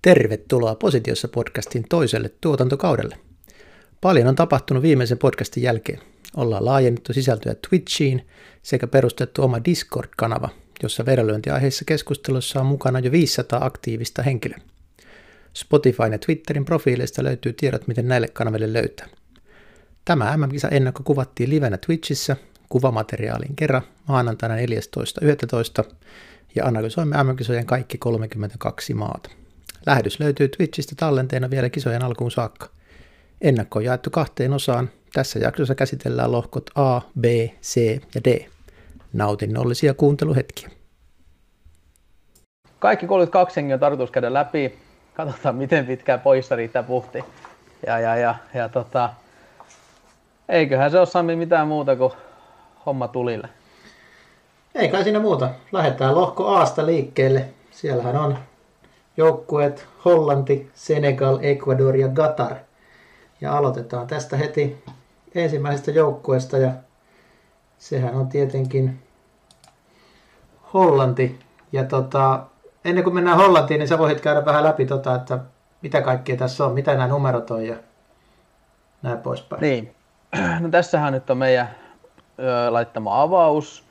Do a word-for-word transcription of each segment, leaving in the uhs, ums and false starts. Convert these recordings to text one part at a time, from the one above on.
Tervetuloa Positiossa podcastin toiselle tuotantokaudelle. Paljon on tapahtunut viimeisen podcastin jälkeen. Ollaan laajennettu sisältöä Twitchiin sekä perustettu oma Discord-kanava, jossa vedonlyöntiaiheissa keskustelussa on mukana jo viisisataa aktiivista henkilöä. Spotifyn ja Twitterin profiileista löytyy tiedot, miten näille kanaville löytää. Tämä M M-kisa-ennakko kuvattiin livenä Twitchissä kuvamateriaalin kerran maanantaina neljästoista yhdestoista ja analysoimme M M-kisojen kaikki kolmekymmentäkaksi maata. Lähetys löytyy Twitchistä tallenteena vielä kisojen alkuun saakka. Ennakko on jaettu kahteen osaan. Tässä jaksossa käsitellään lohkot A, B, C ja D. Nautinnollisia kuunteluhetkiä. Kaikki kolmekymmentäkaksi hengiä on tarkoitus käydä läpi. Katsotaan, miten pitkään poissa riittää puhti. Ja, ja, ja, ja tota, eiköhän se ole Sami mitään muuta kuin homma tulille. Ei kai siinä muuta. Lähdetään lohko A:sta liikkeelle. Siellähän on joukkueet Hollanti, Senegal, Ecuador ja Qatar. Ja aloitetaan tästä heti ensimmäisestä joukkueesta ja sehän on tietenkin Hollanti. Ja tota, ennen kuin mennään Hollantiin, niin sä voit käydä vähän läpi, tota, että mitä kaikkea tässä on, mitä nämä numerot on ja näin poispäin. Niin, no tässähän nyt on meidän ö, laittama avaus.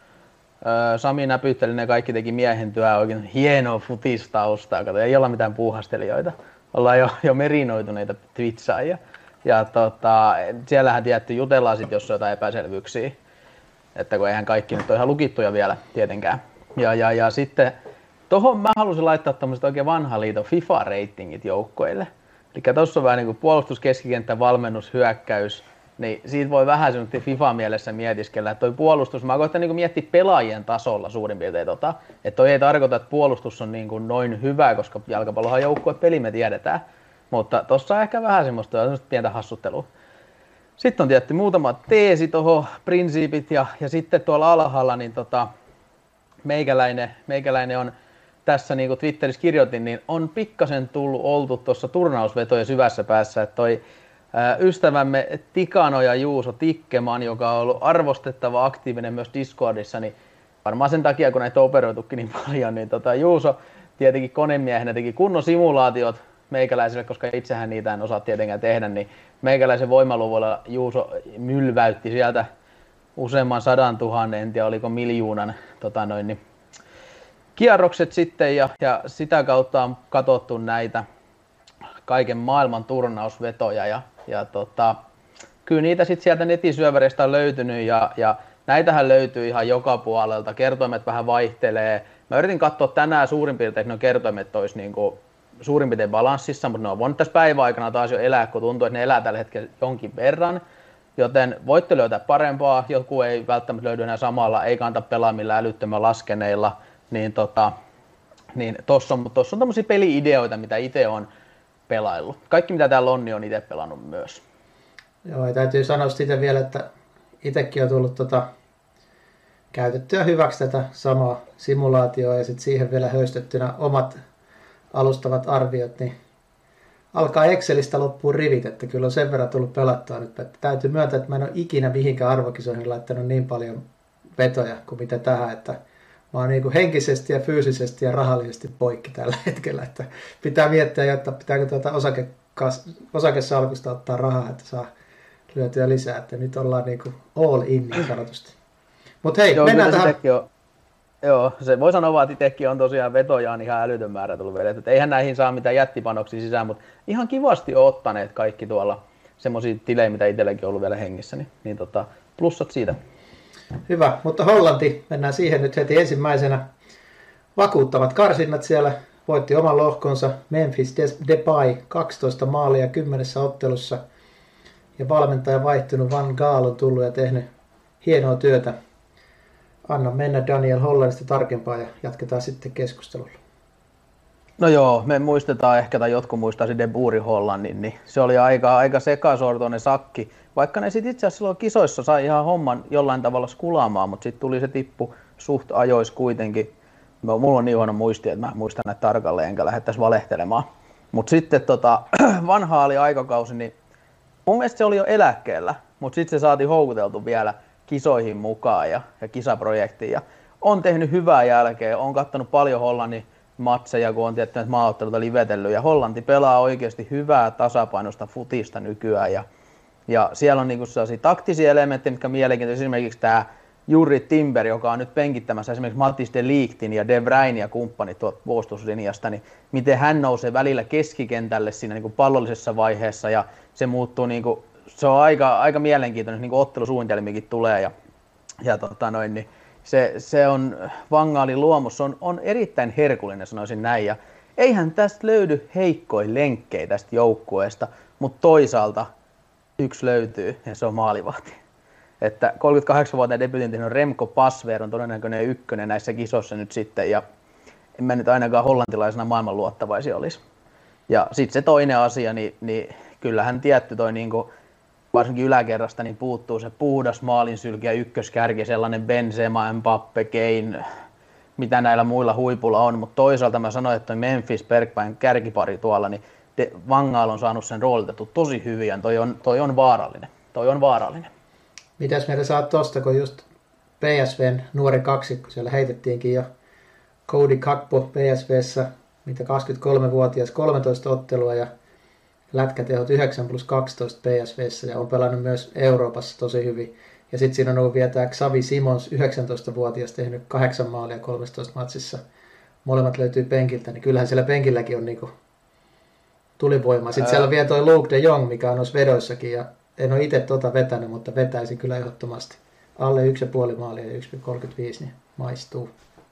Ö, Sami näpytteli, ne kaikki teki miehen työ, oikein hienoa futistaustaa. Kato, ei olla mitään puuhastelijoita. Ollaan jo, jo merinoituneita twitsaajia. Ja tota, siellähän tietty jutellaan sit, jos on jotain epäselvyyksiä. Että kun eihän kaikki nyt ole ihan lukittuja vielä tietenkään. Ja, ja, ja sitten tohon mä halusin laittaa tämmöiset oikein vanhan liiton FIFA-reitingit joukkoille. Eli tossa on vähän niin kuin puolustus, keskikenttä, valmennus, hyökkäys. Niin siitä voi vähän semmoinen FIFA-mielessä mietiskellä, että toi puolustus, mä koitan niin miettiä pelaajien tasolla suurin piirtein tota, että toi ei tarkoita, että puolustus on niin kuin noin hyvä, koska jalkapallohan joukkue peli me tiedetään, mutta tossa on ehkä vähän semmoista, semmoista pientä hassuttelua. Sitten on tietty muutama teesi tuohon, prinsiipit ja, ja sitten tuolla alhaalla niin tota, meikäläinen, meikäläinen on tässä niin kuin Twitterissä kirjoitin, niin on pikkasen tullut oltu tuossa turnausvetojen syvässä päässä, että toi ystävämme Tikano ja Juuso Tikkeman, joka on ollut arvostettava aktiivinen myös Discordissa, niin varmaan sen takia, kun näitä on operoitukin niin paljon, niin tota Juuso tietenkin konemiehenä teki kunnon simulaatiot meikäläiselle, koska itsehän niitä en osaa tietenkään tehdä, niin meikäläisen voimaluvulla Juuso mylväytti sieltä useamman sadan tuhannen, en tiedä oliko miljoonan tota noin, niin kierrokset sitten, ja, ja sitä kautta on katsottu näitä kaiken maailman turnausvetoja, ja, ja tota, kyllä niitä sitten sieltä netisyövereistä on löytynyt, ja, ja näitähän löytyy ihan joka puolelta, kertoimet vähän vaihtelee. Mä yritin katsoa tänään suurin piirtein, että ne kertoimet olisi niinku suurin piirtein balanssissa, mutta ne on voinut tässä päivän aikana taas jo elää, kun tuntuu, että ne elää tällä hetkellä jonkin verran. Joten voitte löytää parempaa, joku ei välttämättä löydy enää samalla, ei kannata pelaa millään älyttömän laskeneilla, niin tota, niin tossa on, tossa on tommosia peli-ideoita, mitä itse on pelaillut. Kaikki mitä täällä on, niin on itse pelannut myös. Joo, ja täytyy sanoa siitä vielä, että itsekin on tullut tota, käytettyä hyväksi tätä samaa simulaatioa ja sitten siihen vielä höystettynä omat alustavat arviot, niin alkaa Excelistä loppuun rivit, että kyllä on sen verran tullut pelattua nyt. Että täytyy myöntää, että mä en ole ikinä mihinkään arvokisoihin laittanut niin paljon vetoja kuin mitä tähän, että mä oon niin kuin henkisesti ja fyysisesti ja rahallisesti poikki tällä hetkellä, että pitää miettiä, jotta pitääkö tuota osakekas, osakesalkusta ottaa rahaa, että saa lyötyä lisää, että nyt ollaan niin kuin all in niin sanotusti. Mutta hei, joo, mennään tähän. On, joo, se voi sanoa, että itsekin on tosiaan vetojaan ihan älytön määrä tullut vedetty, että eihän näihin saa mitään jättipanoksia sisään, mutta ihan kivasti on ottaneet kaikki tuolla semmoisia tilejä, mitä itselläkin on ollut vielä hengissä, niin, niin tota, plussat siitä. Hyvä, mutta Hollanti, mennään siihen nyt heti ensimmäisenä. Vakuuttavat karsinnat siellä, voitti oman lohkonsa Memphis Depay kaksitoista maalia kymmenessä ottelussa. Ja valmentaja vaihtunut Van Gaal on tullut ja tehnyt hienoa työtä. Anna mennä Daniel Hollandista tarkempaa ja jatketaan sitten keskustelulla. No joo, me muistetaan ehkä, tai jotkut muistaisi De Boeri Hollannin, niin se oli aika, aika sekasortoinen sakki. Vaikka ne sitten itse asiassa silloin kisoissa sai ihan homman jollain tavalla skulaamaan, mutta sitten tuli se tippu suht ajois kuitenkin. Mulla on niin huono muisti, että mä muistan näitä tarkalleen, enkä lähdettäisi valehtelemaan. Mutta sitten tota, vanha oli aikakausi, niin mun mielestä se oli jo eläkkeellä, mutta sitten se saatiin houkuteltu vielä kisoihin mukaan ja, ja kisaprojektiin. Ja on tehnyt hyvää jälkeä, on katsonut paljon Hollannin matseja, kun on tietty näitä maaotteluita livetellyt, ja Hollanti pelaa oikeasti hyvää tasapainosta futista nykyään, ja, ja siellä on niinku sellaisia taktisia elementtejä, mitkä on mielenkiintoisia, esimerkiksi tämä Juri Timber, joka on nyt penkittämässä esimerkiksi Matthijs de Ligtin ja De Bruyne ja kumppanit tuolta puolustuslinjasta, niin miten hän nousee välillä keskikentälle siinä niin kuin pallollisessa vaiheessa, ja se muuttuu, niin kuin, se on aika, aika mielenkiintoinen, niin kuin ottelusuunnitelmikin tulee, ja, ja tota noin, niin se, se on Van Gaalin luomus, on, on erittäin herkullinen, sanoisin näin, ja eihän tästä löydy heikkoja lenkkejä tästä joukkueesta, mutta toisaalta yksi löytyy, ja se on maalivahti. Että kolmekymmentäkahdeksanvuotiaan debutin tehnyt Remco Pasveer on todennäköinen ykkönen näissä kisoissa nyt sitten, ja en mä nyt ainakaan hollantilaisena maailmanluottavaisia olisi. Ja sitten se toinen asia, niin, niin kyllähän tietty toi niinku, varsinkin yläkerrasta niin puuttuu se puhdas maalinsylkiä ykköskärki, sellainen Benzema, Mbappe, Kane, mitä näillä muilla huipulla on, mutta toisaalta mä sanoin, että toi Memphis Bergwijn kärkipari tuolla, niin Van Gaal on saanut sen roolitettu tosi hyvin, ja toi on, toi on vaarallinen. Toi on vaarallinen. Mitäs meillä saat tosta, kun just P S V:n nuori kaksikko, siellä heitettiinkin jo Cody Gakpo P S V:ssä, mitä kaksikymmentäkolmevuotias, kolmetoista ottelua ja lätkätehot yhdeksän plus kaksitoista P S V:ssä ja on pelannut myös Euroopassa tosi hyvin. Ja sitten siinä on ollut vielä tämä Xavi Simons, yhdeksäntoistavuotias, tehnyt kahdeksan maalia kolmetoista matsissa. Molemmat löytyy penkiltä, niin kyllähän siellä penkilläkin on niinku tulivoimaa. Sitten Ää... siellä on vielä toi Luke de Jong, mikä on noissa vedoissakin, ja en ole itse tota vetänyt, mutta vetäisin kyllä ehdottomasti. Alle yksi pilkku viisi maalia ja yksi pilkku kolmekymmentäviisi, niin maistuu.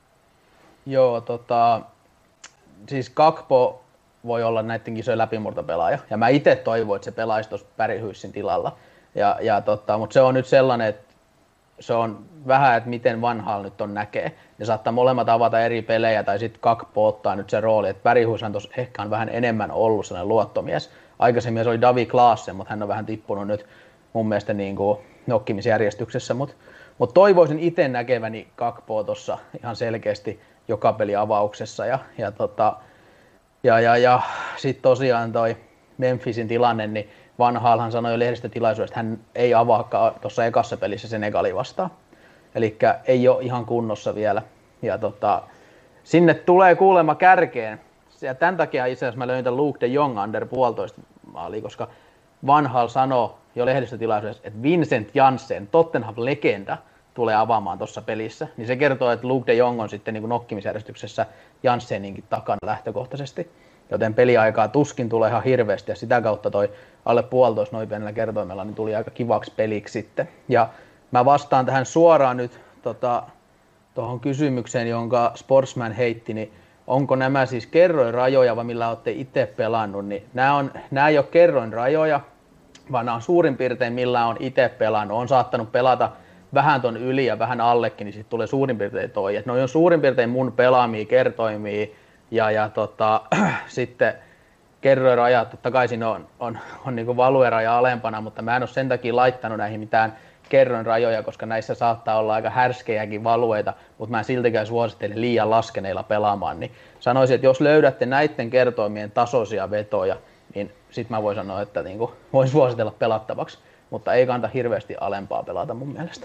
Joo, tota, siis Gakpo voi olla näiden kisojen läpimurtopelaaja, ja mä itse toivon, että se pelaisi tuossa Pärihyyssin tilalla. Ja, ja tota, mutta se on nyt sellainen, että se on vähän, että miten Van nyt on näkee. Ne saattaa molemmat avata eri pelejä, tai sitten Gakpo ottaa nyt se rooli, että Pärihyyshän tuossa ehkä on vähän enemmän ollut sellainen luottomies. Aikaisemmin se oli Davi Klaassen, mutta hän on vähän tippunut nyt mun mielestä niin kuin nokkimisjärjestyksessä. Mutta mut toivoisin itse näkeväni Gakpoa tuossa ihan selkeästi joka peli avauksessa. Ja, ja, tota, ja, ja, ja sitten tosiaan toi Memphisin tilanne, niin Van Gaalhan sanoi jo lehdistötilaisuudessa, että hän ei avaakaan tuossa ekassa pelissä Senegali vastaan. Eli ei ole ihan kunnossa vielä. Ja tota, sinne tulee kuulemma kärkeen. Ja tämän takia itse asiassa mä löin tämän Luke de Jong under puolitoista maalia, koska Van Gaal sanoi jo lehdistötilaisuudessa, että Vincent Janssen, Tottenham-legenda, tulee avaamaan tuossa pelissä. Niin se kertoo, että Luke de Jong on sitten niin kuin nokkimisjärjestyksessä Jansseninkin takana lähtökohtaisesti. Joten peliaikaa tuskin tulee ihan hirveästi, ja sitä kautta toi alle puolitoista noin pienellä kertoimella niin tuli aika kivaksi peliksi sitten. Ja mä vastaan tähän suoraan nyt tuohon tota, kysymykseen, jonka Sportsman heitti, niin onko nämä siis kerroinrajoja vai millä olette itse pelannut, niin nämä, on, nämä ei ole kerroinrajoja, vaan nämä on suurin piirtein millä on itse pelannut. On saattanut pelata vähän ton yli ja vähän allekin, niin sitten tulee suurin piirtein toi. Et ne on suurin piirtein mun pelaamia kertoimia, ja, ja tota, sitten kerroinrajat, totta kai siinä on, on, on niin kuin valueraja alempana, mutta mä en ole sen takia laittanut näihin mitään kerroinrajoja, koska näissä saattaa olla aika härskejäkin valueita, mutta mä en siltikään suosittele liian laskeneilla pelaamaan, niin sanoisin, että jos löydätte näiden kertoimien tasoisia vetoja, niin sit mä voin sanoa, että niin kuin voin suositella pelattavaksi, mutta ei kannata hirveästi alempaa pelata mun mielestä.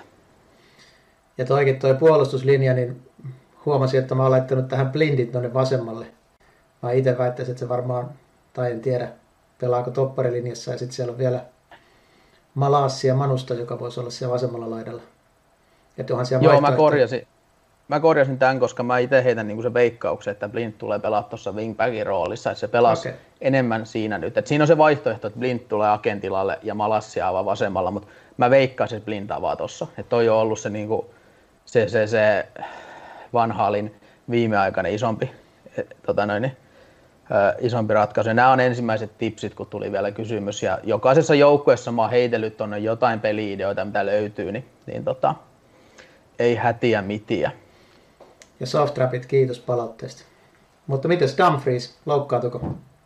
Ja toikin toi puolustuslinja, niin huomasin, että mä oon laittanut tähän blindit tuonne vasemmalle. Mä itse väittäisin, että se varmaan, tai en tiedä, pelaako topparilinjassa, ja sitten siellä on vielä Malassi ja Manusta, joka voisi olla siellä vasemmalla laidalla. Että onhan siellä Joo, mä korjasin, mä korjasin tämän, koska mä itse heitän niin se veikkauksen, että Blind tulee pelaa tuossa wingbackin roolissa, että se pelasi okay. enemmän siinä nyt. Et siinä on se vaihtoehto, että Blind tulee Agentilalle ja Malassi avaa vasemmalla, mutta mä veikkaisin, että Blind avaa tuossa. Että toi on ollut se, niin kuin, se, se, se Van Gaalin viimeaikainen isompi, tota noin, isompi ratkaisu. Ja nämä on ensimmäiset tipsit, kun tuli vielä kysymys. Ja jokaisessa joukkueessa mä oon heitellyt tuonne jotain peli-ideoita, mitä löytyy, niin, niin tota, ei hätiä mitiä. Ja Softrapit, kiitos palautteesta. Mutta mites Dumfries, loukkaantuko?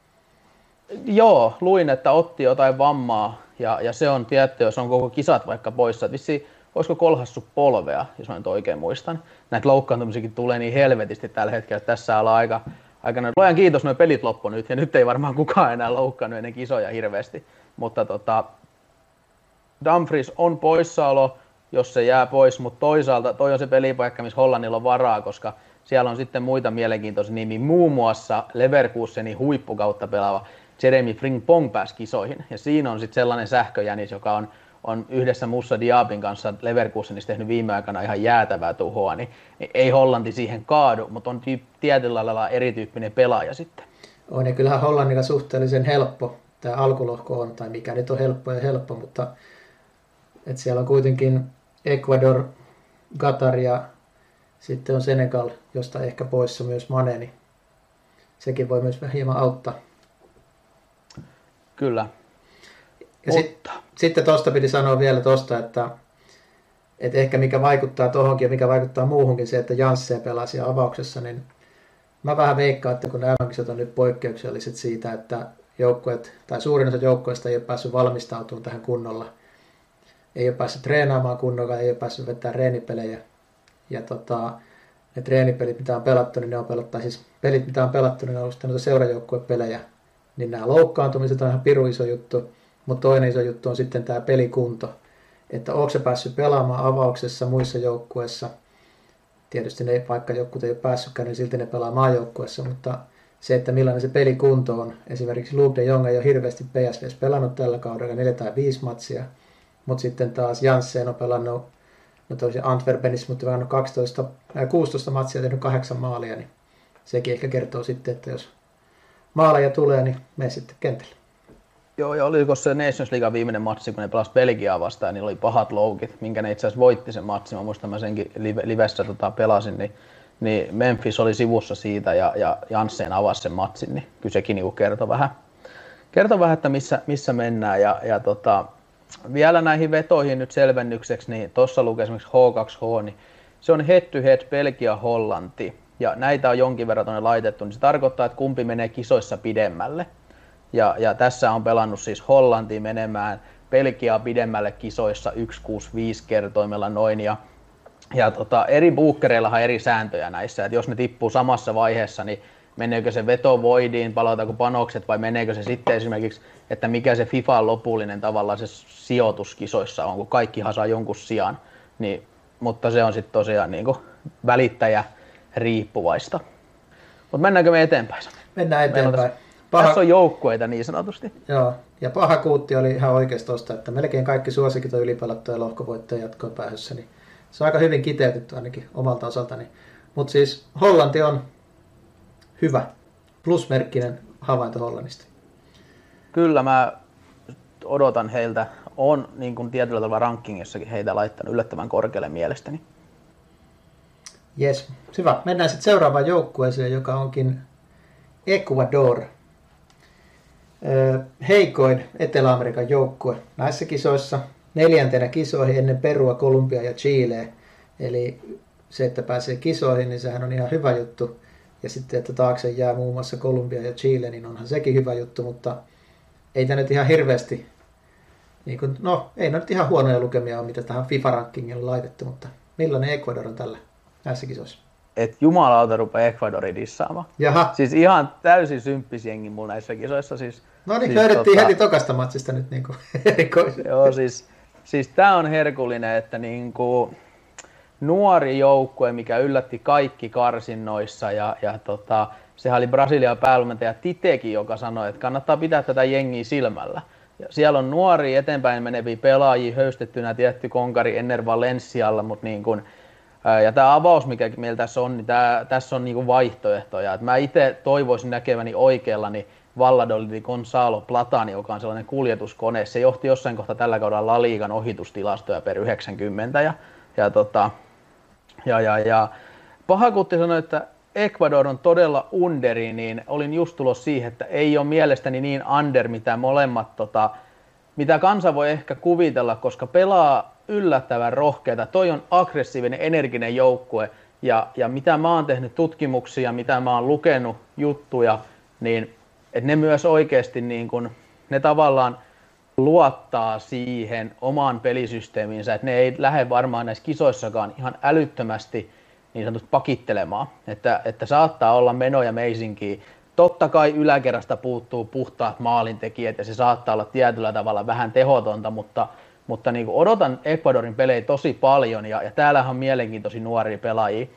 Joo, luin, että otti jotain vammaa. Ja, ja se on tietty, jos on koko kisat vaikka poissa. Vissi, olisiko kolhassu polvea, jos mä nyt oikein muistan. Näitä loukkaantumisiakin tulee niin helvetisti tällä hetkellä, että tässä ollaan aika... Aikana, luojan kiitos, nuo pelit loppu nyt, ja nyt ei varmaan kukaan enää loukkaannut ennen kisoja hirveästi. Mutta tota, Dumfries on poissaolo, jos se jää pois, mutta toisaalta toi on se pelipaikka, missä Hollannilla on varaa, koska siellä on sitten muita mielenkiintoisia nimiä, muun muassa Leverkusenin huippukautta pelaava Jeremy Frimpong pääsi kisoihin, ja siinä on sitten sellainen sähköjänis, joka on, on yhdessä Moussa Diabin kanssa Leverkusenissa tehnyt viime aikana ihan jäätävää tuhoa, niin, niin ei Hollanti siihen kaadu, mutta on tyyp, tietyllä lailla erityyppinen pelaaja sitten. On, ja kyllähän Hollannilla suhteellisen helppo tämä alkulohko on, tai mikä nyt on helppo ja helppo, mutta että siellä on kuitenkin Ecuador, Qatar ja sitten on Senegal, josta ehkä poissa myös Mane, niin sekin voi myös hieman auttaa. Kyllä. Ja sit, sitten tuosta piti sanoa vielä tuosta, että, että ehkä mikä vaikuttaa tuohonkin ja mikä vaikuttaa muuhunkin se, että Janssen pelasi avauksessa, niin mä vähän veikkaan, että kun nämä on nyt poikkeukselliset siitä, että joukkueet, tai suurin osa joukkueista ei ole päässyt valmistautumaan tähän kunnolla. Ei ole päässyt treenaamaan kunnolla, ei ole päässyt vetämään reenipelejä. Ja tota, ne treenipelit, mitä on pelattu, niin ne on pelattu, tai siis pelit, mitä on pelattu, niin ne on ollut noita seurajoukkuepelejä. Niin nämä loukkaantumiset on ihan piru iso juttu, mutta toinen iso juttu on sitten tämä pelikunto. Että onko se päässyt pelaamaan avauksessa muissa joukkueissa. Tietysti ne, vaikka jotkut ei ole päässytkään, niin silti ne pelaa maajoukkueessa, mutta se, että millainen se pelikunto on. Esimerkiksi Luuk de Jong ei ole hirveästi P S V:ssä pelannut tällä kaudella, neljä tai viisi matsia, mutta sitten taas Janssen on pelannut, no toisin Antwerpenissä, mutta pelannut kaksitoista, äh, kuusitoista matsia ja tehnyt kahdeksan maalia, niin sekin ehkä kertoo sitten, että jos maaleja tulee, niin mene sitten kentälle. Joo, ja oliko se Nations League viimeinen matsi, kun ne pelasi Belgiaa vastaan, niin oli pahat loukit, minkä ne itse asiassa voitti sen matsin. Mä muistan, mä senkin live, livessä tota, pelasin, niin, niin Memphis oli sivussa siitä ja, ja Janssen avasi sen matsin, niin kyllä sekin niin kertoi vähän, kertoi vähän, että missä, missä mennään. Ja, ja tota, vielä näihin vetoihin nyt selvennykseksi, niin tuossa lukee esimerkiksi H kaksi H, niin se on head to head Belgia-Hollanti, ja näitä on jonkin verran tuonne laitettu, niin se tarkoittaa, että kumpi menee kisoissa pidemmälle. Ja, ja tässä on pelannut siis Hollanti menemään Belgiaa pidemmälle kisoissa yksi kuusi viisi kertoimella noin. Ja, ja tota, eri buukkereillahan eri sääntöjä näissä, että jos ne tippuu samassa vaiheessa, niin meneekö se veto voidiin, palautaanko panokset vai meneekö se sitten esimerkiksi, että mikä se FIFAn lopullinen tavallaan se sijoitus kisoissa on, kun kaikkihan saa jonkun sijan. Niin, mutta se on sitten tosiaan niin kuin välittäjä riippuvaista. Mutta mennäänkö me eteenpäin? Mennään eteenpäin. Paha... Tässä on joukkueita niin sanotusti. Joo, ja paha kuutti oli ihan oikeasti tosta, että melkein kaikki suosikit on ylipelattu ja lohkovoittoja jatkoon päähyssä, niin se on aika hyvin kiteytetty ainakin omalta osaltani. Mutta siis Hollanti on hyvä, plusmerkkinen havainto Hollannista. Kyllä, mä odotan heiltä, on niin kuin tietyllä tavalla rankingissakin heitä laittanut yllättävän korkealle mielestäni. Jes, hyvä. Mennään sitten seuraavaan joukkueeseen, joka onkin Ecuador. Heikoin Etelä-Amerikan joukkue näissä kisoissa. Neljäntenä kisoihin ennen Perua, Kolumbia ja Chileä. Eli se, että pääsee kisoihin, niin sehän on ihan hyvä juttu. Ja sitten, että taakse jää muun muassa Kolumbia ja Chile, niin onhan sekin hyvä juttu, mutta ei tämä nyt ihan hirveästi, niin kuin, no ei nyt ihan huonoja lukemia ole, mitä tähän FIFA-rankingin on laitettu, mutta millainen Ecuador on tällä näissä kisoissa? Et jumalauta rupeaa Ecuadorin dissaamaan. Jaha. Siis ihan täysin symppis jengi mun näissä kisoissa. Siis, no niin, siis löydettiin tota... heti tokasta matsista nyt niin erikoisesti. Joo, siis, siis tää on herkullinen, että niinku nuori joukkue, mikä yllätti kaikki karsinnoissa ja, ja tota, sehän oli Brasilian päävalmentaja Titekin, joka sanoi, että kannattaa pitää tätä jengiä silmällä. Ja siellä on nuoria eteenpäin meneviä pelaajia höystettynä tietty konkari Enner Valencialla, mutta niin kuin, ja tämä avaus, mikä meillä tässä on, niin tää, tässä on niinku vaihtoehtoja. Et mä itse toivoisin näkeväni oikealla niin Valladolid Gonzalo Platani, joka on sellainen kuljetuskone. Se johti jossain kohtaa tällä kaudella La Ligan ohitustilastoja per yhdeksänkymmentä. Ja, ja, tota, ja, ja, ja Pahakutti sanoi, että Ecuador on todella underi, niin olin just tulossa siihen, että ei ole mielestäni niin under, mitä molemmat, tota, mitä kansa voi ehkä kuvitella, koska pelaa yllättävän rohkeita. Toi on aggressiivinen, energinen joukkue ja, ja mitä mä oon tehnyt tutkimuksia, mitä mä oon lukenut juttuja, niin että ne myös oikeasti niin kun, ne tavallaan luottaa siihen omaan pelisysteemiinsä, että ne ei lähde varmaan näissä kisoissakaan ihan älyttömästi niin sanotusti pakittelemaan, että, että saattaa olla menoja meisinkiä. Totta kai yläkerrasta puuttuu puhtaat maalintekijät ja se saattaa olla tietyllä tavalla vähän tehotonta, mutta Mutta niin odotan Ecuadorin pelejä tosi paljon ja, ja täällähän on mielenkiintoisia nuoria pelaajia.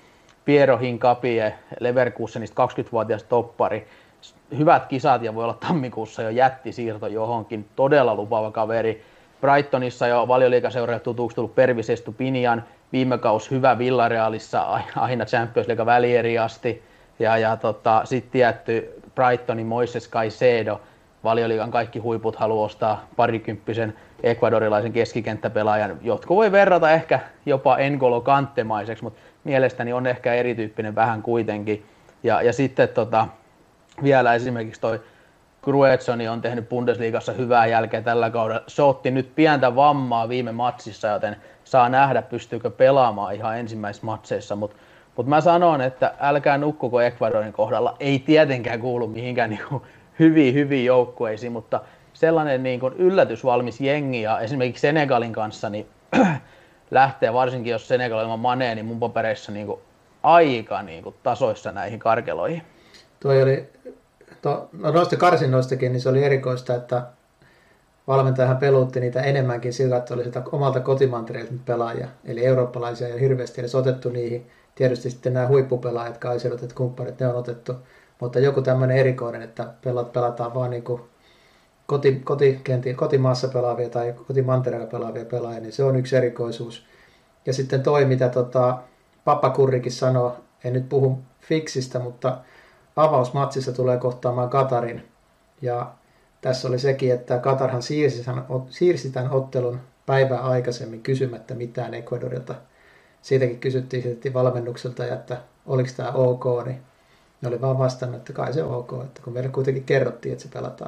Piero Hincapie, Leverkusenista kaksikymmentävuotias toppari. Hyvät kisat ja voi olla tammikuussa jo jättisiirto johonkin, todella lupaava kaveri. Brightonissa jo Valioliigaseuraaja tutustunut Pervis Estupinian, viime kaus hyvä Villarealissa aina Champions League välieri asti. Ja, ja tota, sitten tietty Brightonin Moises Caicedo, Valioliigan kaikki huiput haluaa ostaa parikymppisen ekvadorilaisen keskikenttäpelaajan. Jotkut voi verrata ehkä jopa N'Golo Kantemaiseksi, mutta mielestäni on ehkä erityyppinen vähän kuitenkin. Ja, ja sitten tota, vielä esimerkiksi toi Gruetzoni on tehnyt Bundesliigassa hyvää jälkeä tällä kaudella. Se otti nyt pientä vammaa viime matsissa, joten saa nähdä, pystyykö pelaamaan ihan ensimmäisissä matseissa. Mutta mut mä sanon, että älkää nukkuko Ecuadorin kohdalla. Ei tietenkään kuulu mihinkään niinku hyviin, hyviin joukkueisiin, mutta sellainen niinku yllätysvalmis jengi ja esimerkiksi Senegalin kanssa niin lähtee, varsinkin jos Senegal ilman Manea, niin mun papereissa niinku aika niinku tasoissa näihin karkeloihin. Toi oli, to, no noista karsinnoistakin, niin se oli erikoista, että valmentajahan pelutti niitä enemmänkin sillä, että oli sitä omalta kotimantereilta pelaajia, eli eurooppalaisia ja hirveästi edes otettu niihin. Tietysti sitten nämä huippupelaajat, Kaiserot, että kumppanit, ne on otettu, mutta joku tämmöinen erikoinen, että pelat, pelataan vaan niin kuin koti, kotikenti, kotimaassa pelaavia tai kotimantereilla pelaavia pelaajia, niin se on yksi erikoisuus. Ja sitten toi, mitä tota, Papakurrikin sanoo, en nyt puhu fiksistä, mutta avausmatsissa tulee kohtaamaan Katarin. Ja tässä oli sekin, että Katarhan siirsi, siirsi tämän ottelun päivää aikaisemmin kysymättä mitään Ecuadorilta. Siitäkin kysyttiin sitten valmennukselta, että oliko tämä ok, niin ne oli vaan vastannut, että kai se on ok, että kun meille kuitenkin kerrottiin, että se pelataan.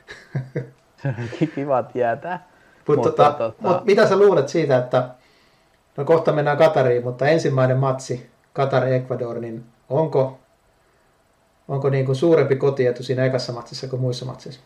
Kiva tietää. Mut mutta, tota, tota... mut mitä sä luulet siitä, että no kohta mennään Katariin, mutta ensimmäinen matsi Katar-Ecuador, niin onko, onko niin kuin suurempi kotietu siinä ekassa matsissa kuin muissa matseissa?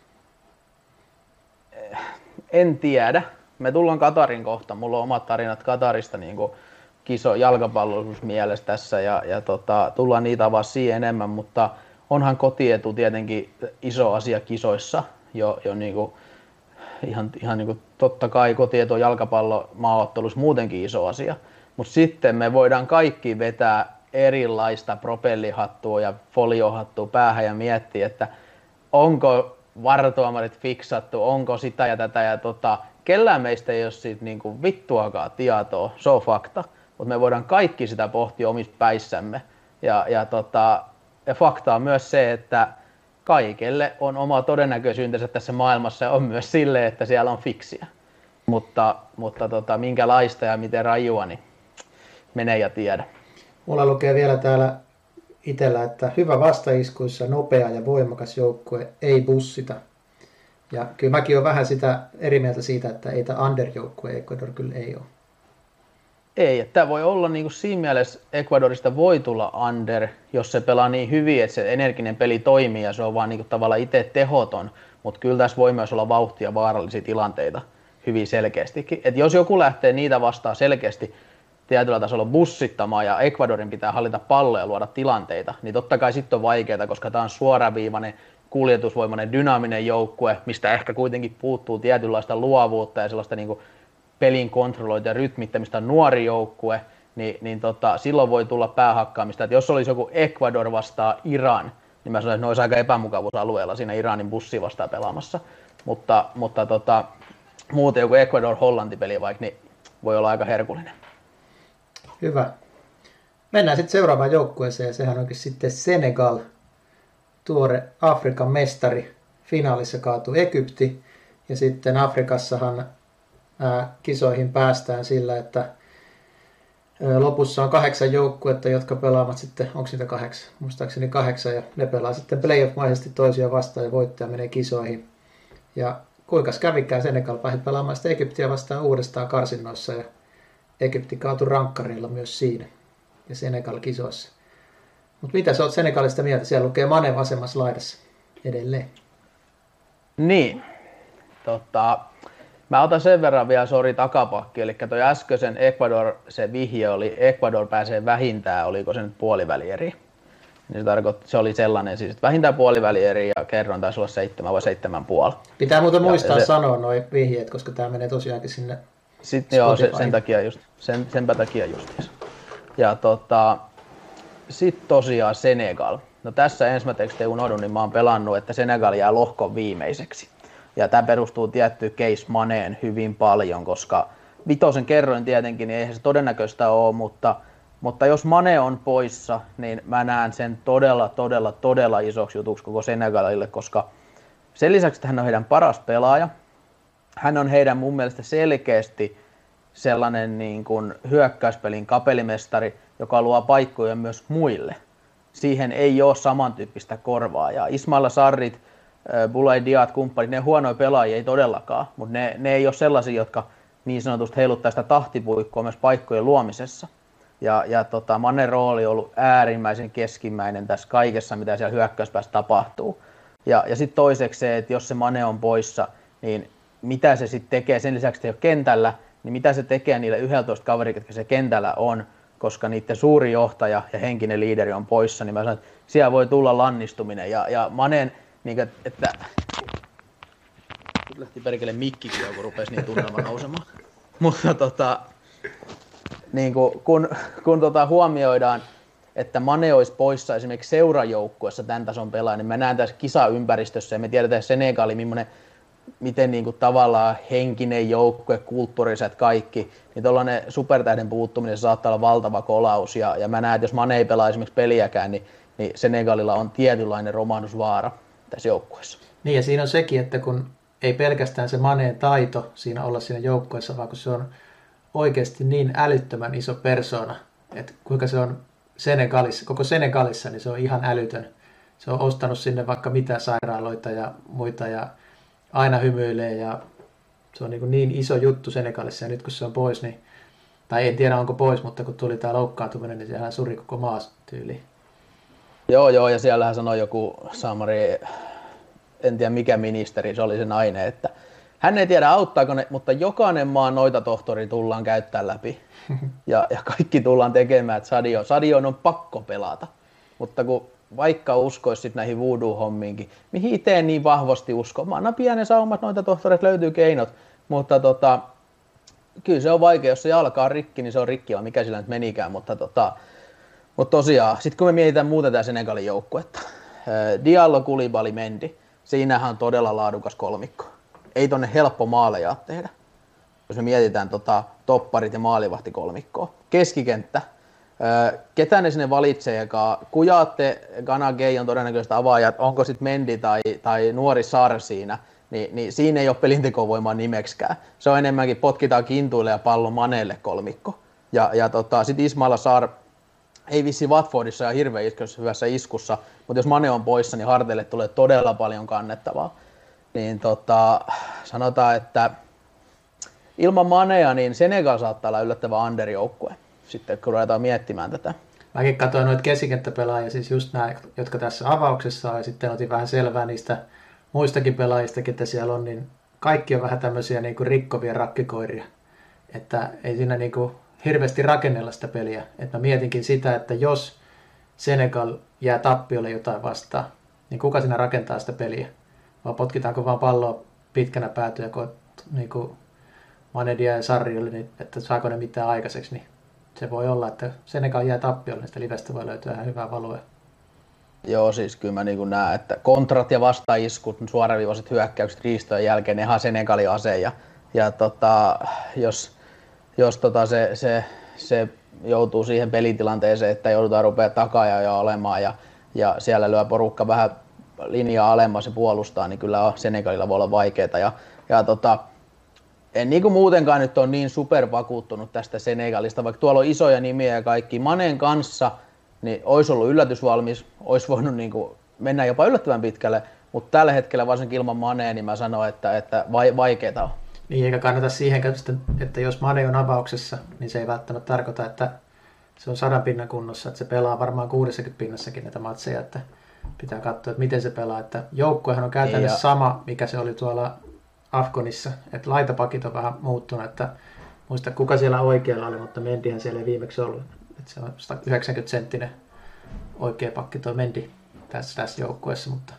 En tiedä. Me tullaan Katarin kohta. Mulla on omat tarinat Katarista niin kuin kiso jalkapallollisuusmielessä tässä ja, ja tota, tullaan niitä avaa siihen enemmän, mutta onhan kotietu tietenkin iso asia kisoissa. Jo, jo niin kuin, ihan, ihan niin kuin, totta kai kotietu on jalkapallomaaottelussa muutenkin iso asia, mutta sitten me voidaan kaikki vetää erilaista propellihattua ja foliohattua päähän ja miettiä, että onko varatuomarit fiksattu, onko sitä ja tätä ja tota, kellään meistä ei ole siitä niin kuin vittuakaan tietoa, se on fakta, mutta me voidaan kaikki sitä pohtia omissa päissämme ja, ja, tota, ja fakta on myös se, että kaikelle on oma todennäköisyytensä tässä maailmassa ja on myös sille, että siellä on fiksiä. Mutta, mutta tota, minkälaista ja miten rajua, niin mene ja tiedä. Mulla lukee vielä täällä itsellä, että hyvä vastaiskuissa, nopea ja voimakas joukkue, ei bussita. Ja kyllä mäkin olen vähän sitä eri mieltä siitä, että ei tämä under-joukkue Ecuador kyllä ei ole. Ei, että tämä voi olla niin kuin siinä mielessä Ecuadorista voi tulla under, jos se pelaa niin hyvin, että se energinen peli toimii ja se on vaan niin kuin tavallaan itse tehoton, mutta kyllä tässä voi myös olla vauhtia ja vaarallisia tilanteita hyvin selkeästikin. Et jos joku lähtee niitä vastaan selkeästi tietyllä tasolla bussittamaan ja Ecuadorin pitää hallita palloja ja luoda tilanteita, niin totta kai sitten on vaikeaa, koska tämä on suoraviivainen, kuljetusvoimainen, dynaaminen joukkue, mistä ehkä kuitenkin puuttuu tietynlaista luovuutta ja sellaista niin kuin pelin kontrollointia ja rytmittämistä nuori joukkue, niin, niin tota, silloin voi tulla päähakkaamista. Et jos olisi joku Ecuador vastaan Iran, niin mä sanoisin, että ne olisi aika epämukavuusalueella siinä Iranin bussi vastaan pelaamassa. Mutta, mutta tota, muuten joku Ecuador-Hollanti-peli vaikka, niin voi olla aika herkullinen. Hyvä. Mennään sitten seuraavaan joukkueeseen, ja sehän onkin sitten Senegal, tuore Afrikan mestari. Finaalissa kaatui Egypti, ja sitten Afrikassahan ää, kisoihin päästään sillä, että ää, lopussa on kahdeksan joukkuetta, jotka pelaavat sitten, onko niitä kahdeksan? Muistaakseni kahdeksan, ja ne pelaa sitten playoff-maisesti toisia vastaan, ja voittaja menee kisoihin. Ja kuinka kävikään, Senegal pääsi pelaamaan sitten Egyptiä vastaan uudestaan karsinnoissa, ja Egypti kaatui rankkarilla myös siinä, ja Senegal kisoissa. Mutta mitä sä oot Senegalista mieltä? Siellä lukee Mane vasemmassa laidassa edelleen. Niin, tota, mä otan sen verran vielä, sori, takapakki, eli toi äskeisen Ecuador, se vihje oli, Ecuador pääsee vähintään, oliko se nyt puolivälieri? Niin se tarkoitti, se oli sellainen siis, että vähintään puolivälieri ja kerron taisi olla seitsemän vai seitsemän puoli. Pitää muuten muistaa se, sanoa noi vihjeet, koska tää menee tosiaankin sinne sitten joo, se, sen takia just, sen, senpä takia justiinsa. Ja tota, sitten tosiaan Senegal. No tässä ensimmäiseksi te unohdun, niin mä oon pelannut, että Senegal jää lohkon viimeiseksi. Ja tämä perustuu tiettyyn Case Maneen hyvin paljon, koska vitosen kerroin tietenkin, niin eihän se todennäköistä ole, mutta, mutta jos Mane on poissa, niin mä näen sen todella, todella, todella isoksi jutuksi koko Senegalille, koska sen lisäksi, että hän on heidän paras pelaaja, hän on heidän mun mielestä selkeästi sellainen niin kuin hyökkäyspelin kapelimestari, joka luo paikkoja myös muille. Siihen ei ole samantyyppistä korvaajaa. Ismaila Sarrit, Boulaye Diat, kumppanit, ne huonoja pelaajia ei todellakaan, mutta ne, ne ei ole sellaisia, jotka niin sanotusti heiluttaa sitä tahtipuikkoa myös paikkojen luomisessa. Ja, ja tota, Manen rooli on ollut äärimmäisen keskimmäinen tässä kaikessa, mitä siellä hyökkäyspäässä tapahtuu. Ja, ja sitten toiseksi se, että jos se Mane on poissa, niin mitä se sitten tekee, sen lisäksi, että ei ole kentällä, niin mitä se tekee niille yksitoista kaverille, jotka se kentällä on, koska niiden suuri johtaja ja henkinen liideri on poissa, niin mä sanon, että siellä voi tulla lannistuminen. Ja, ja Manen, niin että, että... Nyt lähti perkele mikkikin, kun rupesi niin tunnelma nousemaan. Mutta tota, niin kun, kun, kun tota huomioidaan, että Mane olisi poissa esimerkiksi seurajoukkuessa tämän tason pelaaja, niin mä näen tässä kisaympäristössä ja me tiedetään Senegali, millainen, miten niin kuin tavallaan henkinen joukkue, kulttuuriset kaikki, niin tuollainen supertähden puuttuminen saattaa olla valtava kolaus. Ja, ja mä näen, että jos Mane ei pelaa esimerkiksi peliäkään, niin, niin Senegalilla on tietynlainen romahdusvaara tässä joukkueessa. Niin ja siinä on sekin, että kun ei pelkästään se Maneen taito siinä olla siinä joukkueessa, vaan kun se on oikeasti niin älyttömän iso persoona, että kuinka se on Senegalissa, koko Senegalissa, niin se on ihan älytön. Se on ostanut sinne vaikka mitä sairaaloita ja muita ja aina hymyilee ja se on niin, niin iso juttu Senegalissa ja nyt kun se on pois, niin, tai en tiedä onko pois, mutta kun tuli tämä loukkaantuminen, niin sehän suri koko maas tyyliin. Joo, joo, ja siellähän sanoi joku Samari, en tiedä mikä ministeri, se oli se nainen, että hän ei tiedä auttaako ne, mutta jokainen maan noita tohtori tullaan käyttää läpi ja, ja kaikki tullaan tekemään, että Sadio, Sadion on pakko pelata, mutta kun vaikka uskoisi sit näihin voodoo-hommiinkin, mihin itse niin vahvasti uskon. Mä annan pienen saumat, noita tohtoreita löytyy keinot, mutta tota, kyllä se on vaikea, jos se jalka on rikki, niin se on rikki, vai mikä sillä nyt menikään, mutta, tota, mutta tosiaan, sitten kun me mietitään muuten tämä Senegalin joukkuetta, Diallo, Koulibaly, Mendy, siinähän on todella laadukas kolmikko. Ei tonne helppo maaleja tehdä, jos me mietitään tota, topparit ja maalivahtikolmikkoa. Keskikenttä. Ketä ne sinne valitsee, joka Kujaatte, Gana Gay on todennäköisesti avaajat, onko sitten Mendy tai, tai nuori Sar siinä, niin, niin siinä ei ole pelintekovoimaa nimeksikään. Se on enemmänkin potkitaan kintuille ja pallo Manelle kolmikko. Ja, ja tota, sitten Ismaila Sar ei vissi Watfordissa ja hirveän iskussa, hyvässä iskussa, mutta jos Mane on poissa, niin harteille tulee todella paljon kannettavaa. Niin tota, sanotaan, että ilman Manea niin Senegal saattaa olla yllättävän underjoukkue. Sitten kun ruvetaan miettimään tätä. Mäkin katsoin noita keskikenttäpelaajia, siis just nämä, jotka tässä avauksessa on, ja sitten otin vähän selvää niistä muistakin pelaajista, ketä siellä on, niin kaikki on vähän tämmöisiä niin kuin rikkovia rakkikoiria. Että ei siinä niin kuin hirveästi rakennella sitä peliä. Että mä mietinkin sitä, että jos Senegal jää tappiolle jotain vastaan, niin kuka siinä rakentaa sitä peliä? Vai potkitaanko vaan palloa pitkänä päätyä, kun niin kuin Manedia ja Sarri oli, niin että saako ne mitään aikaiseksi, niin se voi olla, että Senegal jää tappiolle, niin sitä livestä voi löytyä ihan hyvää valua. Joo, siis kyllä mä niin näen, että kontrat ja vastaiskut, suoraviivaiset hyökkäykset riistojen jälkeen, ne ihan Senegalin ase. Ja, ja tota, jos, jos tota se, se, se joutuu siihen pelitilanteeseen, että joudutaan rupeaa takaa ja olemaan ja, ja siellä lyö porukka vähän linjaa alemmas ja puolustaa, niin kyllä Senegalilla voi olla vaikeaa. Ja, ja tota, en niin kuin muutenkaan nyt ole niin supervakuuttunut tästä Senegalista, vaikka tuolla on isoja nimiä ja kaikki. Maneen kanssa niin olisi ollut yllätysvalmis, olisi voinut niin kuin mennä jopa yllättävän pitkälle, mutta tällä hetkellä varsinkin ilman Manea, niin mä sanon, että, että vaikeaa on. Niin, eikä kannata siihen, että jos Mane on avauksessa, niin se ei välttämättä tarkoita, että se on sadan pinnan kunnossa, että se pelaa varmaan kuudessakymmenessä pinnassakin näitä matseja, että pitää katsoa, että miten se pelaa. Että joukkuehan on käytännössä ja sama, mikä se oli tuolla Afkonissa, että laitapakit on vähän muuttunut, että muista kuka siellä oikealla oli, mutta Mendyhän siellä ei viimeksi ollut. Että se on sata yhdeksänkymmentä senttinen oikea pakki tuo Mendy tässä, tässä joukkueessa. Mutta...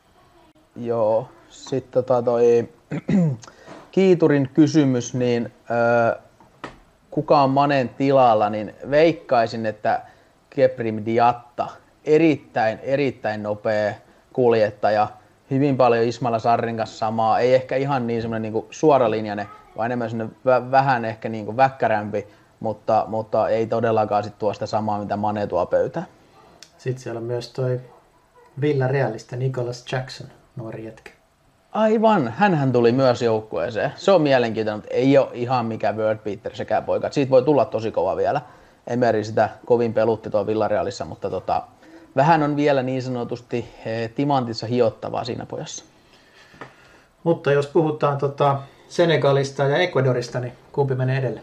Joo, sitten tota toi Kiiturin kysymys, niin äh, kuka on Manen tilalla, niin veikkaisin, että Keprim Diatta, erittäin, erittäin nopea kuljettaja, hyvin paljon Ismaila Sarrin kanssa samaa, ei ehkä ihan niin semmoinen niin suoralinjainen, vaan enemmän semmoinen vä- vähän ehkä niin kuin väkkärämpi, mutta, mutta ei todellakaan sit tuo sitä samaa, mitä Mane tuo pöytään. Sitten siellä on myös toi Villarealista Nicholas Jackson, nuori jätkä. Aivan, hänhän tuli myös joukkueeseen. Se on mielenkiintoinen, mutta ei ole ihan mikään world beater sekään poika. Siitä voi tulla tosi kova vielä. Emery sitä kovin pelutti tuo Villarealissa, mutta tota, vähän on vielä niin sanotusti he, timantissa hiottavaa siinä pojassa. Mutta jos puhutaan tota Senegalista ja Ecuadorista, niin kumpi menee edelle?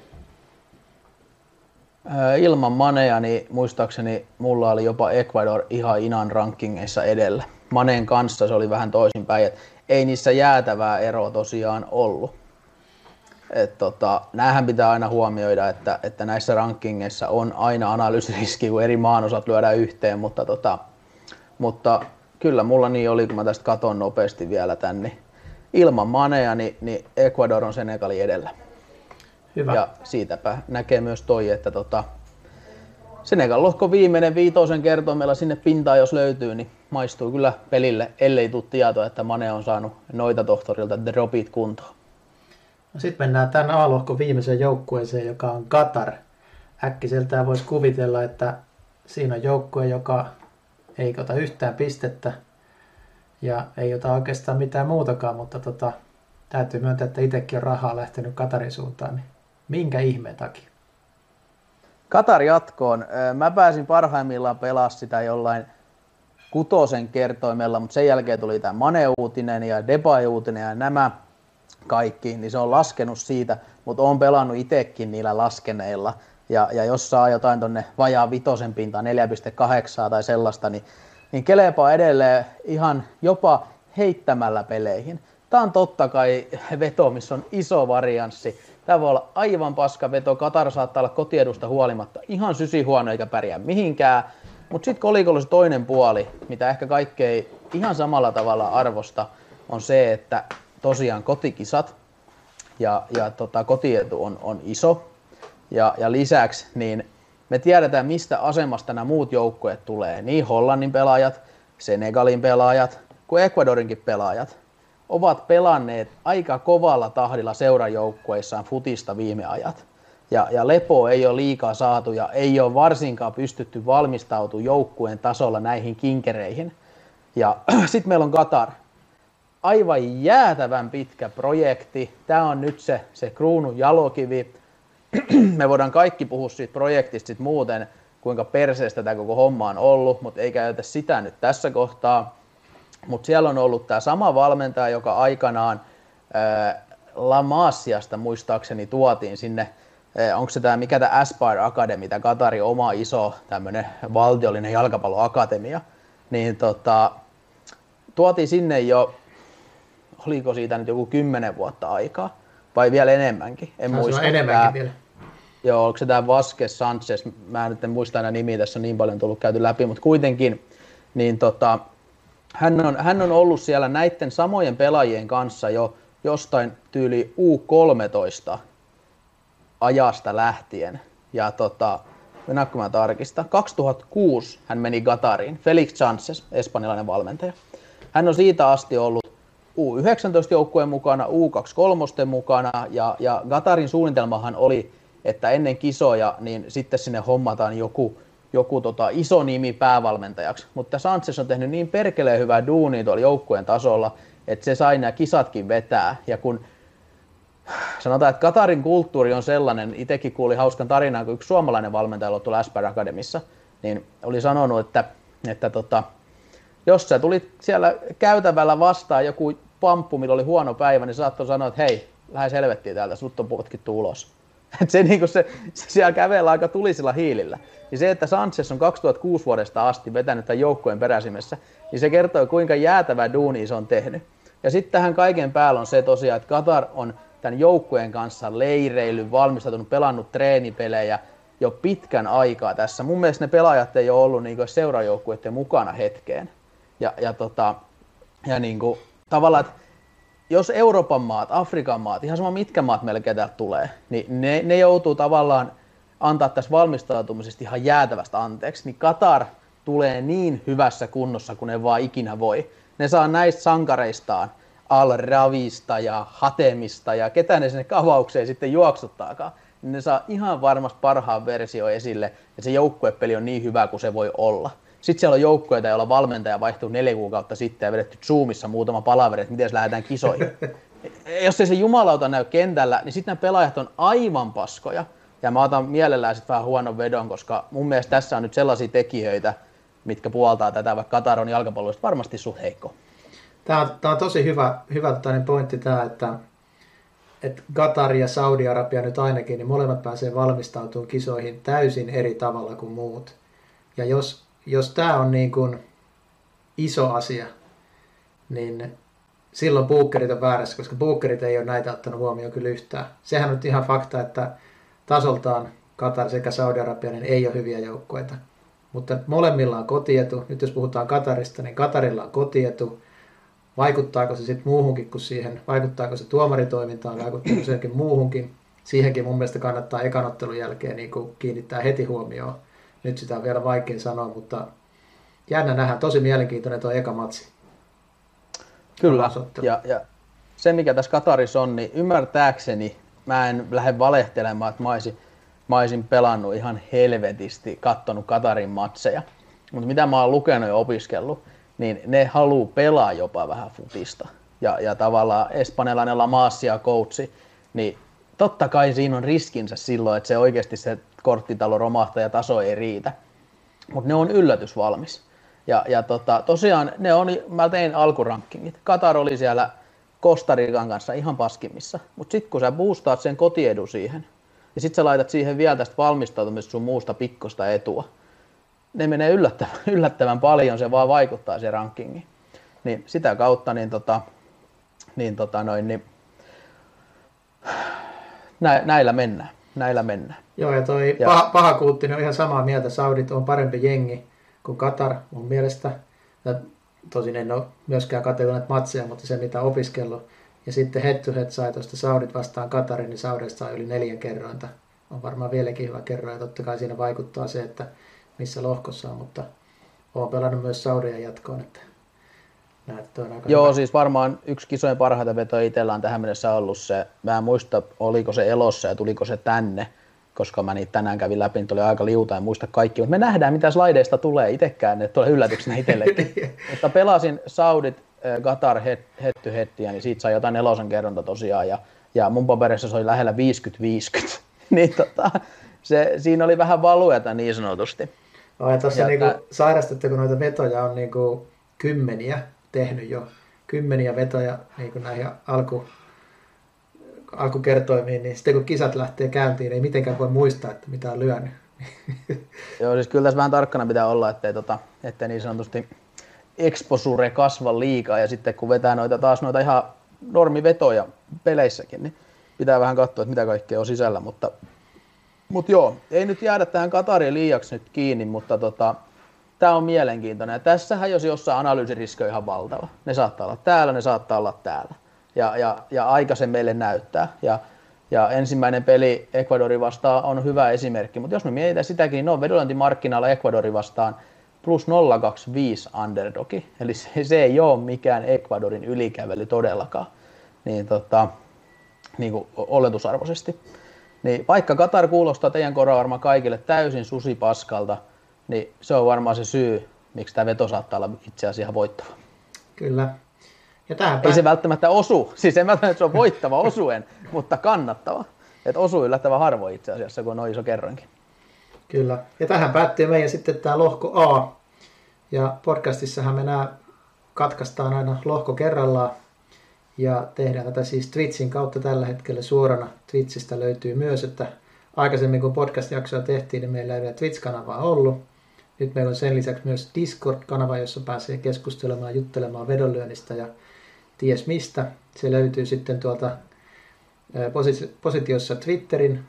Ilman Manea, niin muistaakseni mulla oli jopa Ecuador ihan Inan rankingeissa edellä. Maneen kanssa se oli vähän toisinpäin, että ei niissä jäätävää eroa tosiaan ollut. Et tota, näähän pitää aina huomioida, että, että näissä rankingeissa on aina analyysiriski, kun eri maanosat lyödään yhteen, mutta, tota, mutta kyllä mulla niin oli, kun mä tästä katon nopeasti vielä tän, niin ilman Manea, niin, niin Ecuador on Senegali edellä. Hyvä. Ja siitäpä näkee myös toi, että tota, Senegal lohko viimeinen viitosen kertoimella sinne pintaan, jos löytyy, niin maistuu kyllä pelille, ellei tule tietoa, että Mane on saanut noita tohtorilta dropit kuntoon. No sitten mennään tämän A-lohkon viimeiseen joukkueeseen, joka on Qatar. Äkkiseltään voisi kuvitella, että siinä on joukkue, joka ei ota yhtään pistettä ja ei ota oikeastaan mitään muutakaan, mutta tota, täytyy myöntää, että itsekin on rahaa lähtenyt Qatarin suuntaan, niin minkä ihmeen takia? Qatar jatkoon. Mä pääsin parhaimmillaan pelaa sitä jollain kutosen kertoimella, mutta sen jälkeen tuli tämä Mane-uutinen ja Depay-uutinen ja nämä kaikki, niin se on laskenut siitä, mutta on pelannut itsekin niillä laskeneilla. Ja, ja jos saa jotain tonne vajaa vitosen pintaan, neljä pilkku kahdeksan tai sellaista, niin, niin kelepaa edelleen ihan jopa heittämällä peleihin. Tämä on totta kai veto, missä on iso varianssi. Tämä voi olla aivan paska veto. Qatar saattaa olla kotiedusta huolimatta ihan sysihuono eikä pärjää mihinkään. Mutta sitten kolikolla se toinen puoli, mitä ehkä kaikki ei ihan samalla tavalla arvosta, on se, että tosiaan kotikisat ja, ja tota, kotietu on, on iso. Ja, ja lisäksi niin me tiedetään, mistä asemasta nämä muut joukkueet tulee. Niin Hollannin pelaajat, Senegalin pelaajat kuin Ecuadorinkin pelaajat ovat pelanneet aika kovalla tahdilla seurajoukkueissaan futista viime ajat. Ja, ja lepoa ei ole liikaa saatu ja ei ole varsinkaan pystytty valmistautumaan joukkueen tasolla näihin kinkereihin. Ja sitten meillä on Qatar. Aivan jäätävän pitkä projekti. Tämä on nyt se, se kruunun jalokivi. Me voidaan kaikki puhua siitä projektista sit muuten, kuinka perseestä tämä koko homma on ollut, mutta ei käytä sitä nyt tässä kohtaa. Mutta siellä on ollut tämä sama valmentaja, joka aikanaan ää, La Masiasta muistaakseni tuotiin sinne, ää, onko se tämä, mikä tämä Aspire Academy, tämä Qatarin oma iso tämmöinen valtiollinen jalkapalloakatemia, niin tota, tuotiin sinne jo, oliko siitä nyt joku kymmenen vuotta aikaa, vai vielä enemmänkin, en Saisi muista. enemmänkin Tää, vielä. joo, onko se tämä Vasquez Sanchez, mä nyt en muista aina nimiä, tässä on niin paljon tullut käyty läpi, mutta kuitenkin, niin tota, hän on, hän on ollut siellä näiden samojen pelaajien kanssa jo jostain tyyli U kolmetoista ajasta lähtien. Ja tota, mennäänkö mä tarkistan, kaksituhattakuusi hän meni Qatariin, Felix Sanchez, espanjalainen valmentaja. Hän on siitä asti ollut U yhdeksäntoista joukkueen mukana, U kaksikymmentäkolme mukana ja, ja Qatarin suunnitelmahan oli, että ennen kisoja niin sitten sinne hommataan joku joku tota, iso nimi päävalmentajaksi, mutta Sanchez on tehnyt niin perkeleen hyvää duunia tuolla joukkueen tasolla, että se sai nämä kisatkin vetää. Ja kun sanotaan, että Qatarin kulttuuri on sellainen, itsekin kuulin hauskan tarinan, kun yksi suomalainen valmentaja oli tuolla Aspire Academissa, niin oli sanonut, että, että tota, jos sä tulit siellä käytävällä vastaan joku pamppu, millä oli huono päivä, niin saattoi sanoa, että hei, lähes helvettiin täältä, sut on potkittu ulos. Että se, niin se, se siellä kävellä aika tulisilla hiilillä. Ja se, että Sanchez on kaksituhattakuusi vuodesta asti vetänyt tämän joukkueen peräsimessä, niin se kertoo, kuinka jäätävää duunia se on tehnyt. Ja sitten tähän kaiken päällä on se tosiaan, että Qatar on tämän joukkueen kanssa leireillyt, valmistautunut, pelannut treenipelejä jo pitkän aikaa tässä. Mun mielestä ne pelaajat ei ole ollut niin seurajoukkueiden mukana hetkeen. Ja, ja, tota, ja niin kuin, tavallaan, että jos Euroopan maat, Afrikan maat, ihan sama mitkä maat melkein täältä tulee, niin ne, ne joutuu tavallaan antaa tässä valmistautumisesta ihan jäätävästä anteeksi, niin Katar tulee niin hyvässä kunnossa kuin ne vaan ikinä voi. Ne saa näistä sankareistaan Al-Rawista ja Hatemista ja ketä ne sinne avaukseen sitten juoksuttaakaan, niin ne saa ihan varmasti parhaan versio esille, ja se joukkuepeli on niin hyvä kuin se voi olla. Sitten siellä on joukkueita, joilla valmentaja vaihtuu neljä kuukautta sitten ja vedetty Zoomissa muutama palaveri, että miten se lähdetään kisoihin. Jos ei se jumalauta näy kentällä, niin sitten nämä pelaajat on aivan paskoja. Ja mä otan mielellään sitten vähän huonon vedon, koska mun mielestä tässä on nyt sellaisia tekijöitä, mitkä puoltaa tätä, vaikka Katar on jalkapalloista varmasti suht heikko. Tämä on, tämä on tosi hyvä, hyvä pointti tämä, että, että Katar ja Saudi-Arabia nyt ainakin, niin molemmat pääsee valmistautumaan kisoihin täysin eri tavalla kuin muut. Ja jos, jos tämä on niin kuin iso asia, niin silloin bookerit on väärässä, koska bookerit ei ole näitä ottanut huomioon kyllä yhtään. Sehän on nyt ihan fakta, että tasoltaan Katar sekä Saudi-Arabia niin ei ole hyviä joukkueita. Mutta molemmilla on kotietu. Nyt jos puhutaan Katarista, niin Katarilla on kotietu. Vaikuttaako se sitten muuhunkin kuin siihen? Vaikuttaako se tuomaritoimintaan? Vaikuttaako se johonkin muuhunkin? Siihenkin mun mielestä kannattaa ekanottelun jälkeen niin kuin kiinnittää heti huomioon. Nyt sitä on vielä vaikea sanoa, mutta jännä nähdä. Tosi mielenkiintoinen tuo eka matsi. Kyllä. Ja, ja se, mikä tässä Katarissa on, niin ymmärtääkseni mä en lähde valehtelemaan, että mä olisin, mä olisin pelannut ihan helvetisti, kattonut Katarin matseja. Mutta mitä mä oon lukenut ja opiskellut, niin ne haluu pelaa jopa vähän futista. Ja, ja tavallaan espanjalainen La Masia coachi, niin totta kai siinä on riskinsä silloin, että se oikeasti se korttitalo romahtaa ja taso ei riitä. Mutta ne on yllätysvalmis. Ja, ja tota, tosiaan ne on, mä tein alkurankingit. Katar oli siellä Costa Rican kanssa ihan paskimmissa. Mutta sitten kun sä boostaat sen kotiedun siihen, ja sitten sä laitat siihen vielä tästä valmistautumista sun muusta pikkosta etua, ne menee yllättävän, yllättävän paljon, se vaan vaikuttaa siihen rankingiin. Niin sitä kautta niin tota, niin tota noin, niin nä, näillä mennään, näillä mennään. Joo, ja toi ja paha, paha Kuuttinen on ihan samaa mieltä. Saudit on parempi jengi kuin Katar mun mielestä. Ja tosin en ole myöskään katsellut näitä matseja, mutta se mitä opiskellut. Ja sitten head to head sai tuosta Saudit vastaan Katarin, niin Saudista sai yli neljän kerrointa. On varmaan vieläkin hyvä kerroin, ja totta kai siinä vaikuttaa se, että missä lohkossa on, mutta olen pelannut myös Saudia jatkoon, että näet, on aika Joo, hyvä. Siis varmaan yksi kisojen parhaita vetoja itsellä on tähän mennessä ollut se, mä en muista, oliko se elossa ja tuliko se tänne, koska mä niitä tänään kävin läpi, niitä oli aika liuta, en muista kaikki, mutta me nähdään, mitä slaideista tulee itsekään, että tulee yllätyksenä itsellekin. Mutta pelasin Saudit, Qatar head, head to headia, niin siitä sai jotain nelosen kerronta tosiaan, ja, ja mun paperissa se oli lähellä viisikymmentä viisikymmentä, niin tota, se, siinä oli vähän valueta niin sanotusti. No, ja tuossa niinku sairastatte, kun noita vetoja on niinku kymmeniä tehnyt jo, kymmeniä vetoja niinku näihin alku, alkukertoimiin, niin sitten kun kisat lähtee käyntiin, ei mitenkään voi muistaa, että mitä on lyönyt. Joo, siis kyllä tässä vähän tarkkana pitää olla, ettei, tota, ettei niin sanotusti exposure kasva liikaa, ja sitten kun vetää noita taas noita ihan normivetoja peleissäkin, niin pitää vähän katsoa, että mitä kaikkea on sisällä, mutta Mutta joo, ei nyt jäädä tähän Katariin liiaksi nyt kiinni, mutta tota, tämä on mielenkiintoinen. Ja tässähän jos jossain analyysiriski on ihan valtava. Ne saattaa olla täällä, ne saattaa olla täällä. Ja, ja, ja aika se meille näyttää. Ja, ja ensimmäinen peli Ecuadori vastaan on hyvä esimerkki, mutta jos me mietitään sitäkin, niin ne on vedonlyöntimarkkinoilla Ecuadori vastaan plus nolla pilkku kaksikymmentäviisi underdogi. Eli se, se ei ole mikään Ecuadorin ylikävely todellakaan, niin, tota, niin kuin oletusarvoisesti. Niin vaikka Katar kuulostaa teidän korvaan varmaan kaikille täysin susipaskalta, niin se on varmaan se syy, miksi tämä veto saattaa olla itse asiassa ihan voittava. Kyllä. Ja tähän Ei se välttämättä osu, siis en välttämättä, että se on voittava osuen, mutta kannattava. Että osuu yllättävän harvoin itse asiassa, kun on noin iso kerroinkin. Kyllä. Ja tähän päättyy meidän sitten tämä lohko A. Ja podcastissahan me nämä katkaistaan aina lohko kerrallaan. Ja tehdään tätä siis Twitchin kautta tällä hetkellä suorana. Twitchistä löytyy myös, että aikaisemmin kun podcast-jaksoa tehtiin, niin meillä ei vielä Twitch-kanavaa ollut. Nyt meillä on sen lisäksi myös Discord-kanava, jossa pääsee keskustelemaan, juttelemaan vedonlyönnistä ja ties mistä. Se löytyy sitten tuolta positiossa Twitterin,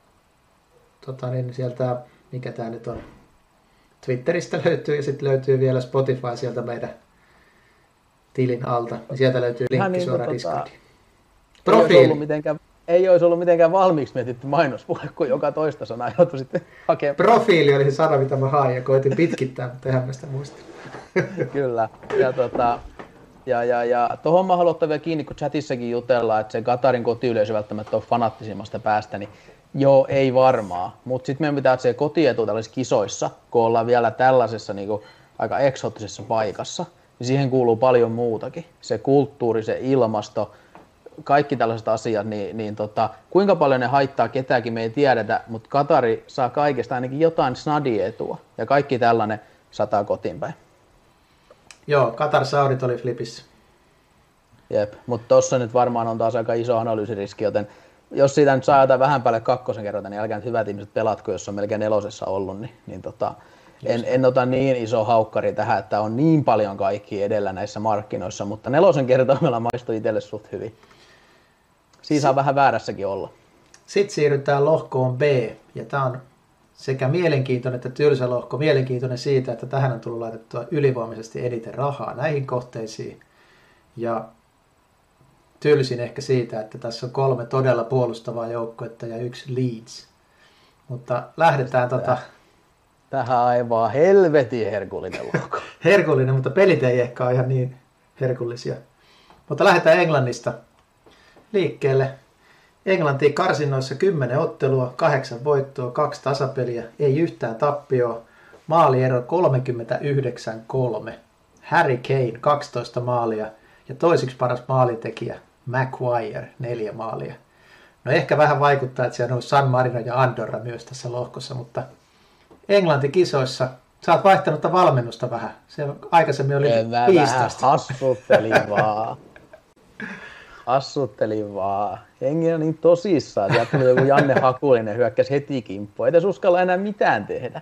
tota niin sieltä, mikä tämä nyt on, Twitteristä löytyy ja sitten löytyy vielä Spotify sieltä meidän tilin alta. Sieltä löytyy linkki niin, suoraan tota, Discordiin. Profiili. Ei olisi, mitenkään, ei olisi ollut mitenkään valmiiksi mietitty mainospuhe, kun joka toista sanaa joutui sitten hakemaan. Profiili oli se sana, mitä mä hain ja koitin pitkittää, mutta eihän mä sitä muista. Kyllä. Ja, tota, ja, ja, ja tuohon mä haluan ottaa vielä kiinni, kun chatissakin jutellaan, että se Qatarin kotiyleisö välttämättä on fanaattisimmasta päästä, niin joo, ei varmaa. Mutta sitten meidän pitää se kotietu tällaisissa kisoissa, kun ollaan vielä tällaisessa niin kuin aika eksoottisessa paikassa, niin siihen kuuluu paljon muutakin. Se kulttuuri, se ilmasto, kaikki tällaiset asiat, niin, niin tota, kuinka paljon ne haittaa ketäkin me ei tiedetä, mutta Qatari saa kaikesta ainakin jotain snadietua ja kaikki tällainen sataa kotiin päin. Joo, Qatar Saudit oli flipissä. Jep, mutta tossa nyt varmaan on taas aika iso analyysiriski, joten jos siitä nyt saa jotain vähän päälle kakkosen kerrota, niin älkää nyt hyvät ihmiset pelatko, jos on melkein nelosessa ollut, niin, niin tota, en, en ota niin iso haukkari tähän, että on niin paljon kaikki edellä näissä markkinoissa, mutta nelosen kertoimella maistui itselle suht hyvin. Siinä saa vähän väärässäkin olla. Sitten siirrytään lohkoon B, ja tämä on sekä mielenkiintoinen että tylsä lohko. Mielenkiintoinen siitä, että tähän on tullut laitettua ylivoimaisesti eniten rahaa näihin kohteisiin. Ja tylsin ehkä siitä, että tässä on kolme todella puolustavaa joukkuetta ja yksi Leeds. Mutta lähdetään tota... Tähän aivan helvetin herkullinen lohko. Herkullinen, mutta pelit ei ehkä ole ihan niin herkullisia. Mutta lähdetään Englannista liikkeelle. Englantiin karsinnoissa kymmenen ottelua, kahdeksan voittoa, kaksi tasapeliä, ei yhtään tappioa. Maaliero kolmekymmentäyhdeksän kolme. Harry Kane kaksitoista maalia ja toiseksi paras maalintekijä Maguire neljä maalia. No ehkä vähän vaikuttaa, että siellä on San Marino ja Andorra myös tässä lohkossa, mutta Englanti kisoissa, sä oot vaihtanut valmennusta vähän. Se aikaisemmin oli viisitoista. Vähän hassuttelin vaan. Hassuttelin vaan. Jengi on niin tosissaan. Sieltä tuli joku Janne Hakulinen hyökkäsi heti kimppuun. Ei tässä uskalla enää mitään tehdä.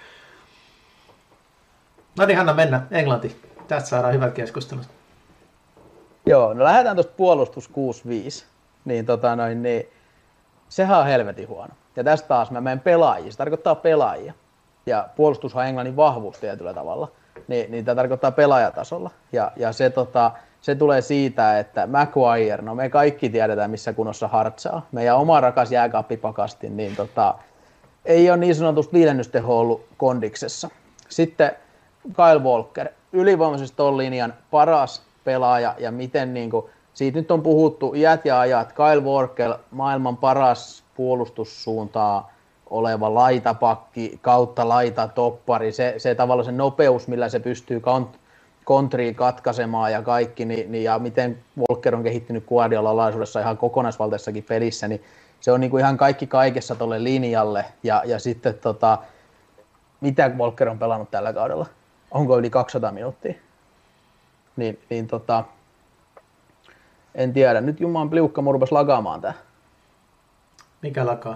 No niin, Hanna, mennä. Englanti. Tästä saadaan hyvät keskustelut. Joo, no lähdetään tuosta puolustus kuusi viisi. Niin, tota noin, niin sehän on helvetin huono. Ja tästä taas mä menen pelaajia. Se tarkoittaa pelaajia. Ja puolustushan on Englannin vahvuus tietyllä tavalla. Niin, niin tämä tarkoittaa pelaajatasolla. Ja, ja se, tota, se tulee siitä, että Maguire, no me kaikki tiedetään missä kunnossa hartsaa. Meidän oma rakas jääkaappipakasti, niin tota, ei ole niin sanotusti viidennysteho ollut kondiksessa. Sitten Kyle Walker, ylivoimaisesti ton linjan paras pelaaja ja miten niin kuin, siitä nyt on puhuttu iät ja ajat. Kyle Walker, maailman paras puolustussuuntaa oleva laitapakki, kautta laitatoppari, se, se tavallaan se nopeus, millä se pystyy kont- kontriin katkaisemaan ja kaikki, niin, niin, ja miten Walker on kehittynyt Guardiola-alaisuudessa ihan kokonaisvaltaisessakin pelissä, niin se on niin kuin ihan kaikki kaikessa tolle linjalle, ja, ja sitten tota, mitä Walker on pelannut tällä kaudella? Onko yli kaksisataa minuuttia? Niin, niin tota, en tiedä, nyt Jumalan pliukka mun rupesi lagaamaan tää. Mikä lakaa?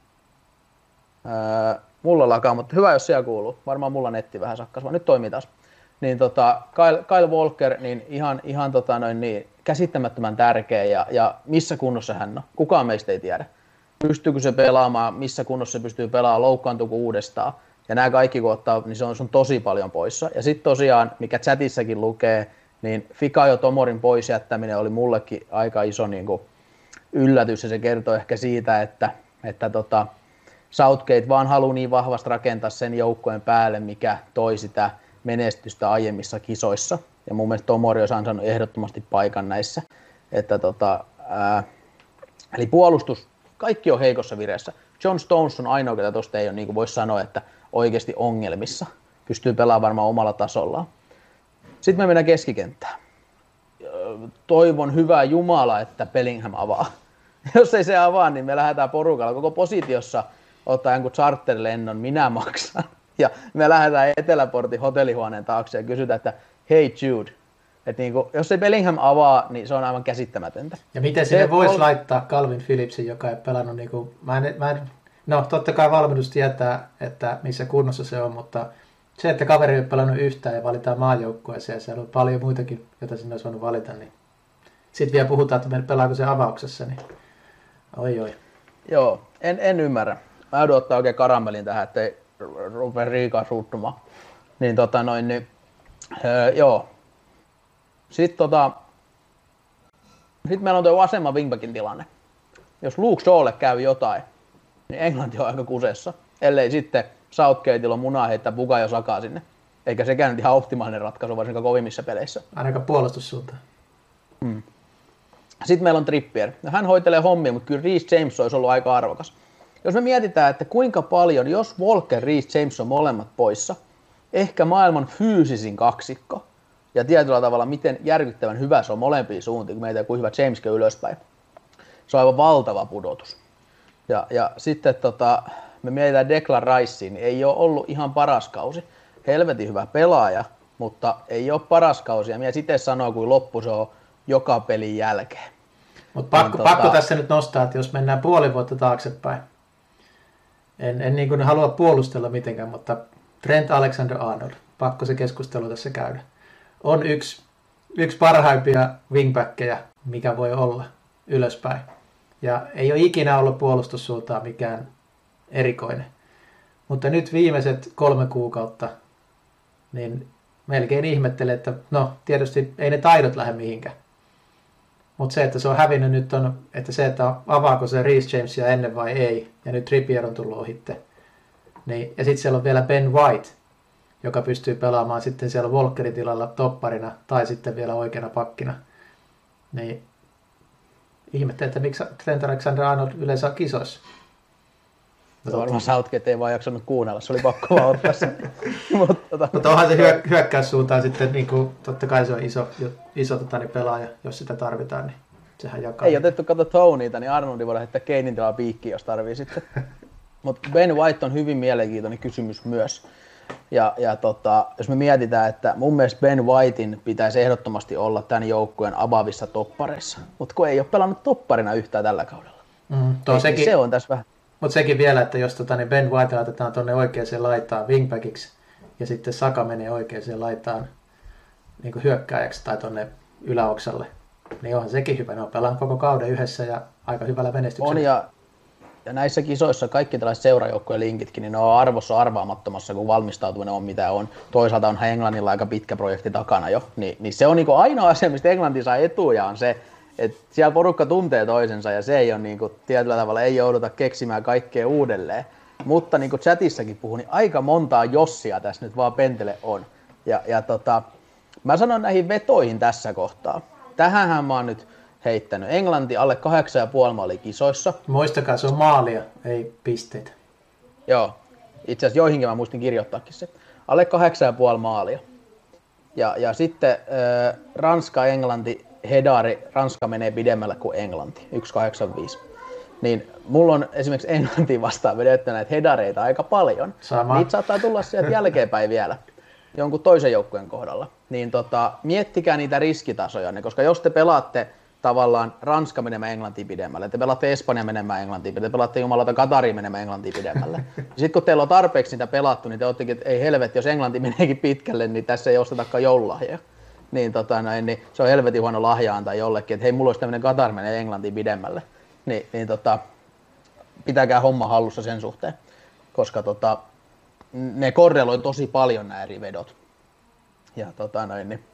Öö, mulla lakaa, mutta hyvä jos siellä kuuluu. Varmaan mulla netti vähän sakkas, vaan nyt toimii taas. Niin tota, Kyle, Kyle Walker, niin ihan, ihan tota noin niin, käsittämättömän tärkeä ja, ja missä kunnossa hän on. Kukaan meistä ei tiedä. Pystyykö se pelaamaan, missä kunnossa se pystyy pelaamaan, loukkaantuuko uudestaan. Ja nämä kaikki kun ottaa, niin se on, se on tosi paljon poissa. Ja sitten tosiaan, mikä chatissakin lukee, niin Fikayo Tomorin pois jättäminen oli mullekin aika iso niin kuin yllätys. Ja se kertoo ehkä siitä, että, että tota, Southgate vaan haluaa niin vahvasti rakentaa sen joukkojen päälle, mikä toi sitä menestystä aiemmissa kisoissa. Ja mun mielestä Tomori olisi ansainnut ehdottomasti paikan näissä. Että tota, ää, eli puolustus, kaikki on heikossa vireessä. John Stones on ainoa, ketä tuosta ei ole, niin kuin voisi sanoa, että oikeasti ongelmissa. Pystyy pelaamaan varmaan omalla tasollaan. Sitten me mennään keskikenttään. Toivon hyvää Jumala, että Bellingham avaa. Jos ei se avaa, niin me lähdetään porukalla koko positiossa ottaa jonkun charterlennon, minä maksan. Ja me lähdetään Eteläportin hotellihuoneen taakse ja kysytään, että hei Jude, että niinku, jos ei Bellingham avaa, niin se on aivan käsittämätöntä. Ja miten sinne voisi ol... laittaa Calvin Phillipsin, joka ei pelannut, niinku, mä en, mä en, no totta kai valmennus tietää, että missä kunnossa se on, mutta se, että kaveri ei ole pelannut yhtään ja valitaan maajoukkueeseen ja siellä on paljon muitakin, joita sinne olisi voinut valita, niin sitten vielä puhutaan, että me pelaako se avauksessa, niin oi oi. Joo, en, en ymmärrä. Mä joudun ottaa oikein karamellin tähän, ettei rupea Riikaa suuttumaan. Niin tota noin, niin, öö, joo. Sitten tota, sit meillä on tuo vasemman wingbackin tilanne. jos Luke Shawlle käy jotain, niin Englanti on aika kusessa. Ellei sitten Southgateilla on munaa heittää Bukayo Sakaa sinne. Eikä sekään nyt ihan optimaalinen ratkaisu, varsinkaan kovimmissa peleissä. Ainakaan puolustussuuntaan. Hmm. Sitten meillä on Trippier. Hän hoitelee hommia, mutta kyllä Reece James olisi ollut aika arvokas. Jos me mietitään, että kuinka paljon, jos Walker, Reece James on molemmat poissa, ehkä maailman fyysisin kaksikko, ja tietyllä tavalla miten järkyttävän hyvä se on molempiin suuntiin, kun meitä kuin hyvä Jameskin ylöspäin. Se on aivan valtava pudotus. Ja, ja sitten tota, me mietitään Declan Ricea, niin ei ole ollut ihan paras kausi. Helvetin hyvä pelaaja, mutta ei ole paras kausi. Ja mies itse sanoo, kuin loppu se on joka pelin jälkeen. Mutta pakko, tota... pakko tässä nyt nostaa, että jos mennään puoli vuotta taaksepäin, en, en niin kuin halua puolustella mitenkään, mutta Trent Alexander-Arnold, pakko se keskustelu tässä käydä, on yksi, yksi parhaimpia wingbackkejä, mikä voi olla ylöspäin. Ja ei ole ikinä ollut puolustussuuntaan mikään erikoinen. Mutta nyt viimeiset kolme kuukautta, niin melkein ihmettelee, että no tietysti ei ne taidot lähde mihinkään. Mutta se, että se on hävinnyt nyt on, että se, että avaako se Reece Jamesia ennen vai ei, ja nyt Trippier on tullut ohitte. Niin, ja sitten siellä on vielä Ben White, joka pystyy pelaamaan sitten siellä Walkerin tilalla topparina, tai sitten vielä oikeana pakkina. Niin ihmettelee, että miksi Trent Alexander-Arnold yleensä on kisoissa. No, varmaan Southgate ei vaan jaksanut kuunnella, se oli pakko vaan ottaa sen. Mutta tota, Mut onhan se hyö, hyökkäyssuuntaan sitten, niin kuin, totta kai se on iso, iso tota, niin pelaaja, jos sitä tarvitaan, niin sehän jakaa. Ei otettu kato Tonyta, niin Arnoldi voi lähettää Keinin tilaa piikkiin, jos tarvii sitten. Mutta Ben White on hyvin mielenkiintoinen kysymys myös. Ja, ja tota, jos me mietitään, että mun mielestä Ben Whitein pitäisi ehdottomasti olla tämän joukkueen avaavissa toppareissa. Mutta kun ei ole pelannut topparina yhtään tällä kaudella. Mm, ei, sekin... Se on tässä vähän. Mutta sekin vielä, että jos tota, niin Ben White laitetaan tuonne oikeaan laitaan wingbackiksi ja sitten Saka menee oikeaan laitaan niin kuin hyökkääjäksi tai tuonne yläoksalle, niin onhan sekin hyvä. Ne on pelannut koko kauden yhdessä ja aika hyvällä menestyksellä. On ja, ja näissä kisoissa kaikki tällaiset seurajoukkojen linkitkin, niin ne on arvossa arvaamattomassa, kun valmistautuminen on mitä on. Toisaalta onhan Englannilla aika pitkä projekti takana jo, niin, niin se on niin ainoa asia, mistä Englanti saa etuja, on se, että siellä porukka tuntee toisensa ja se ei ole niin kuin, tietyllä tavalla ei jouduta keksimään kaikkea uudelleen. Mutta niin kuin chatissakin puhuu, niin aika montaa jossia tässä nyt vaan pentele on. Ja, ja tota, mä sanon näihin vetoihin tässä kohtaa. Tähänhän mä oon nyt heittänyt. Englanti alle kahdeksan ja puoli maalia kisoissa. Muistakaa, se on maalia, ei pisteitä. Joo, itse asiassa joihinkin mä muistin kirjoittaakin se. Alle kahdeksan ja puoli maalia. Ja, ja sitten äh, Ranska, Englanti, Hedari, Ranska menee pidemmällä kuin Englanti, yksi pilkku kahdeksankymmentäviisi. Niin mulla on esimerkiksi Englantiin vastaan vedetty näitä hedareita aika paljon. Sama. Niitä saattaa tulla sieltä jälkeenpäin vielä, jonkun toisen joukkueen kohdalla. Niin tota, miettikää niitä riskitasoja, koska jos te pelaatte tavallaan Ranska menemään Englantiin pidemmälle, te pelaatte Espanja menemään Englantiin pidemmälle, te pelaatte jumalauta Katariin menemään Englantiin pidemmälle. Sitten kun teillä on tarpeeksi niitä pelattu, niin te oottekin, että ei helvetti, jos Englanti meneekin pitkälle, niin tässä ei ostetakaan joululahjoja. Niin, tota, noin, niin se on helvetin huono lahja antaa jollekin, että hei, mulla olisi tämmöinen Katar menee Englantiin pidemmälle. Niin, niin tota, pitäkää homma hallussa sen suhteen, koska tota, ne korreloi tosi paljon nämä eri vedot. Ja tota noin, niin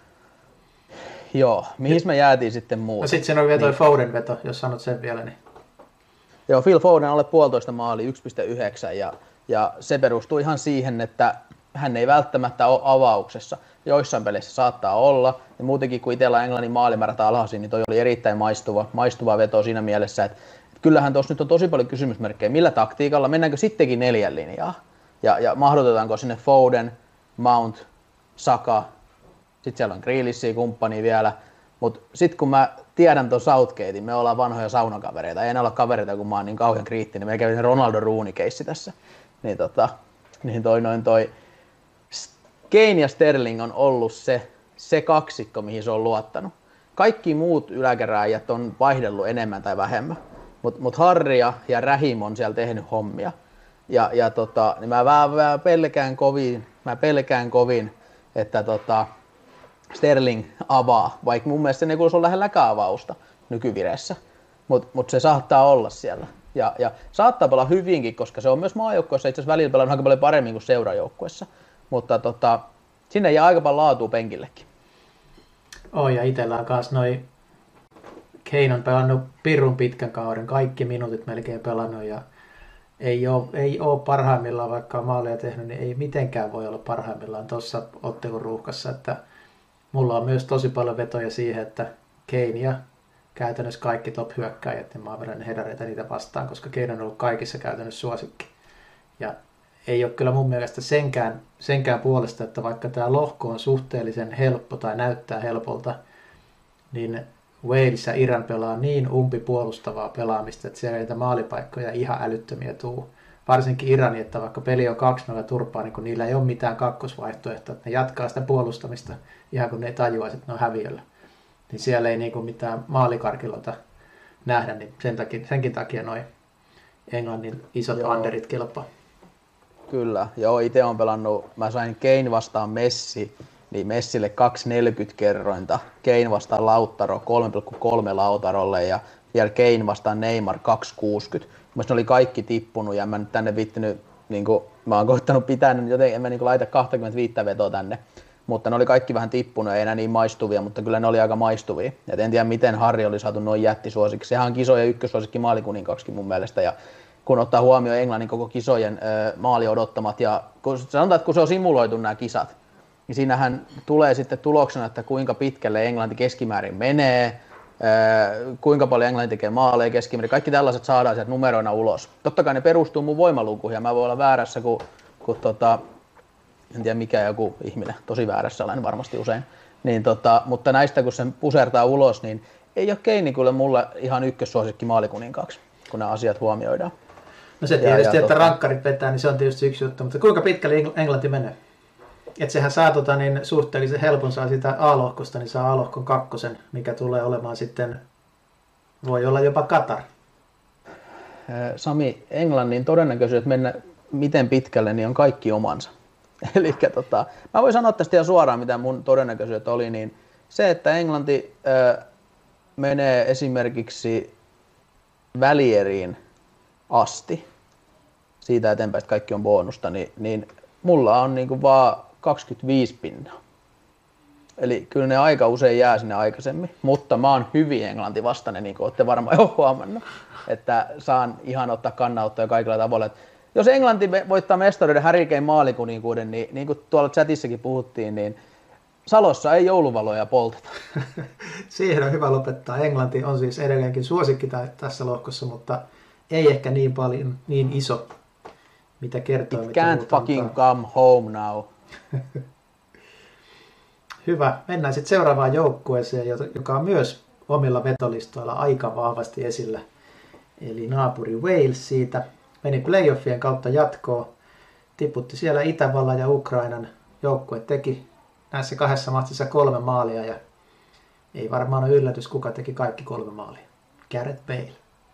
joo, mihin me jäätiin sitten muuta? No sit siinä on vielä toi niin. Foden veto, jos sanot sen vielä. Niin. Joo, Phil Foden alle puolitoista maali, yksi pilkku yhdeksän ja, ja se perustuu ihan siihen, että hän ei välttämättä ole avauksessa. Joissain peleissä saattaa olla, ja muutenkin kuin itsellä Englannin maalimäärät alhaisin, niin toi oli erittäin maistuva, maistuva veto siinä mielessä, että, että kyllähän tuossa nyt on tosi paljon kysymysmerkkejä, millä taktiikalla, mennäänkö sittenkin neljän linjaa, ja, ja mahdotetaanko sinne Foden, Mount, Saka, sitten siellä on Grealishia kumppani vielä, mutta sitten kun mä tiedän tuon Southgatein, me ollaan vanhoja saunakavereita, ei enää olla kavereita, kun mä oon niin kauhean kriittinen, me kävin Ronaldo Rooney-keissi tässä, niin, tota, niin toi noin toi, Kane ja Sterling on ollut se, se kaksikko, mihin se on luottanut. Kaikki muut yläkerääjät on vaihdellut enemmän tai vähemmän, mutta mut Harry ja Rahim on siellä tehnyt hommia. Ja, ja tota, niin mä vähän, vähän pelkään kovin, mä pelkään kovin, että tota, Sterling avaa, vaikka mun mielestä se ei kuuluisi olla lähelläkään avausta nykyvireessä, mutta mut se saattaa olla siellä. Ja, ja saattaa pelaa hyvinkin, koska se on myös maajoukkueessa itse asiassa välillä pelannut aika paljon paremmin kuin seurajoukkueessa. Mutta tota, sinne jää aika paljon laatua penkillekin. Oh, ja itsellä on kanssa noi Kane on pelannut pirun pitkän kauden, kaikki minuutit melkein pelannut ja ei ole, ei ole parhaimmillaan, vaikka on maaleja tehnyt, niin ei mitenkään voi olla parhaimmillaan tuossa ottelun ruuhkassa. Että mulla on myös tosi paljon vetoja siihen, että Kane ja käytännössä kaikki top-hyökkäjät, niin mä oon verran hedareita niitä vastaan, koska Kane on ollut kaikissa käytännössä suosikki. Ja ei ole kyllä mun mielestä senkään, senkään puolesta, että vaikka tämä lohko on suhteellisen helppo tai näyttää helpolta, niin Wales ja Iran pelaa niin umpipuolustavaa pelaamista, että siellä niitä maalipaikkoja ihan älyttömiä tuu. Varsinkin Irani, että vaikka peli on kaksi nolla turpaa, niin kun niillä ei ole mitään kakkosvaihtoehtoa, että ne jatkaa sitä puolustamista ihan kun ne ei tajuaisi, että ne on häviöllä. Niin siellä ei niinku mitään maalikarkilota nähdä, niin sen takia, senkin takia noin Englannin isot Joo. underit kelpaa. Kyllä, joo, itse olen pelannut, mä sain Kane vastaan Messi, niin Messille kaksi pilkku neljäkymmentä kerrointa, Kane vastaan Lautaro kolme pilkku kolme Lautarolle ja vielä Kane vastaan Neymar kaksi pilkku kuusikymmentä. Mielestäni ne oli kaikki tippunut ja mä nyt tänne viittinyt, niin kuin, mä oon koittanut pitää, joten en mä niin laita kaksikymmentäviisi vetoa tänne. Mutta ne oli kaikki vähän tippunut, ei enää niin maistuvia, mutta kyllä ne oli aika maistuvia. Et en tiedä, miten Harri oli saatu noin jättisuosiksi. Sehän on kisojen ykkössuosikki maalikuninkaksikin mun mielestä. Ja kun ottaa huomioon Englannin koko kisojen ö, maali odottamat. Ja kun sanotaan, että kun se on simuloitu nämä kisat, niin siinähän tulee sitten tuloksena, että kuinka pitkälle Englanti keskimäärin menee, ö, kuinka paljon Englanti tekee maaleja keskimäärin. Kaikki tällaiset saadaan sieltä numeroina ulos. Totta kai ne perustuu mun voimalukuihin ja mä voin olla väärässä, kun, kun tota, en tiedä mikä joku ihminen, tosi väärässä olen varmasti usein, niin tota, mutta näistä kun sen pusertaa ulos, niin ei ole Kane kyllä mulle ihan ykkössuosikki maalikuninkaksi, kun nämä asiat huomioidaan. No se tietysti, ja, ja että tota... rankkarit vetää, niin se on tietysti yksi juttu, mutta kuinka pitkälle Englanti menee? Että sehän saa tota, niin suhteellisen helpon saa sitä A-lohkosta, niin saa A-lohkon kakkosen, mikä tulee olemaan sitten, voi olla jopa Katar. Sami, Englannin todennäköisyydet mennä miten pitkälle, niin on kaikki omansa. Eli tota, mä voin sanoa tästä ihan suoraan, mitä mun todennäköisyydet oli, niin se, että Englanti ö, menee esimerkiksi välieriin asti, siitä eteenpäin, että kaikki on bonusta, niin, niin mulla on niinku vaan kaksikymmentäviisi pinnaa. Eli kyllä ne aika usein jää sinne aikaisemmin, mutta mä oon hyvin Englanti vastainen, niin kuin olette varmaan jo huomannut, että saan ihan ottaa kannanottoja kaikilla tavoilla. Jos Englanti voittaa mestaruuden Harry Kane maalikuninkuuden, niin, niin kuin tuolla chatissakin puhuttiin, niin Salossa ei jouluvaloja polteta. Siihen on hyvä lopettaa. Englanti on siis edelleenkin suosikki tässä lohkossa, mutta ei ehkä niin paljon, niin iso, mitä kertoo. It mitä can't fucking antaa. Come home now. Hyvä. Mennään sitten seuraavaan joukkueeseen, joka on myös omilla vetolistoilla aika vahvasti esillä. Eli naapuri Wales siitä. Meni playoffien kautta jatkoon, tiputti siellä Itävallan ja Ukrainan joukkue, teki näissä kahdessa matsissa kolme maalia ja ei varmaan ole yllätys, kuka teki kaikki kolme maalia. Gareth Bale.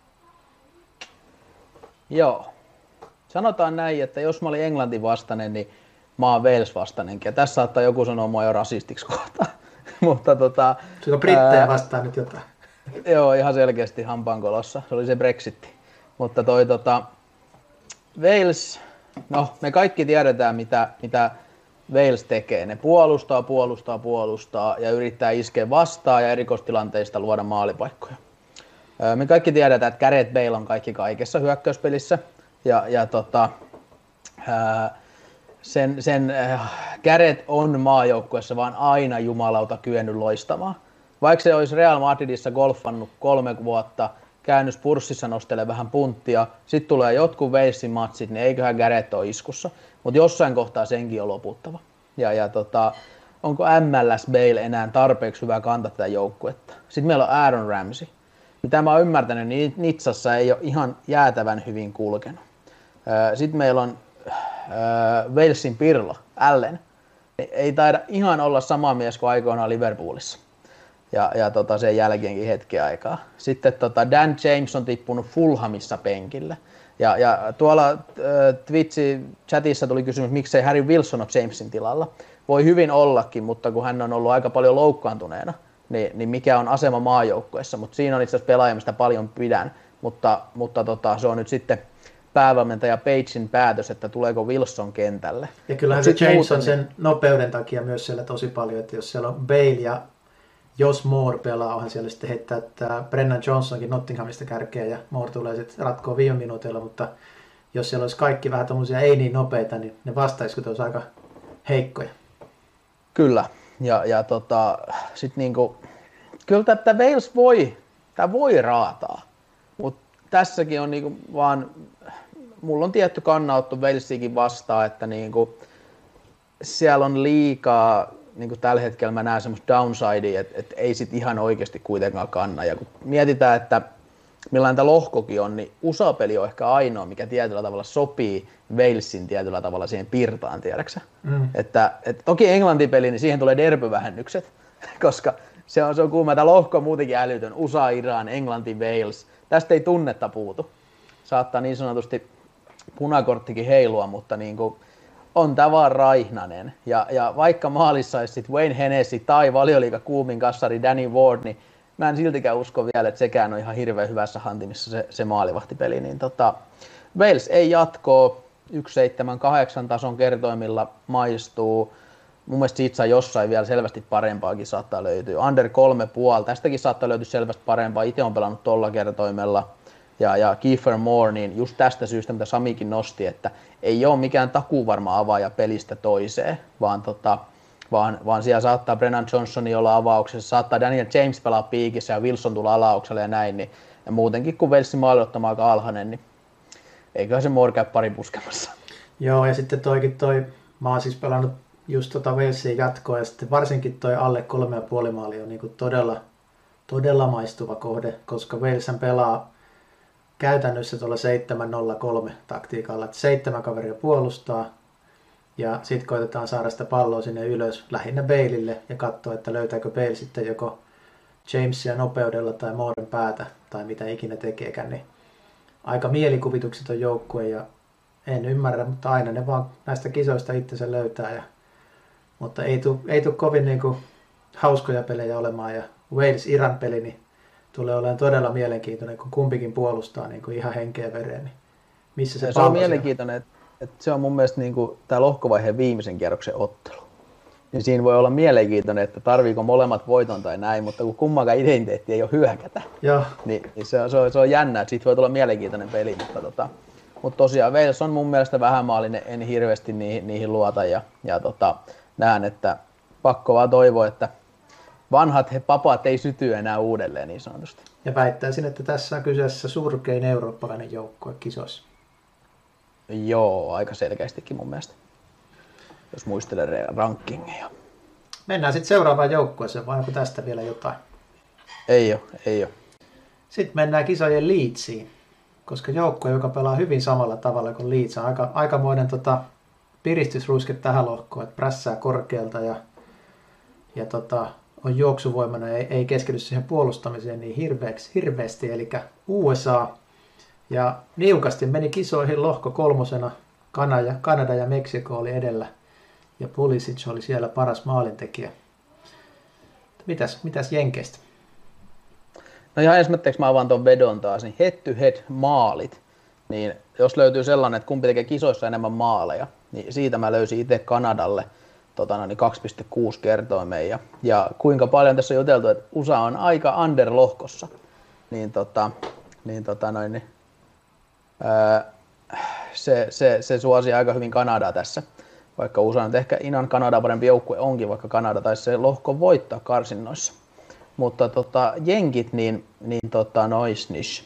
Joo. Sanotaan näin, että jos mä olin Englantin vastainen, niin mä oon Wales vastainenkin. Ja tässä saattaa joku sanoa mua jo rasistiksi kohtaan. Mutta tota... Se on brittejä ää... vastaan nyt jotain. Joo, ihan selkeästi hampaankolossa. Se oli se Brexitti. Mutta toi tota... Wales, no me kaikki tiedetään mitä, mitä Wales tekee. Ne puolustaa, puolustaa, puolustaa ja yrittää iskeä vastaan ja erikoistilanteista luoda maalipaikkoja. Me kaikki tiedetään, että Gareth Bale on kaikki kaikessa hyökkäyspelissä ja, ja tota, sen, sen Gareth on maajoukkuessa vaan aina jumalauta kyennyt loistamaan. Vaikka se olisi Real Madridissa golfannut kolme vuotta, käynyt Spurssissa nostelee vähän punttia, sitten tulee jotkut Walesin matsit, niin eiköhän Gareth ole iskussa. Mutta jossain kohtaa senkin on loputtava. Ja, ja tota, onko M L S Bale enää tarpeeksi hyvä kantaa tätä joukkuetta? Sitten meillä on Aaron Ramsey. Mitä mä oon ymmärtänyt, niin Nitsassa ei ole ihan jäätävän hyvin kulkenut. Sitten meillä on Walesin Pirlo, Allen. Ei taida ihan olla sama mies kuin aikoinaan Liverpoolissa. Ja, ja tota, sen jälkeenkin hetken aikaa. Sitten tota, Dan James on tippunut Fulhamissa penkille. Ja, ja tuolla äh, Twitchin chatissa tuli kysymys, miksei Harry Wilson ole Jamesin tilalla. Voi hyvin ollakin, mutta kun hän on ollut aika paljon loukkaantuneena, niin, niin mikä on asema maajoukkueessa. Mutta siinä on itse asiassa pelaaja, mistä paljon pidän. Mutta, mutta tota, se on nyt sitten päävalmentaja Pagein päätös, että tuleeko Wilson kentälle. Ja kyllähän se James on sen nopeuden takia myös siellä tosi paljon, että jos siellä on Bale ja jos Moore pelaa, onhan siellä sitten heittää että Brennan Johnsonkin Nottinghamista kärkeä ja Moore tulee sitten ratkoa viime minuutilla, mutta jos siellä olisi kaikki vähän tommosia ei niin nopeita, niin ne vastaiskut olisi aika heikkoja. Kyllä, ja, ja tota, sit niinku, kyllä tätä Wales voi, tää voi raataa, mutta tässäkin on niinku vaan, mulla on tietty kannanotto Walesiakin vastaan, että niinku, siellä on liikaa, niinku tällä hetkellä mä näen semmoista downsidea, että et ei sit ihan oikeasti kuitenkaan kanna, ja kun mietitään, että millainen tämä lohkokin on, niin U S A-peli on ehkä ainoa, mikä tietyllä tavalla sopii Walesin tietyllä tavalla siihen pirtaan, tiedäksä? Mm. Että, et toki Englanti-peli, niin siihen tulee derbyvähennykset, koska se on, se on kuuma, tämä lohko on muutenkin älytön. U S A, Iran, Englanti, Wales. Tästä ei tunnetta puutu. Saattaa niin sanotusti punakorttikin heilua, mutta niin kuin, on tämä vaan raihnanen. Ja, ja vaikka maalissa olisi sit Wayne Hennessy tai Valioliiga kuumin kassari Danny Ward, niin mä en siltikään usko vielä, että sekään on ihan hirveän hyvässä hantimissa se, se maalivahtipeli. Niin tota, Wales ei jatkoa, yksi seitsemän kahdeksan tason kertoimilla maistuu. Mun mielestä siitä saa jossain vielä selvästi parempaakin saattaa löytyä. Under kolme puoli, tästäkin saattaa löytyä selvästi parempaa. Itse on pelannut tolla kertoimella. Ja, ja Kiefer Moore, niin just tästä syystä, mitä Samikin nosti, että ei ole mikään takuuvarma avaaja pelistä toiseen, vaan, tota, vaan, vaan siellä saattaa Brennan Johnsoni olla avauksessa, saattaa Daniel James pelaa piikissä ja Wilson tulla alaukselle ja näin. Niin, ja muutenkin, kun Walesin maaliottama aika alhainen, niin eiköhän se Moore käy pari puskemassa. Joo, ja sitten toikin toi, mä oon siis pelannut just tota Walesin jatkoa, ja sitten varsinkin toi alle kolme ja puoli maali on niinku todella, todella maistuva kohde, koska Walesen pelaa käytännössä tuolla seitsemän nolla kolme taktiikalla, että seitsemän kaveria puolustaa, ja sitten koitetaan saada sitä palloa sinne ylös, lähinnä Baleille, ja katsoa, että löytääkö Bale sitten joko Jamesia nopeudella tai Mooren päätä, tai mitä ikinä tekeekään, niin aika mielikuvitukset joukkue, ja en ymmärrä, mutta aina ne vaan näistä kisoista itsensä löytää, ja, mutta ei tule ei tu kovin niinku hauskoja pelejä olemaan, ja Wales-Iran peli niin tulee olemaan todella mielenkiintoinen, kun kumpikin puolustaa niin kuin ihan henkeä vereen, niin missä se, se on mielenkiintoinen, että, että se on mun mielestä niin kuin tämä lohkovaiheen viimeisen kierroksen ottelu. Niin siinä voi olla mielenkiintoinen, että tarviiko molemmat voiton tai näin, mutta kun kummankaan identiteetti ei ole hyökätä, niin, niin se, on, se, on, se on jännä, että siitä voi tulla mielenkiintoinen peli, mutta, tota, mutta tosiaan Wales on mun mielestä vähämaalinen, en hirveästi niihin, niihin luota ja, ja tota, näen, että pakko vaan toivoa, että vanhat he papat ei syty enää uudelleen niin sanotusti. Ja väittäisin, että tässä on kyseessä surkein eurooppalainen joukkue kisoissa. Joo, aika selkeästikin mun mielestä, jos muistelee rankingeja. Mennään sitten seuraavaan joukkueeseen, vai onko tästä vielä jotain? Ei ole, ei ole. Sitten mennään kisojen Leedsiin, koska joukkue, joka pelaa hyvin samalla tavalla kuin Leeds, on aika, aikamoinen tota, piristysruiske tähän lohkoon, että prässää korkealta ja, ja tota, on juoksuvoimana ja ei, ei keskity siihen puolustamiseen niin hirveäksi, hirveästi, eli U S A. Ja niukasti meni kisoihin lohko kolmosena, Kanada, Kanada ja Meksiko oli edellä, ja Pulisic oli siellä paras maalintekijä. Mitäs, mitäs Jenkeistä? No ihan ensimmäiseksi mä avaan tuon vedon taas, niin head to head maalit, niin jos löytyy sellainen, että kumpi tekee kisoissa enemmän maaleja, niin siitä mä löysin itse Kanadalle tota, no, niin kaksi pilkku kuusi kertoimeen. Ja, ja kuinka paljon tässä on juteltu, että U S A on aika under-lohkossa, niin, tota, niin, tota, noin, niin öö, se, se, se suosii aika hyvin Kanadaa tässä. Vaikka U S A on ehkä Inan Kanada parempi joukkue onkin, vaikka Kanada taisi se lohko voittaa karsinnoissa. Mutta tota, jenkit, niin, niin tota, noisnish.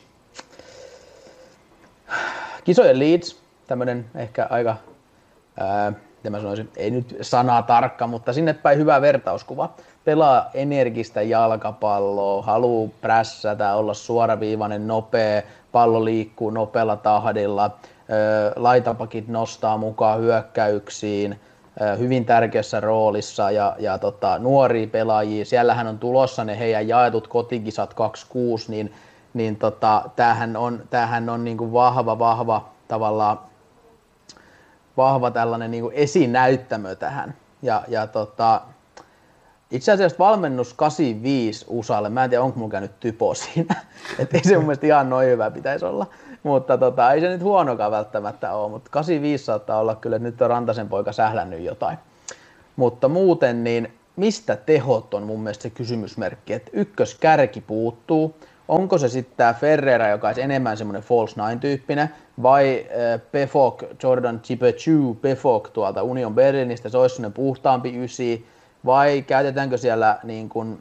Kisojen Leeds, tämmönen ehkä aika, ää, mitä mä sanoisin, ei nyt sanaa tarkka, mutta sinne päin hyvä vertauskuva. Pelaa energistä jalkapalloa, haluu prässätä, olla suoraviivainen, nopea, pallo liikkuu nopealla tahdilla, ää, laitapakit nostaa mukaan hyökkäyksiin, hyvin tärkeässä roolissa ja, ja tota, nuoria pelaajia. Siellähän on tulossa ne heidän jaetut kotikisat kaksikymmentäkuusi, niin, niin tota, tämähän on, tämähän on niin kuin vahva, vahva tavallaan vahva tällainen niin kuin esinäyttämö tähän. Ja, ja tota, itse asiassa valmennus kahdeksankymmentäviisi U S Alle, mä en tiedä onko mulla käynyt typo siinä, että ei se mun mielestä ihan noin hyvä pitäisi olla. Mutta tota, ei se nyt huonokaan välttämättä ole, mutta kahdeksankymmentäviisi saattaa olla kyllä, että nyt on Rantasen poika sählännyt jotain. Mutta muuten niin mistä tehot on mun mielestä se kysymysmerkki, että ykköskärki puuttuu. Onko se sitten tämä Ferreira, joka olisi enemmän semmoinen false nine-tyyppinen, vai äh, Pefok, Jordan Chipechu Pefok tuolta Union Berlinistä, se olisi semmoinen puhtaampi ysi, vai käytetäänkö siellä niin kuin,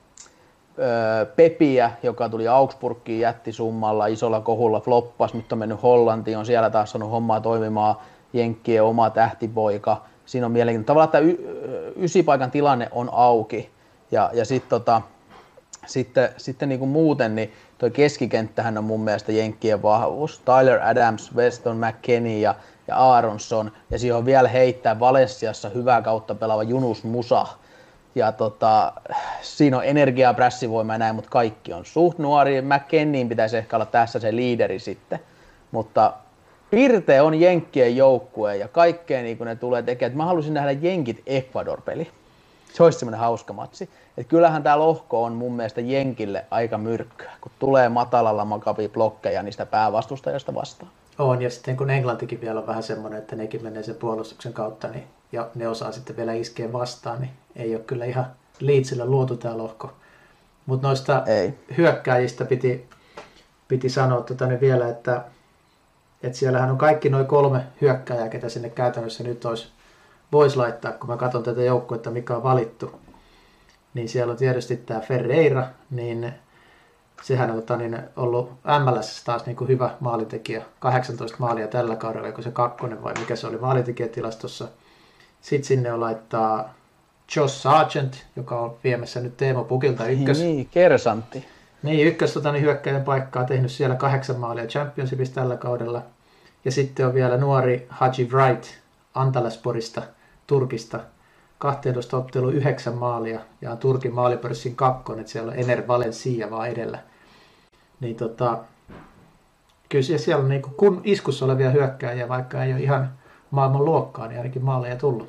äh, Pepiä, joka tuli Augsburgiin jättisummalla, isolla kohulla floppas, nyt on mennyt Hollantiin, on siellä taas saanut hommaa toimimaan, Jenkkien oma tähtipoika. Siinä on mielenkiintoista. Tavallaan tämä y- ysipaikan tilanne on auki, ja, ja sitten tota, Sitten, sitten niin kuin muuten, niin tuo keskikenttähän on mun mielestä Jenkkien vahvuus. Tyler Adams, Weston McKennie ja, ja Aronson. Ja siihen on vielä heittää Valenssiassa hyvää kautta pelaava Yunus Musa. Ja tota, siinä on energiaa, prässivoimaa ja näin, mutta kaikki on suht nuori. McKennien pitäisi ehkä olla tässä se liideri sitten. Mutta Pirte on Jenkkien joukkue ja kaikkea niin kuin ne tulee tekemään. Mä haluaisin nähdä Jenkit Ecuador-peli. Se olisi semmoinen hauska matsi. Et kyllähän tämä lohko on mun mielestä Jenkille aika myrkkyä, kun tulee matalalla Maccabi blokkeja niistä päävastustajasta vastaan. On, ja sitten kun Englantikin vielä on vähän semmoinen, että nekin menee sen puolustuksen kautta, niin, ja ne osaa sitten vielä iskeä vastaan, niin ei ole kyllä ihan Leedsillä luotu tämä lohko. Mutta noista ei. hyökkääjistä piti, piti sanoa tota, niin vielä, että, että siellähän on kaikki noin kolme hyökkääjää, ketä sinne käytännössä nyt olisi voisi laittaa, kun mä katson tätä joukkuetta, mikä on valittu, niin siellä on tietysti tämä Ferreira, niin sehän on tota, niin ollut M L S taas niin kuin hyvä maalintekijä, kahdeksantoista maalia tällä kaudella, kun se kakkonen vai mikä se oli maalintekijätilastossa. Sitten sinne on laittaa Josh Sargent, joka on viemässä nyt Teemo Pukilta ykkös. Niin, kersantti. Niin, ykkös tota, niin hyökkäjän paikkaa, tehnyt siellä kahdeksan maalia Championshipissa tällä kaudella. Ja sitten on vielä nuori Haji Wright Antalyasporista, Turkista, kaksitoista ottelua yhdeksän maalia ja on Turkin maalipörssin kakkonen, että siellä on Ener Valencia vaan edellä. Niin tota, kyllä siellä on niinku, kun iskussa olevia hyökkääjiä, vaikka ei ole ihan maailman luokkaa, niin ainakin maaleja tullut.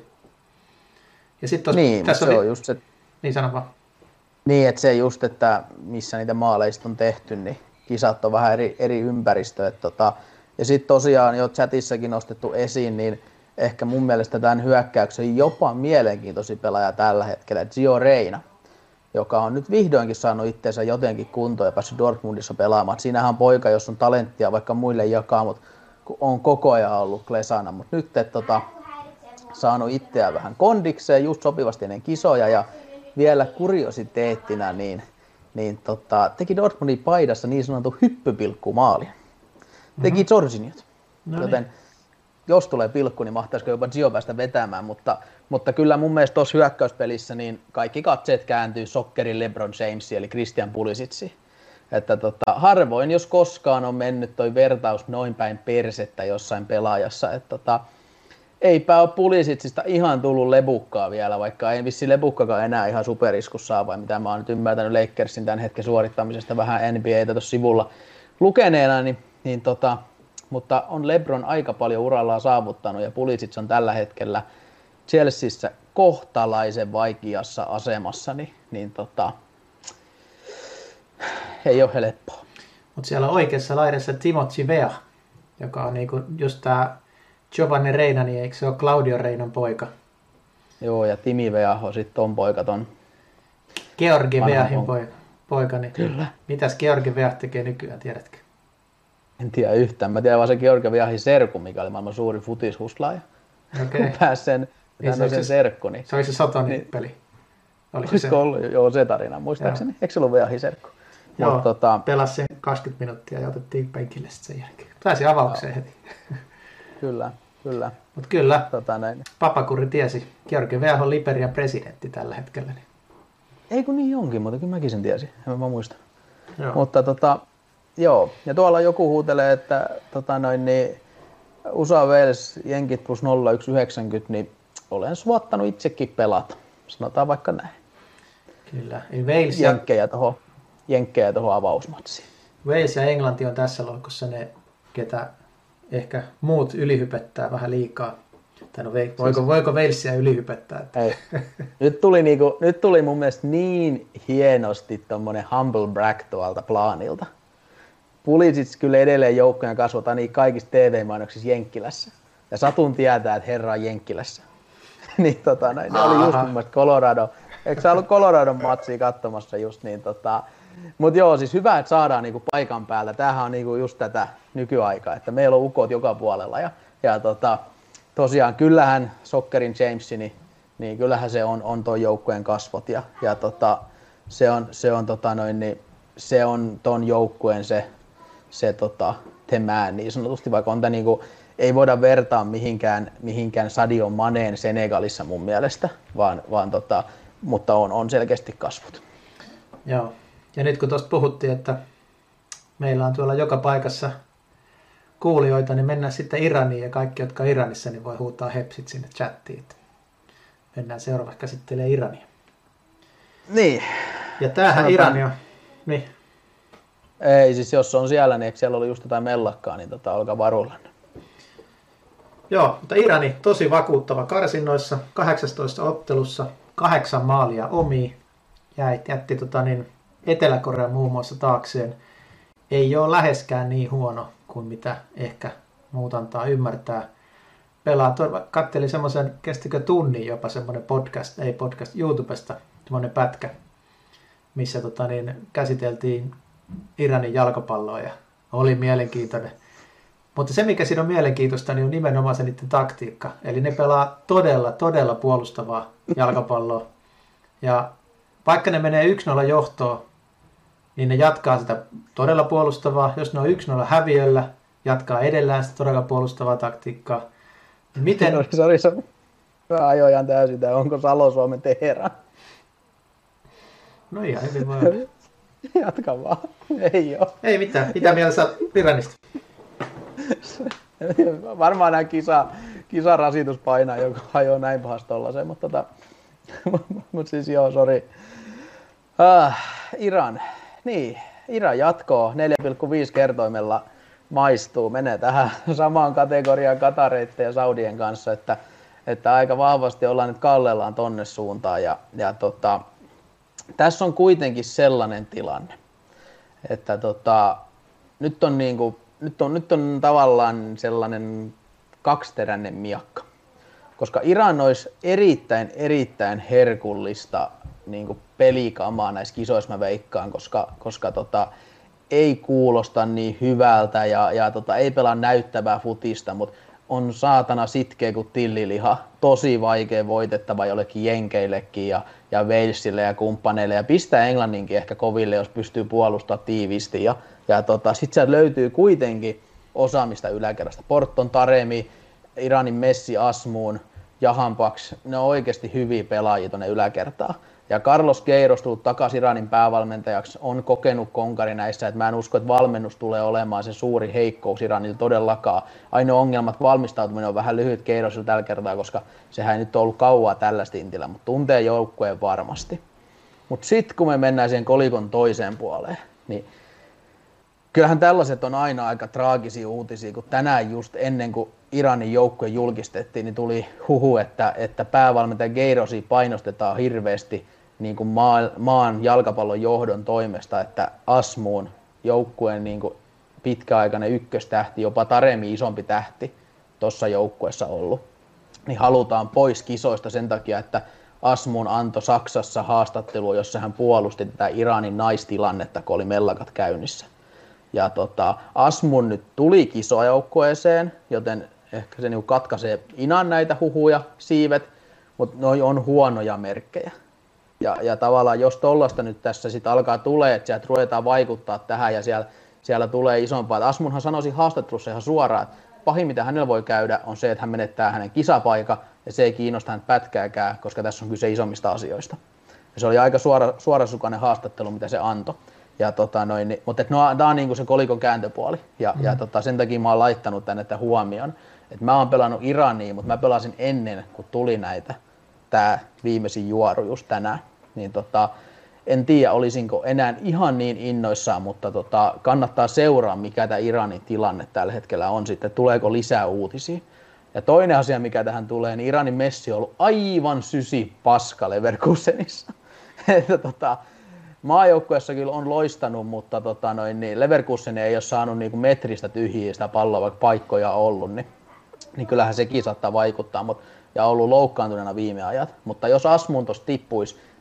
Ja sit tos, niin, tässä se oli, on just se. Niin sano vaan. Niin, että se just, että missä niitä maaleista on tehty, niin kisat on vähän eri, eri ympäristö. Että tota, ja sitten tosiaan jo chatissakin nostettu esiin, niin ehkä mun mielestä tämän hyökkäyksen jopa mielenkiintoisin pelaaja tällä hetkellä, Gio Reyna, joka on nyt vihdoinkin saanut itseensä jotenkin kuntoon ja päässyt Dortmundissa pelaamaan. Siinähän on poika, jos on talenttia vaikka muille jakaa, mutta on koko ajan ollut klesana. Mutta nyt et, tota, saanut itseään vähän kondikseen just sopivasti ennen kisoja ja vielä kuriositeettina niin, niin tota, teki Dortmundin paidassa niin sanotun hyppypilkkumaalin. Teki mm-hmm. Jorginhot. No joten niin. Jos tulee pilkku, niin mahtaisiko jopa Gio päästä vetämään, mutta, mutta kyllä mun mielestä tuossa hyökkäyspelissä niin kaikki katseet kääntyy sokkerin LeBron Jamesiin eli Christian Pulisitsiin. Että tota, harvoin, jos koskaan on mennyt toi vertaus noin päin persettä jossain pelaajassa. Että tota, eipä ole Pulisitsista ihan tullut lebukkaa vielä, vaikka ei vissi lebukkakaan enää ihan superiskussa vai mitä mä oon nyt ymmärtänyt Lakersin tämän hetken suorittamisesta vähän N B A:tä tuossa sivulla lukeneena, niin, niin tota, mutta on LeBron aika paljon urallaan saavuttanut ja Pulisic on tällä hetkellä Chelseassa kohtalaisen vaikeassa asemassa, niin, niin tota, ei ole helppoa. Mutta siellä on oikeassa laidassa Timothy Weah, joka on niinku just tää Giovanni Reina, niin eikö se ole Claudio Reinan poika? Joo, ja Timi Weah on sitten ton poika ton. Georgi Weahin poika, poika, niin kyllä. Mitäs Georgi Weah tekee nykyään, tiedätkö? En tiedä yhtään. Mä tiedän vaan se Georgi Weahin serkku, mikä oli maailman suuri futishustlaaja. Okei. Kun pääsi sen, niin se, sen serkku. Niin, se oli se Sotonin niin, peli. Olisiko se ollut? Joo, se tarina, muistaakseni. Eikö se ollut Weahin serkku? Joo, Mut, tota, pelasi sen kaksikymmentä minuuttia ja otettiin penkille sen jälkeen. Pääsi avaukseen heti. Kyllä, kyllä. Mutta kyllä, tota, näin. Papakuri tiesi. Georgi Weah on Liberian presidentti tällä hetkellä. Niin. Ei kun niin onkin, mutta kyllä mäkin sen tiesin. En mä muista. Joo. Mutta tota, joo. Ja tuolla joku huutelee, että tota, noin, niin, U S A Wales jenkit plus nolla yksi yhdeksänkymmentä, niin olen suottanut itsekin pelata. Sanotaan vaikka näin. Kyllä. Eli Wales ja... Jenkkejä tuohon jenkkejä tuohon avausmatsiin. Wales ja Englanti on tässä lohkossa ne, ketä ehkä muut ylihypettää vähän liikaa. Tai no, voiko, voiko Walesia ylihypettää? Ei. Nyt, tuli niinku, nyt tuli mun mielestä niin hienosti tommonen humble brag tuolta plaanilta. Pulisic kyllä edelleen joukkojen kasvataan niin kaikissa T V-mainoksissa Jenkkilässä. Ja Satun tietää, että herra on Jenkkilässä. niin tota, noin, ne oli just mun mielestä Colorado, Eikö sä ollut Coloradon matsia katsomassa just niin tota... Mut joo, siis hyvä, että saadaan niinku paikan päällä. Tämähän on niinku just tätä nykyaikaa, että meillä on ukot joka puolella. Ja, ja tota, tosiaan kyllähän Soccerin Jamesi, niin, niin kyllähän se on, on ton joukkueen kasvot. Ja, ja tota, se on, se on, tota noin, niin, se on ton joukkueen se, se tota, the man niin sanotusti, vaikka on tää niinku, ei voida vertaa mihinkään, mihinkään Sadio Maneen Senegalissa mun mielestä, vaan, vaan tota, mutta on, on selkeästi kasvot. Joo. Ja nyt kun tuosta puhuttiin, että meillä on tuolla joka paikassa kuulijoita, niin mennään sitten Iraniin ja kaikki, jotka on Iranissa, niin voi huutaa hepsit sinne chattiin. Mennään seuraavaksi käsittelemään Irania. Niin. Ja tämähän Irani on... Niin. Ei, siis jos on siellä, niin eikö siellä ollut just jotain mellakkaa, niin tota, olkaa varulla. Joo, mutta Irani tosi vakuuttava karsinnoissa, kahdeksantoista ottelussa, kahdeksan maalia omiin. Jäi, jätti tota niin, Etelä-Korea muun muassa taakseen. Ei ole läheskään niin huono kuin mitä ehkä muut antaa ymmärtää. Pelaa, kattelin semmoisen, kestikö tunnin jopa semmoinen podcast, ei podcast, YouTubesta, semmoinen pätkä, missä tota niin, käsiteltiin Iranin jalkapalloa ja oli mielenkiintoinen. Mutta se, mikä siinä on mielenkiintoista, niin on nimenomaan se niiden taktiikka. Eli ne pelaa todella, todella puolustavaa jalkapalloa. Ja vaikka ne menee yksi nolla johtoon, niin ne jatkaa sitä todella puolustavaa. Jos ne on yksi nolla häviöllä, jatkaa edellään sitä todella puolustavaa taktiikkaa. Miten... Sori, sori, sori. Mä ajoin ihan täysin, onko Salo-Suomen Teheran? No ihan hyvin voi olla. Jatka vaan. Ei oo. Ei mitään. Mitä mieltä sä Iranista? Varmaan nämä kisa, kisarasitus painaa, joka hajoaa näin pahasti tollasen, mutta tota, mut siis joo, sori. Ah, Iran. Niin, Iran jatkoo neljä pilkku viisi kertoimella maistuu, menee tähän samaan kategoriaan Katareitten ja Saudien kanssa, että, että aika vahvasti ollaan nyt kallellaan tonne suuntaan ja, ja tota, tässä on kuitenkin sellainen tilanne, että tota, nyt on niinku Nyt on, nyt on tavallaan sellainen kaksiteräinen miakka, koska Iran olisi erittäin, erittäin herkullista niin kuin pelikamaa näissä kisoissa mä veikkaan, koska, koska tota, ei kuulosta niin hyvältä ja, ja tota, ei pelaa näyttävää futista, mutta on saatana sitkeä kuin tilliliha, tosi vaikea voitettava jollekin jenkeillekin ja, ja Walesille ja kumppaneille ja pistää Englanninkin ehkä koville, jos pystyy puolustamaan tiiviisti ja, ja tota, sitten sieltä löytyy kuitenkin osaamista yläkerrasta. Porton, Taremi, Iranin Messi, Asmoon, Jahanbaks, ne on oikeasti hyviä pelaajia tuonne yläkertaan. Ja Carlos Queiroz tullut takaisin Iranin päävalmentajaksi, on kokenut konkari näissä, että mä en usko, että valmennus tulee olemaan se suuri heikkous Iranilla todellakaan. Ainoa ongelma, että valmistautuminen on vähän lyhyt Queirozilla tällä kertaa, koska sehän ei nyt ollut kauaa tällä stintillä, mutta tuntee joukkueen varmasti. Mutta sitten kun me mennään siihen kolikon toiseen puoleen, niin kyllähän tällaiset on aina aika traagisia uutisia, kun tänään just ennen kuin Iranin joukkue julkistettiin, niin tuli huhu, että, että päävalmentaja Queirozia painostetaan hirveästi niin kuin maan, maan jalkapallon johdon toimesta, että Asmoon joukkueen niin kuin pitkäaikainen ykköstähti, jopa Taremi isompi tähti tuossa joukkueessa ollut, niin halutaan pois kisoista sen takia, että Asmoon antoi Saksassa haastattelua, jossa hän puolusti tätä Iranin naistilannetta, kun oli mellakat käynnissä. Ja tota, Asmoon nyt tuli kisojoukkueeseen, joten ehkä se niinku katkaisee inan näitä huhuja, siivet, mutta noi on huonoja merkkejä. Ja, ja tavallaan jos tollasta nyt tässä sit alkaa tulee, että sieltä ruvetaan vaikuttaa tähän ja siellä, siellä tulee isompaa. Asmoonhan sanoisi haastattelussa ihan suoraan, että pahin mitä hänellä voi käydä on se, että hän menettää hänen kisapaikka ja se ei kiinnosta häntä pätkääkään, koska tässä on kyse isommista asioista. Ja se oli aika suora, suorasukainen haastattelu, mitä se antoi. Ja tota noin, niin, mutta no, tämä on niin kuin se kolikon kääntöpuoli ja, mm. ja tota, sen takia mä oon laittanut tänne tämän huomioon. Et mä oon pelannut Iraniin, mutta mä pelasin ennen kuin tuli näitä tää viimeisin juoru just tänään. Niin tota, en tiedä olisinko enää ihan niin innoissaan, mutta tota, kannattaa seuraa mikä tämä Iranin tilanne tällä hetkellä on sitten, tuleeko lisää uutisia. Ja toinen asia mikä tähän tulee, niin Iranin Messi on ollut aivan sysi paska Leverkusenissa. että tota, maajoukkueessa kyllä on loistanut, mutta tota noin, niin Leverkusen ei ole saanut niinku metristä tyhjiä sitä palloa, vaikka paikkoja on ollut, niin, niin kyllähän sekin saattaa vaikuttaa, mutta, ja ollut loukkaantuneena viime ajat. Mutta jos Asmoon tuossa tippuisi,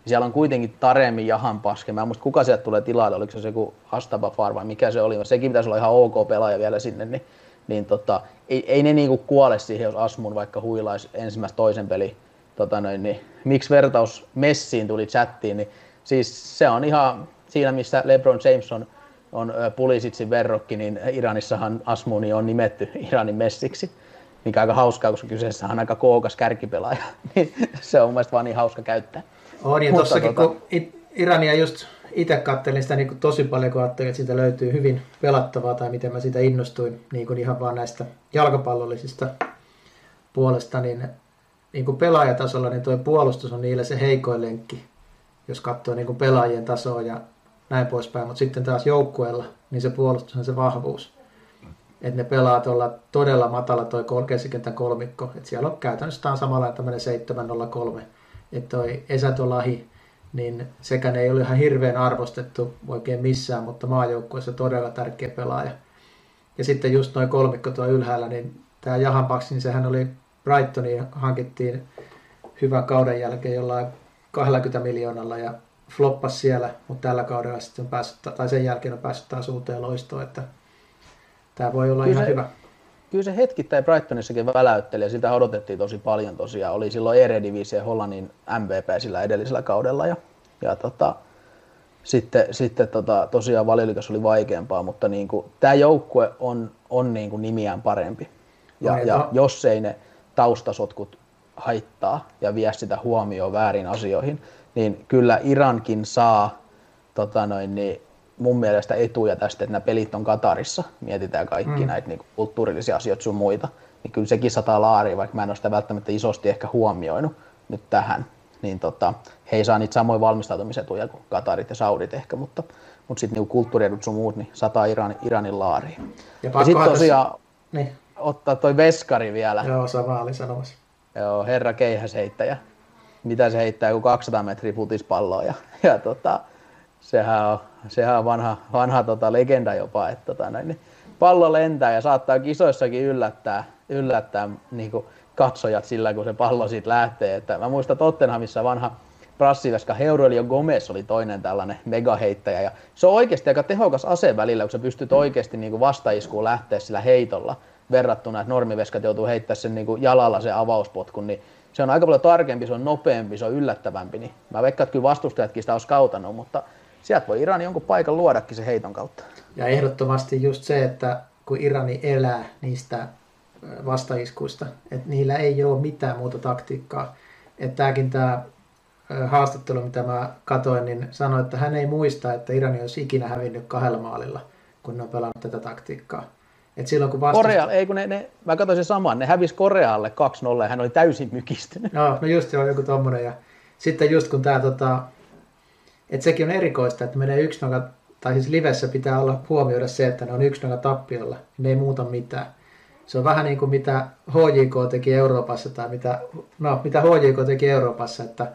siellä on kuitenkin Taremi Jahanbakhsh. Mä en muista kuka sieltä tulee tilalle, oliko se joku Astabafar vai mikä se oli, sekin pitäisi olla ihan ok pelaaja vielä sinne, niin, niin tota, ei, ei ne niinku kuole siihen, jos Asmun vaikka huilaisi ensimmäistä toisen peli. Tota noin, niin, miksi vertaus Messiin tuli chattiin, niin siis se on ihan siinä, missä LeBron James on, on Pulisicin verrokki, niin Iranissahan Asmuni on nimetty Iranin Messiksi, mikä on aika hauskaa, koska kyseessä on aika kookas kärkipelaaja, niin se on mun mielestä vaan niin hauska käyttää. On, ja tossakin tota... kun Irania just itse kattelin sitä niin kuin tosi paljon, kun ajattelin, että siitä löytyy hyvin pelattavaa, tai miten mä siitä innostuin niin kuin ihan vaan näistä jalkapallollisista puolesta, niin, niin kuin pelaajatasolla niin tuo puolustus on niille se heikoin lenkki, jos katsoo niin kuin pelaajien tasoa ja näin poispäin, mutta sitten taas joukkueella, niin se puolustus on se vahvuus. Että ne pelaa tuolla todella matala toi keskikentän kolmikko, että siellä on käytännössä on samalla tämmöinen seitsemän nolla kolme, että toi Esato Lahi, niin sekään ei ole ihan hirveän arvostettu oikein missään, mutta maajoukkueessa todella tärkeä pelaaja. Ja sitten just noin kolmikko tuo ylhäällä, niin tämä Jahanbakhsh, niin sehän oli Brightoniin, hankittiin hyvän kauden jälkeen jollain kaksikymmentä miljoonalla ja floppasi siellä, mutta tällä kaudella sitten on päässyt, tai sen jälkeen on päässyt taas uuteen loistoon, että tämä voi olla kyllä ihan se, hyvä. Kyllä se hetkittäin Brightonissakin väläytteli ja sitä odotettiin tosi paljon tosiaan. Oli silloin Eredivisie Hollannin M V P sillä edellisellä kaudella ja, ja tota, sitten, sitten tota, tosiaan Valioliigassa oli vaikeampaa, mutta niin kuin, tämä joukkue on, on niin kuin nimiään parempi. Ja, no, ja jos ei ne taustasotkut haittaa ja vie sitä huomioon väärin asioihin, niin kyllä Irankin saa tota noin, niin mun mielestä etuja tästä, että nämä pelit on Katarissa, mietitään kaikki mm. näitä niin kuin kulttuurillisia asioita sun muita, niin kyllä sekin sataa laariin, vaikka mä en ole sitä välttämättä isosti ehkä huomioinut nyt tähän, niin tota, he ei saa niitä samoja valmistautumisetuja kuin Katarit ja Saudit ehkä, mutta, mutta sitten niin kulttuuriedut sun muut, niin sataa Iranin, Iranin laariin. Ja, ja sitten tosiaan niin. Ottaa toi veskari vielä. Joo, sama oli sanomassa. Joo, herra keihäsheittäjä. Mitä se heittää, joku kaksisataa metriä futispalloa ja, ja tota, sehän on, sehän on vanha, vanha tota, legenda jopa, että tota, noin, niin pallo lentää ja saattaa kisoissakin yllättää, yllättää niin kuin katsojat sillä, kun se pallo siitä lähtee. Että mä muistan Tottenhamissa vanha brassiveska Heurelio Gomez oli toinen tällainen megaheittäjä ja se on oikeasti aika tehokas ase välillä, kun sä pystyt oikeasti niin kuin vastaiskuun lähteä sillä heitolla verrattuna, että normiveskat joutuu heittämään sen niin kuin jalalla sen avauspotkun, niin se on aika paljon tarkempi, se on nopeampi, se on yllättävämpi. Niin mä veikkaan, että kyllä vastustajatkin sitä olisi kautannut, mutta sieltä voi Irani jonkun paikan luodakin sen heiton kautta. Ja ehdottomasti just se, että kun Irani elää niistä vastaiskuista, että niillä ei ole mitään muuta taktiikkaa. Että tämäkin tämä haastattelu, mitä mä katsoin, niin sanoi, että hän ei muista, että Irani olisi ikinä hävinnyt kahdella maalilla, kun ne on pelannut tätä taktiikkaa. Et silloin, kun vastusta... Korea, ei kun ne, ne, mä katsoin sen saman, ne hävisi Korealle kaksi nolla ja hän oli täysin mykistynyt. No, no just joo, joku tommonen. Ja sitten just kun tää tota, että sekin on erikoista, että menee yksi nolla, tai siis livessä pitää olla huomioida se, että ne on yksi nolla tappiolla, ne ei muuta mitään. Se on vähän niin kuin mitä H J K teki Euroopassa, tai mitä, no, mitä H J K teki Euroopassa, että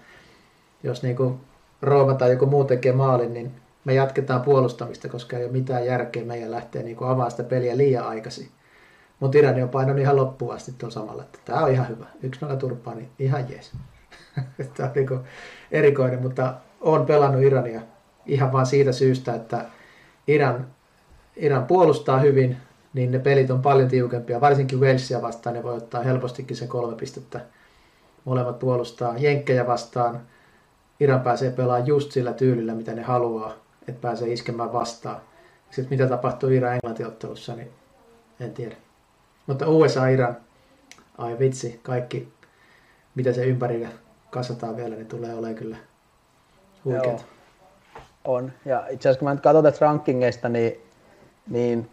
jos niin kuin Rooma tai joku muu tekee maalin, niin me jatketaan puolustamista, koska ei ole mitään järkeä meidän lähteä niin avaamaan sitä peliä liian aikaisin. Mutta Irani on painanut ihan loppuun asti tuolla samalla, että tämä on ihan hyvä. yksi nolla turpaa, niin ihan jees. Tämä on niin kuin erikoinen, mutta olen pelannut Irania ihan vain siitä syystä, että Iran, Iran puolustaa hyvin, niin ne pelit on paljon tiukempia. Varsinkin Walesia vastaan ne voi ottaa helpostikin sen kolme pistettä. Molemmat puolustaa Jenkkejä vastaan. Iran pääsee pelaamaan just sillä tyylillä, mitä ne haluaa, että pääsee iskemään vastaan. Sitten mitä tapahtuu Iran-Englanti-ottelussa, niin en tiedä. Mutta U S A-Iran, ai vitsi, kaikki mitä se ympärillä kasataan vielä, niin tulee olemaan kyllä huikeata. On. Ja itse asiassa kun mä nyt katson tästä rankingeista, niin, niin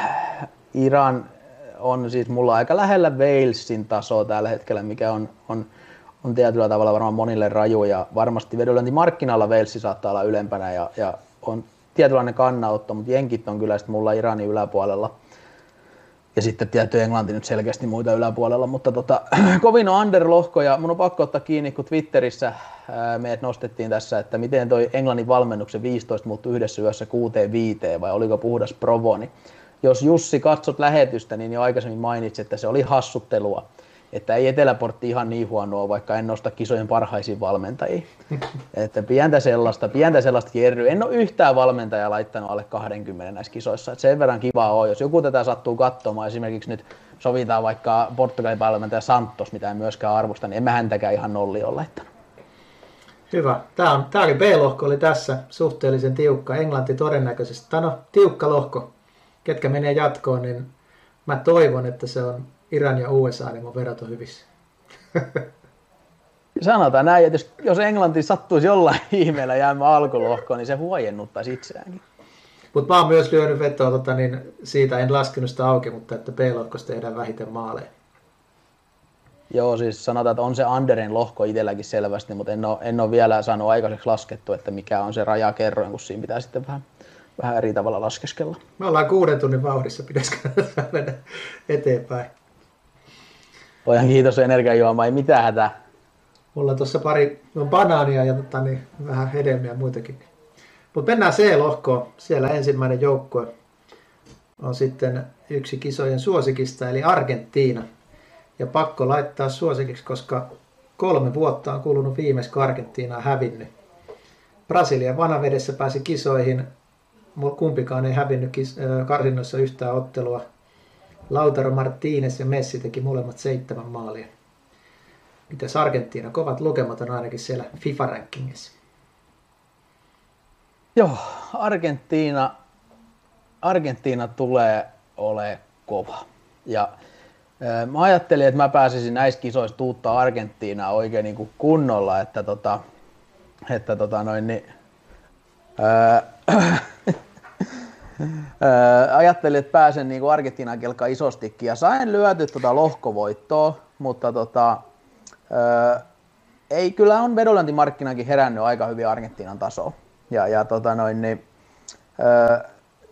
Iran on siis mulla aika lähellä Walesin tasoa tällä hetkellä, mikä on, on, on tietyllä tavalla varmaan monille raju. Ja varmasti vedonlyöntimarkkinalla Wales saattaa olla ylempänä ja, ja on tietynlainen kannanotto, mutta jenkit on kyllä sitten mulla Iranin yläpuolella. Ja sitten tietty Englanti nyt selkeästi muita yläpuolella, mutta tota, kovin on underlohko ja mun on pakko ottaa kiinni, kun Twitterissä ää, meidät nostettiin tässä, että miten toi Englannin valmennuksen viisitoista muuttui yhdessä yössä kuuteen viiteen vai oliko puhdas provo, niin jos Jussi katsot lähetystä, niin jo aikaisemmin mainitsit, että se oli hassuttelua. että ei Eteläportti ihan niin huonoa, vaikka en nosta kisojen parhaisiin valmentajia. Että pientä sellaista, pientä sellaista kierryä. En ole yhtään valmentajaa laittanut alle kaksikymmentä näissä kisoissa. Että sen verran kivaa on, jos joku tätä sattuu katsomaan, esimerkiksi nyt sovitaan vaikka Portugalin valmentaja Santos, mitä en myöskään arvosta, niin en mä häntäkään ihan nolli ole laittanut. Hyvä. Tämä, on, tämä oli B-lohko, oli tässä suhteellisen tiukka. Englanti todennäköisesti. Tämä on tiukka lohko. Ketkä menee jatkoon, niin mä toivon, että se on Iran ja U S A, niin mun verrat on hyvissä. Sanotaan näin, että jos, jos Englanti sattuisi jollain ihmeellä jäämään alkulohkoon, niin se huojennuttaisi itseäänkin. Mutta mä oon myös lyönyt vetoa, tota, niin siitä en laskenut sitä auki, mutta että B-lohkossa tehdään vähiten maaleja. Joo, siis sanotaan, että on se Anderin lohko itselläkin selvästi, mutta en ole, en ole vielä saanut aikaiseksi laskettu, että mikä on se rajakerroin, kun siinä pitää sitten vähän, vähän eri tavalla laskeskella. Me ollaan kuuden tunnin vauhdissa, pitäisikö mennä eteenpäin? Voidaan kiitos energiajuomaa, ei mitään hätää. Mulla on tuossa pari on banaania ja tota, niin, vähän hedelmiä ja muitakin. Mutta mennään C-lohkoon. Siellä ensimmäinen joukkue on sitten yksi kisojen suosikista, eli Argentiina. Ja pakko laittaa suosikiksi, koska kolme vuotta on kulunut viimeis, kun Argentiina on hävinnyt. Brasilia vanavedessä pääsi kisoihin. Kumpikaan ei hävinnyt karsinnoissa yhtään ottelua. Lautaro Martínez ja Messi teki molemmat seitsemän maalia. Mitäs Argentiina? Kovat lukemat on ainakin siellä FIFA-rankingissa. Joo, Argentiina, Argentiina tulee olemaan kova. Ja ää, mä ajattelin, että mä pääsisin näissä kisoissa tuuttaa Argentiinaa oikein niin kuin kunnolla, että tota, että tota noin niin, ää, ää, ajattelin, että pääsen niin kuin Argentiinaan kelkkaa isostikin ja sain lyöty tota lohkovoittoa, mutta tota, ää, ei kyllä on vedonlyöntimarkkinakin herännyt aika hyvin Argentiinan tasoon. Ja, ja tota noin, niin, ää,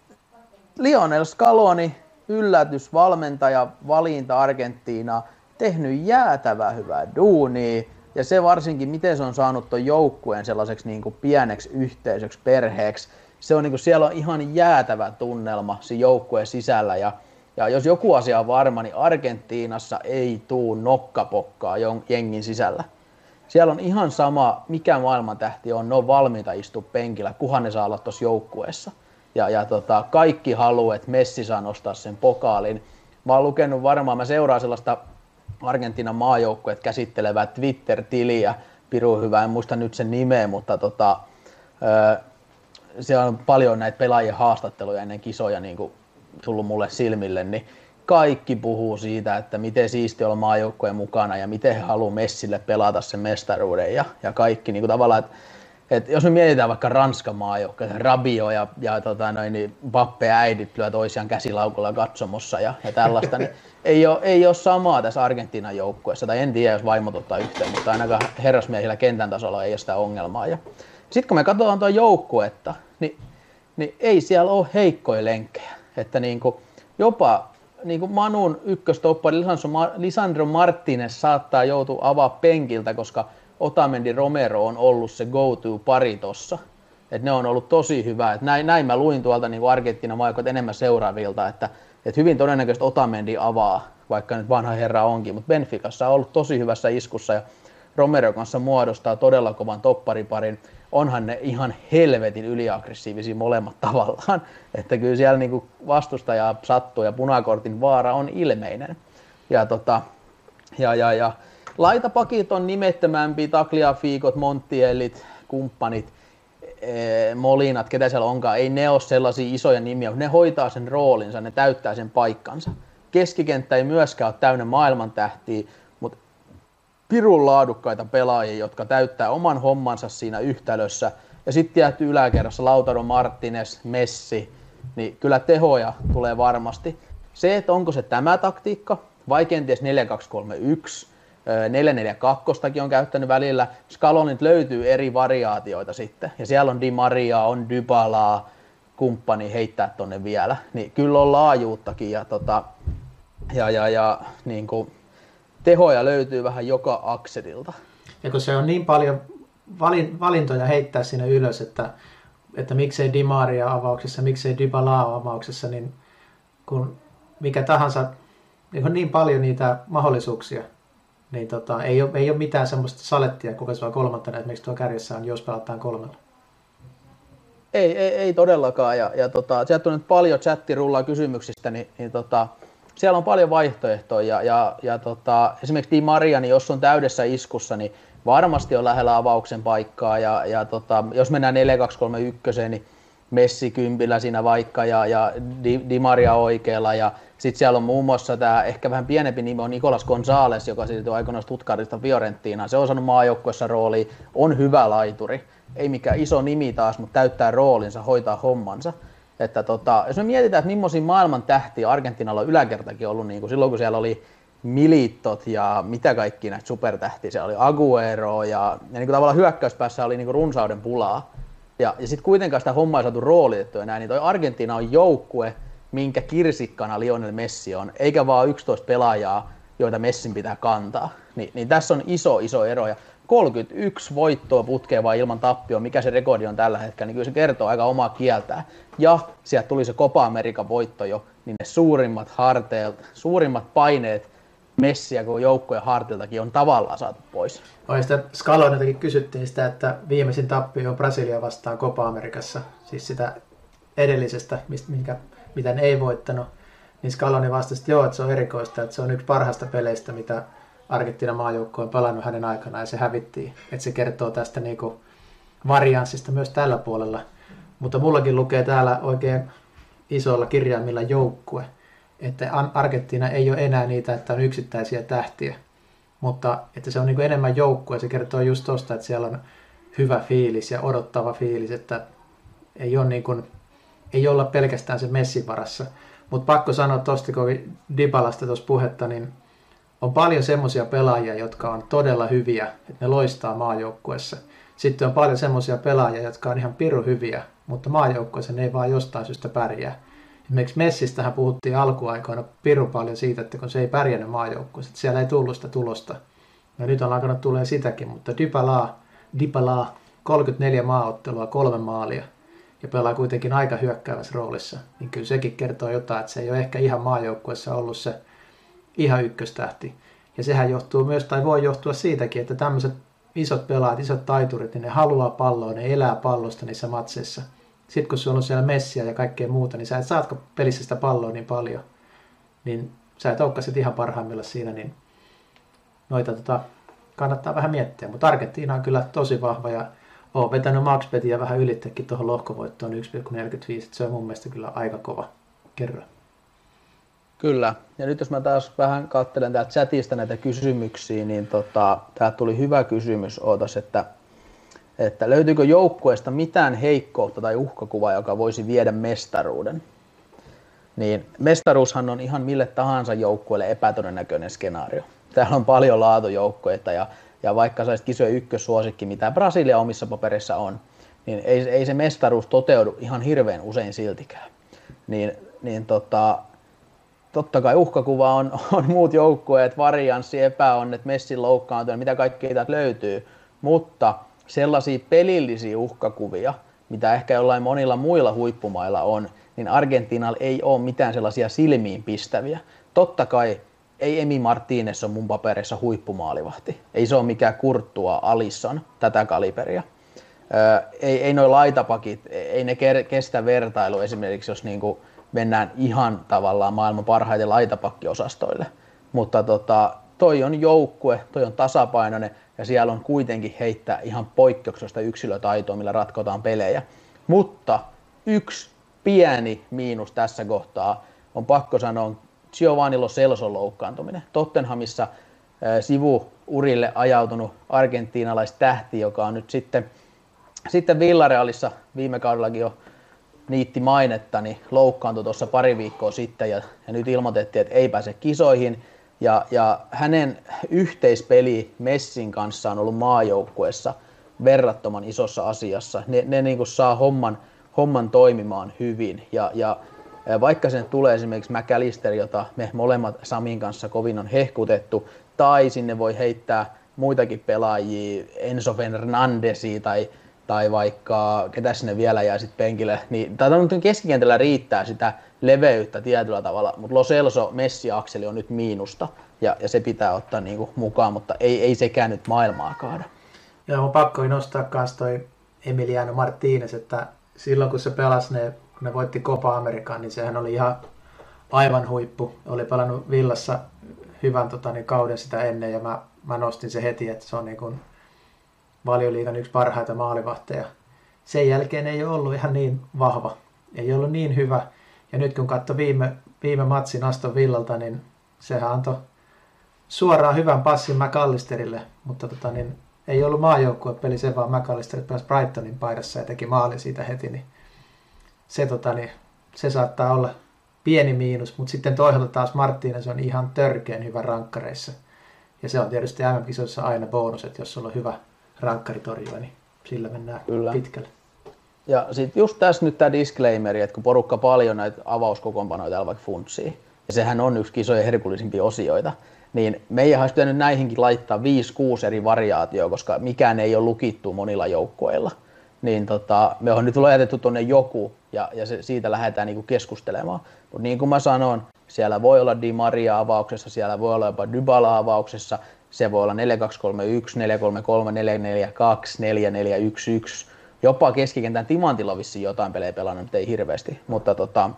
Lionel Scaloni, yllätysvalmentaja, valinta Argentiinaa, tehnyt jäätävän hyvää duunia. Ja se varsinkin, miten se on saanut ton joukkueen sellaiseksi niin kuin pieneksi yhteisöksi, perheeksi. Se on, niin kuin, siellä on ihan jäätävä tunnelma siinä joukkueen sisällä. Ja, ja jos joku asia on varma, niin Argentiinassa ei tuu nokkapokkaa jengin sisällä. Siellä on ihan sama, mikä maailmantähti on, ne on valmiita istua penkillä, kunhan ne saa olla tuossa joukkueessa. Ja, ja tota, kaikki haluaa, että Messi saa nostaa sen pokaalin. Mä oon lukenut varmaan, mä seuraan sellaista Argentiinan maajoukkueet käsittelevää Twitter-tiliä, pirun hyvä, en muista nyt sen nimeä, mutta tota, ö, siellä on paljon näitä pelaajien haastatteluja ennen kisoja niin kuin tullut mulle silmille, niin kaikki puhuu siitä, että miten siisti olla maajoukkojen mukana ja miten he haluaa Messille pelata sen mestaruuden ja, ja kaikki niin kuin tavallaan, että, että jos me mietitään vaikka Ranskan maajoukkoja, Rabiot ja, ja tota noin, niin Mbappé äidit lyö toisiaan käsilaukulla katsomossa ja, ja tällaista, niin ei ole, ei ole samaa tässä Argentiinan joukkueessa, tai en tiedä, jos vaimot ottaa yhteen, mutta ainakaan herrasmiehillä kentän tasolla ei ole sitä ongelmaa. Sitten kun me katsotaan tuo joukkuetta, niin, niin ei siellä ole heikkoja lenkkejä, että niin kuin jopa niin kuin Manun ykköstoppari Lisandro Martínez saattaa joutua avaa penkiltä, koska Otamendi Romero on ollut se go-to-pari tossa. Et ne on ollut tosi hyvä. Et näin, näin mä luin tuolta niin Argentiinan maajoukkueet enemmän seuraavilta, että et hyvin todennäköisesti Otamendi avaa, vaikka nyt vanha herra onkin, mutta Benficassa on ollut tosi hyvässä iskussa ja Romero kanssa muodostaa todella kovan toppariparin. Onhan ne ihan helvetin yliaggressiivisia molemmat tavallaan, että kyllä siellä niinku vastustaja sattuu ja punakortin vaara on ilmeinen. Ja, tota, ja, ja, ja laitapakit on nimettömämpiä, Tagliaficot, Montiellit, kumppanit, ee, Molinat, ketä siellä onkaan, ei ne ole sellaisia isoja nimiä, mutta ne hoitaa sen roolinsa, ne täyttää sen paikkansa. Keskikenttä ei myöskään ole täynnä maailmantähtiä, mutta pirun laadukkaita pelaajia, jotka täyttää oman hommansa siinä yhtälössä. Ja sitten tietty yläkerrassa Lautaro Martínez, Messi, niin kyllä tehoja tulee varmasti. Se, että onko se tämä taktiikka, vai kenties neljä kaksi kolme yksi, neljä neljä kaksi on käyttänyt välillä. Scalonit löytyy eri variaatioita sitten. Ja siellä on Di Maria, on Dybalaa, kumppani heittää tonne vielä. Niin kyllä on laajuuttakin ja, tota, ja, ja, ja niin kuin tehoja löytyy vähän joka akselilta. Ja kun se on niin paljon valintoja heittää sinne ylös, että, että miksei Di Maria avauksessa, miksei Dybala avauksessa, niin kun mikä tahansa, niin on niin paljon niitä mahdollisuuksia Niin tota, ei, ole, ei ole mitään semmoista salettia, kuka se on kolmantena, esimerkiksi tuo kärjessä on, jos pelataan kolmella. Ei, ei, ei todellakaan, ja, ja tota, sieltä on nyt paljon chattirullaa kysymyksistä, niin, niin tota, siellä on paljon vaihtoehtoja, ja, ja, ja tota, esimerkiksi Di Maria, niin jos on täydessä iskussa, niin varmasti on lähellä avauksen paikkaa, ja, ja tota, jos mennään neljä kaksi kolme yksi, niin Messi kympillä siinä vaikka, ja, ja Di, Di Maria oikealla, ja sitten siellä on muun muassa tämä ehkä vähän pienempi nimi on Nicolas Gonzalez, joka siirtyi aikoinaan Stuttgartista Fiorentinaan. Se on saanut maajoukkuessa roolia, on hyvä laituri. Ei mikään iso nimi taas, mutta täyttää roolinsa, hoitaa hommansa. Että tota, jos me mietitään, että millaisia maailman tähtiä Argentiinalla on yläkertakin ollut, niin kuin silloin kun siellä oli Militot ja mitä kaikki näitä supertähtiä, siellä oli Agüero ja, ja niin kuin tavallaan hyökkäyspäässä oli niin kuin runsauden pulaa. Ja, ja sitten kuitenkaan sitä hommaa ei saatu roolitettua enää, niin toi Argentiina on joukkue, minkä kirsikkana Lionel Messi on, eikä vaan yksitoista pelaajaa, joita Messin pitää kantaa. Ni, niin tässä on iso, iso ero. Ja kolmekymmentäyksi voittoa putkeen vaan ilman tappioon, mikä se rekordi on tällä hetkellä, niin kyllä se kertoo aika omaa kieltään. Ja sieltä tuli se Copa American voitto jo, niin ne suurimmat harteet, suurimmat paineet Messiä kuin joukkojen hartiltakin on tavallaan saatu pois. Oi, sitä Scaloniltakin kysyttiin sitä, että viimeisin tappio on Brasilia vastaan Copa Amerikassa, siis sitä edellisestä, minkä, mitä ne ei voittanut, niin Scaloni vastasi, että joo, että se on erikoista, että se on yksi parhaista peleistä, mitä Argentiinan maajoukko on pelannut hänen aikanaan, ja se hävittiin. Että se kertoo tästä niinku varianssista myös tällä puolella. Mutta mullakin lukee täällä oikein isolla kirjaimilla joukkue, että Argentiina ei ole enää niitä, että on yksittäisiä tähtiä, mutta että se on niinku enemmän joukkue. Se kertoo just tosta, että siellä on hyvä fiilis ja odottava fiilis, että ei ole niin kuin, ei olla pelkästään se Messin varassa. Mutta pakko sanoa tosta, kun Dybalasta tuossa puhetta, niin on paljon semmoisia pelaajia, jotka on todella hyviä, että ne loistaa maajoukkueessa. Sitten on paljon semmoisia pelaajia, jotka on ihan pirun hyviä, mutta maajoukkueessa ne ei vaan jostain syystä pärjää. Esimerkiksi Messistähän puhuttiin alkuaikoina pirun paljon siitä, että kun se ei pärjännyt maajoukkueessa, että siellä ei tullut sitä tulosta. No nyt on alkanut tulee sitäkin, mutta Dybala, Dybala kolmekymmentäneljä maaottelua, kolme maalia ja pelaa kuitenkin aika hyökkäävässä roolissa. Niin kyllä sekin kertoo jotain, että se ei ole ehkä ihan maajoukkueessa ollut se ihan ykköstähti. Ja sehän johtuu myös, tai voi johtua siitäkin, että tämmöiset isot pelaajat, isot taiturit, niin ne haluaa palloa, ne elää pallosta niissä matseissa. Sitten kun sulla on siellä Messiä ja kaikkea muuta, niin sä et saatko pelissä sitä palloa niin paljon, niin sä et olekaan ihan parhaimmilla siinä, niin noita tota, kannattaa vähän miettiä. Mutta Argentiina on kyllä tosi vahva ja oon vetänyt Maxbetia vähän ylittäkin tuohon lohkovoittoon yksi pilkku neljäkymmentäviisi, se on mun mielestä kyllä aika kova kerran. Kyllä. Ja nyt jos mä taas vähän katselen täältä chatista näitä kysymyksiä, niin tota, täältä tuli hyvä kysymys. Ootas, että, että löytyykö joukkueesta mitään heikkoutta tai uhkakuvaa, joka voisi viedä mestaruuden? Niin mestaruushan on ihan mille tahansa joukkueelle epätodennäköinen skenaario. Täällä on paljon laatujoukkueita ja, ja vaikka saisit kisojen ykkössuosikki, mitä Brasilia omissa paperissa on, niin ei, ei se mestaruus toteudu ihan hirveän usein siltikään. Niin, niin tota, totta kai uhkakuva on, on muut joukkueet, varianssi, epäonnet, Messin loukkaantuminen, mitä kaikkea täältä löytyy, mutta sellaisia pelillisiä uhkakuvia, mitä ehkä jollain monilla muilla huippumailla on, niin Argentiinalla ei ole mitään sellaisia silmiin pistäviä. Totta kai ei Emi Martínez ole mun paperissa huippumaalivahti. Ei se ole mikään Courtois, Alisson, tätä kaliberia. Öö, ei, ei noi laitapakit, ei ne kestä vertailu esimerkiksi, jos niinku mennään ihan tavallaan maailman parhaiten laitapakkiosastoille. Mutta tota, toi on joukkue, toi on tasapainoinen ja siellä on kuitenkin heittää ihan poikkeuksellista yksilötaitoa, millä ratkotaan pelejä. Mutta yksi pieni miinus tässä kohtaa on pakko sanoa Giovanni Lo Celson loukkaantuminen. Tottenhamissa äh, sivuurille ajautunut argentiinalaistähti, joka on nyt sitten, sitten Villarealissa viime kaudellakin jo niitti mainetta, niin loukkaantui tuossa pari viikkoa sitten ja, ja nyt ilmoitettiin, että ei pääse kisoihin. Ja, ja hänen yhteispeli Messin kanssa on ollut maajoukkueessa verrattoman isossa asiassa. Ne, ne niin kuin saa homman, homman toimimaan hyvin. Ja, ja vaikka sen tulee esimerkiksi McAllister, jota me molemmat Samin kanssa kovin on hehkutettu, tai sinne voi heittää muitakin pelaajia, Enzo Fernandesi tai tai vaikka ketä sinne vielä jää sitten penkille, niin tai keskikentällä riittää sitä leveyttä tietyllä tavalla, mutta Lo Celso, Messi-akseli on nyt miinusta, ja, ja se pitää ottaa niinku mukaan, mutta ei, ei sekään nyt maailmaa kaada. Joo, mun pakko nostaa myös toi Emiliano Martinez, että silloin kun se pelasi ne, kun ne voitti Copa American, niin sehän oli ihan aivan huippu. Oli pelannut Villassa hyvän tota, niin kauden sitä ennen, ja mä, mä nostin se heti, että se on niin kuin Valioliigan yksi parhaita maalivahteja. Sen jälkeen ei ole ollut ihan niin vahva, ei ollut niin hyvä. Ja nyt kun katsoi viime, viime matsin Aston Villalta, niin sehän antoi suoraan hyvän passin McAllisterille, mutta tota, niin, ei ollut maajoukkuepeli se, vaan McAllister pääsi Brightonin paidassa ja teki maalin siitä heti. Niin se, tota, niin, se saattaa olla pieni miinus, mutta sitten toisaalta taas Martinez on ihan törkeän hyvä rankkareissa. Ja se on tietysti M M-kisoissa aina bonus, että jos sulla on hyvä rankkaritorjua, niin sillä mennään Kyllä. pitkälle. Ja sitten just tässä nyt tämä disclaimeri, että kun porukka paljon näitä avauskokoonpanoja täällä vaikka funtsii, ja sehän on yksi kisojen herkullisimpia osioita, niin meidän olisi pitänyt näihinkin laittaa viisi kuusi eri variaatioa, koska mikään ei ole lukittu monilla joukkueilla. Niin tota, me on nyt laitettu tuonne joku, ja, ja se, siitä lähdetään niinku keskustelemaan. Mutta niin kuin mä sanon, siellä voi olla Di Maria avauksessa, siellä voi olla jopa Dybala avauksessa, se voi olla neljä kaksi kolme yksi, neljä kolme kolme, neljä neljä kaksi, neljä neljä yksi yksi. Jopa keskikentän Timantilla vissiin jotain pelejä pelannut, mutta ei hirveästi. Mutta tota,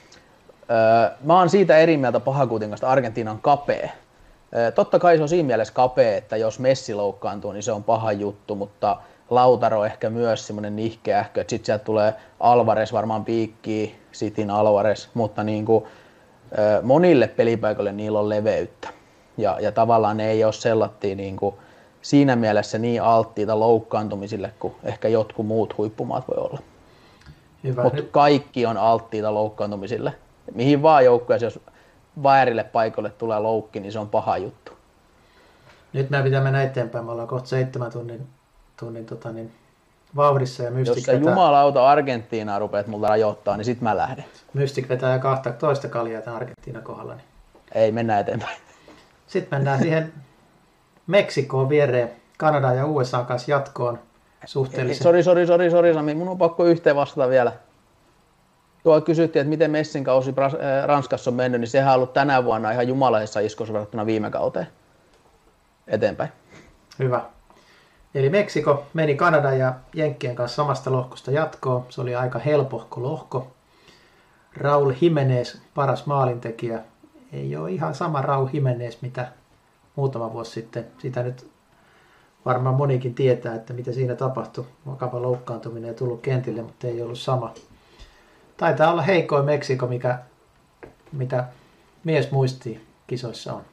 öö, mä oon siitä eri mieltä Pahakuutin kanssa, Argentiina on kapea. Öö, totta kai se on siinä mielessä kapea, että jos Messi loukkaantuu, niin se on paha juttu, mutta Lautaro ehkä myös semmoinen nihkeähkö, että sit sieltä tulee Alvarez varmaan piikkiin, Cityn Alvarez, mutta niin kuin, öö, monille pelipaikoille niillä on leveyttä. Ja, ja tavallaan ne ei ole sellattiin niin kuin siinä mielessä niin alttiita loukkaantumisille kuin ehkä jotkut muut huippumaat voi olla. Mutta kaikki on alttiita loukkaantumisille. Mihin vaan joukkueessa, jos väärille paikoille tulee loukki, niin se on paha juttu. Nyt meidän pitää mennä eteenpäin. Me ollaan kohta seitsemän tunnin, tunnin tota niin, vauhdissa. Ja Mystic jos sä vetää... jumalauta Argentiinaa rupeat multa rajoittaa, niin sit mä lähden. Mystic vetää jo kahta toista kaljaa tämän Argentiinan kohdalla. Niin... Ei, mennään eteenpäin. Sitten mennään siihen Meksikoon viereen, Kanadan ja U S A kanssa jatkoon suhteellisen. Sori, sori, sori, sori Sami, mun on pakko yhteen vastata vielä. Tuolla kysyttiin, että miten Messin kausi Ranskassa on mennyt, niin sehän on ollut tänä vuonna ihan jumalaisessa iskossa verrattuna viime kauteen. Eteenpäin. Hyvä. Eli Meksiko meni Kanadan ja Jenkkien kanssa samasta lohkosta jatkoon. Se oli aika helpohko lohko. Raul Jimenez, paras maalintekijä. Ei ole ihan sama Raul Jimenez, mitä muutama vuosi sitten. Sitä nyt varmaan monikin tietää, että mitä siinä tapahtui. Vakava loukkaantuminen ei tullut kentille, mutta ei ollut sama. Taitaa olla heikoin Meksiko, mikä, mitä mies muistii kisoissa on.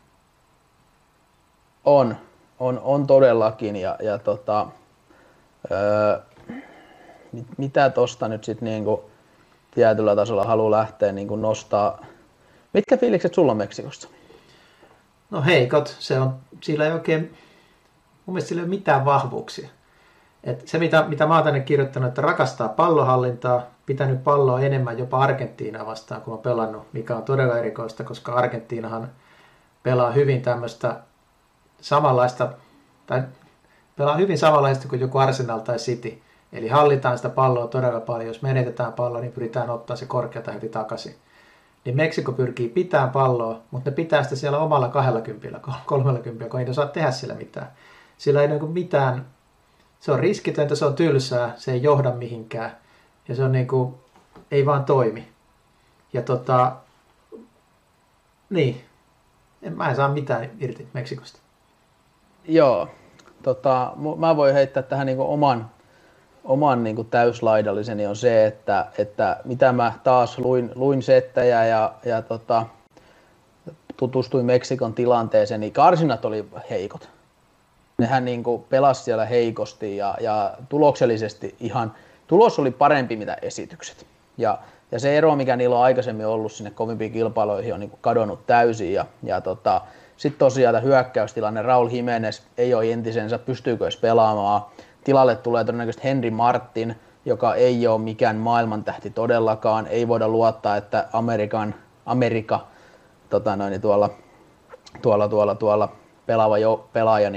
On, on, on todellakin. Ja, ja tota, öö, mit, mitä tosta nyt sitten niinku tietyllä tasolla haluaa lähteä niinku nostaa. Mitkä fiilikset sulla on Meksikosta? No heikot, se on, sillä ei oikein, mun mielestä sillä ei ole mitään vahvuuksia. Et se mitä, mitä mä oon tänne kirjoittanut, että rakastaa pallohallintaa, pitänyt palloa enemmän jopa Argentiinaa vastaan, kun on pelannut, mikä on todella erikoista, koska Argentiinahan pelaa hyvin tämmöistä samanlaista, tai pelaa hyvin samanlaista kuin joku Arsenal tai City. Eli hallitaan sitä palloa todella paljon, jos menetetään palloa, niin pyritään ottaa se korkealta heti takaisin. Niin Meksiko pyrkii pitämään palloa, mutta ne pitää sitä siellä omalla kaksikymmentä, kolmekymmentä, kun ei osaa tehdä sillä mitään. Sillä ei niin mitään, se on riskitöntä, se on tylsää, se ei johda mihinkään ja se on niin kuin, ei vaan toimi. Ja tota, niin, en, mä en saa mitään irti Meksikosta. Joo, tota, mä voin heittää tähän niin kuin oman, oman niin kuin täyslaidalliseni on se, että, että mitä mä taas luin, luin settejä ja, ja tota, tutustuin Meksikon tilanteeseen, niin karsinat oli heikot. Nehän niin kuin pelasi siellä heikosti ja, ja tuloksellisesti ihan, tulos oli parempi mitä esitykset. Ja, ja se ero, mikä niillä on aikaisemmin ollut sinne kovimpiin kilpailuihin, on niin kuin kadonnut täysin. Ja, ja tota, sitten tosiaan tämä hyökkäystilanne, Raul Jimenez ei ole entisensä, pystyykö edes pelaamaan. Tilalle tulee todennäköisesti Henry Martin, joka ei ole mikään maailmantähti todellakaan. Ei voida luottaa, että Amerikan, Amerika tota noin, tuolla, tuolla, tuolla, tuolla pelaava jo, pelaaja, niin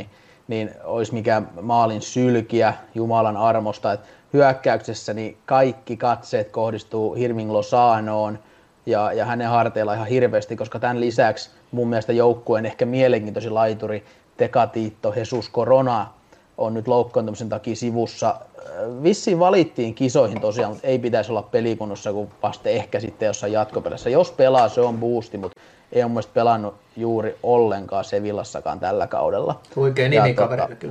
niin olisi mikään maalin sylkiä Jumalan armosta. Et hyökkäyksessä niin kaikki katseet kohdistuu Hirving Lozanoon ja, ja hänen harteilla ihan hirveästi, koska tämän lisäksi mun mielestä joukkueen ehkä mielenkiintoisin laituri Tecatito Jesus Corona on nyt loukkaantumisen takia sivussa. Vissiin valittiin kisoihin tosiaan, mutta ei pitäisi olla pelikunnossa kuin vasta ehkä sitten jossain jatkopelissä. Jos pelaa, se on boosti, mutta ei ole mielestäni pelannut juuri ollenkaan Sevillassakaan tällä kaudella. Huikea nimi kaverille kyllä.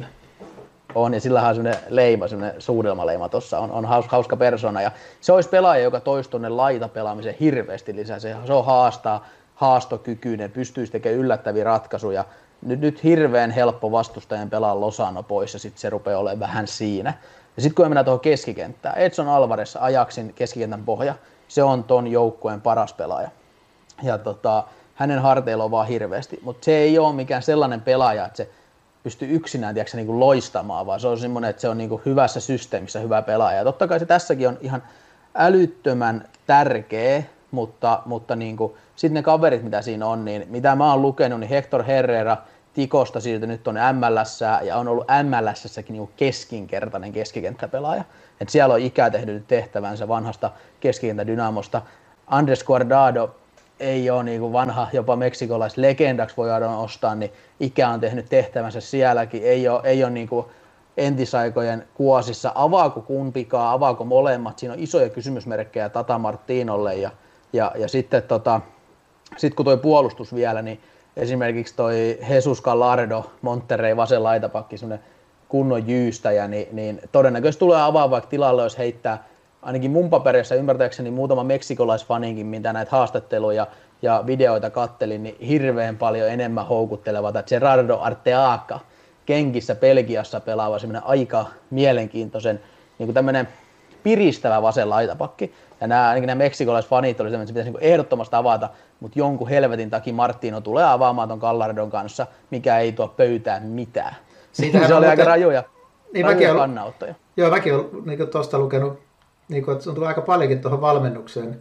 On, ja sillähän on semmoinen leima, semmoinen suudelmaleima tuossa, on, on hauska, hauska persona. Ja se olisi pelaaja, joka toisi tuonne laitapelaamisen hirveästi lisää. Se, se on haastaa, haastokykyinen, pystyisi tekemään yllättäviä ratkaisuja. Nyt, nyt hirveän helppo vastustajan pelaa Lozano pois, ja sitten se rupeaa olemaan vähän siinä. Ja sitten kun mennään tuohon keskikenttään, Edson Alvarez, Ajaxin keskikentän pohja, se on ton joukkueen paras pelaaja. Ja tota, hänen harteilla on vaan hirveästi, mutta se ei ole mikään sellainen pelaaja, että se pystyy yksinään tiedätkö, niin kuin loistamaan, vaan se on semmoinen, että se on niin kuin hyvässä systeemissä hyvä pelaaja. Ja totta kai se tässäkin on ihan älyttömän tärkeä, mutta, mutta niin kuin, sitten ne kaverit, mitä siinä on, niin mitä mä oon lukenut, niin Hector Herrera Tikosta siirtynyt tuonne M L S ja on ollut M L S:ssäkin niin keskinkertainen keskikenttäpelaaja. Et siellä on ikä tehnyt tehtävänsä vanhasta keskikenttä Dynamosta. Andres Guardado ei ole niin kuin vanha, jopa meksikolais-legendaksi voidaan ostaa, niin ikä on tehnyt tehtävänsä sielläkin. Ei ole, ei ole niin kuin entisaikojen kuosissa. Avaako kumpikaan, avaako molemmat? Siinä on isoja kysymysmerkkejä Tata Martinolle. Ja, ja, ja sitten tota, sit kun toi puolustus vielä, niin esimerkiksi toi Jesus Gallardo, Monterrey vasen laitapakki, semmoinen kunnon jyystäjä, niin, niin todennäköisesti tulee avaa vaikka tilalle, jos heittää ainakin mun paperissa ymmärtääkseni muutama meksikolaisfaninkin, mitä näitä haastatteluja ja videoita kattelin, niin hirveän paljon enemmän houkuttelevat. Gerardo Arteaga, kenkissä Belgiassa pelaava semmoinen aika mielenkiintoisen, niin kuin tämmöinen piristävä vasen laitapakki. Ja nämä, ainakin nämä meksikolaisfanit oli semmoinen, että se pitäisi niin ehdottomasti avata, mutta jonkun helvetin takia Martino tulee avaamaan ton Gallardon kanssa, mikä ei tuo pöytään mitään. Siitä se oli muuten aika rajoja, niin rajoja kannanottoja. Joo, mäkin olen niin tuosta lukenut, niin kuin, että on tullut aika paljonkin tuohon valmennukseen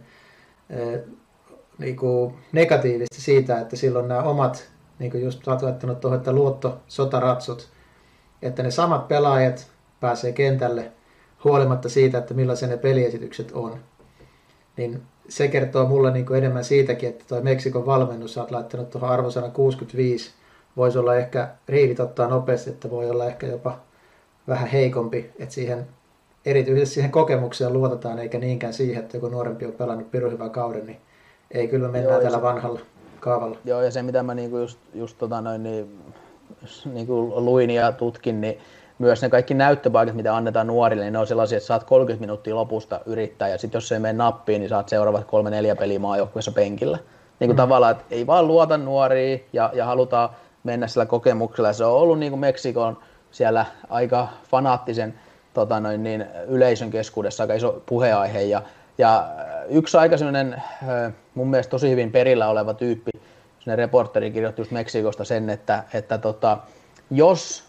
niin kuin negatiivisesti siitä, että silloin nämä omat, niin kuin just olet laittanut tuohon, että luotto, sotaratsot, että ne samat pelaajat pääsee kentälle huolimatta siitä, että millaisia ne peliesitykset on. Niin se kertoo mulle niin kuin enemmän siitäkin, että tuo Meksikon valmennus, olet laittanut tuohon arvosanan kuusikymmentäviisi, voisi olla ehkä, riivit ottaa nopeasti, että voi olla ehkä jopa vähän heikompi, että siihen erityisesti siihen kokemukseen luotetaan, eikä niinkään siihen, että joku nuorempi on pelannut pirun hyvän kauden, niin ei kyllä mennään Joo, tällä se, vanhalla kaavalla. Joo, ja se mitä mä niinku just, just tota noin, niin, niinku luin ja tutkin, niin myös ne kaikki näyttöpaikat, mitä annetaan nuorille, niin ne on sellaisia, että saat kolmekymmentä minuuttia lopusta yrittää, ja sitten jos se ei mene nappiin, niin saat seuraavat kolme neljä peliä maajoukkueessa penkillä. Niin kuin mm. tavallaan, että ei vaan luota nuoria, ja, ja halutaan mennä sillä kokemuksella. Se on ollut niin kuin Meksikon siellä aika fanaattisen tota noin, niin, yleisön keskuudessa aika iso puheenaihe. Ja, ja yksi aika sellainen mun mielestä tosi hyvin perillä oleva tyyppi, sellainen reporteri kirjoitti just Meksikosta sen, että, että tota, jos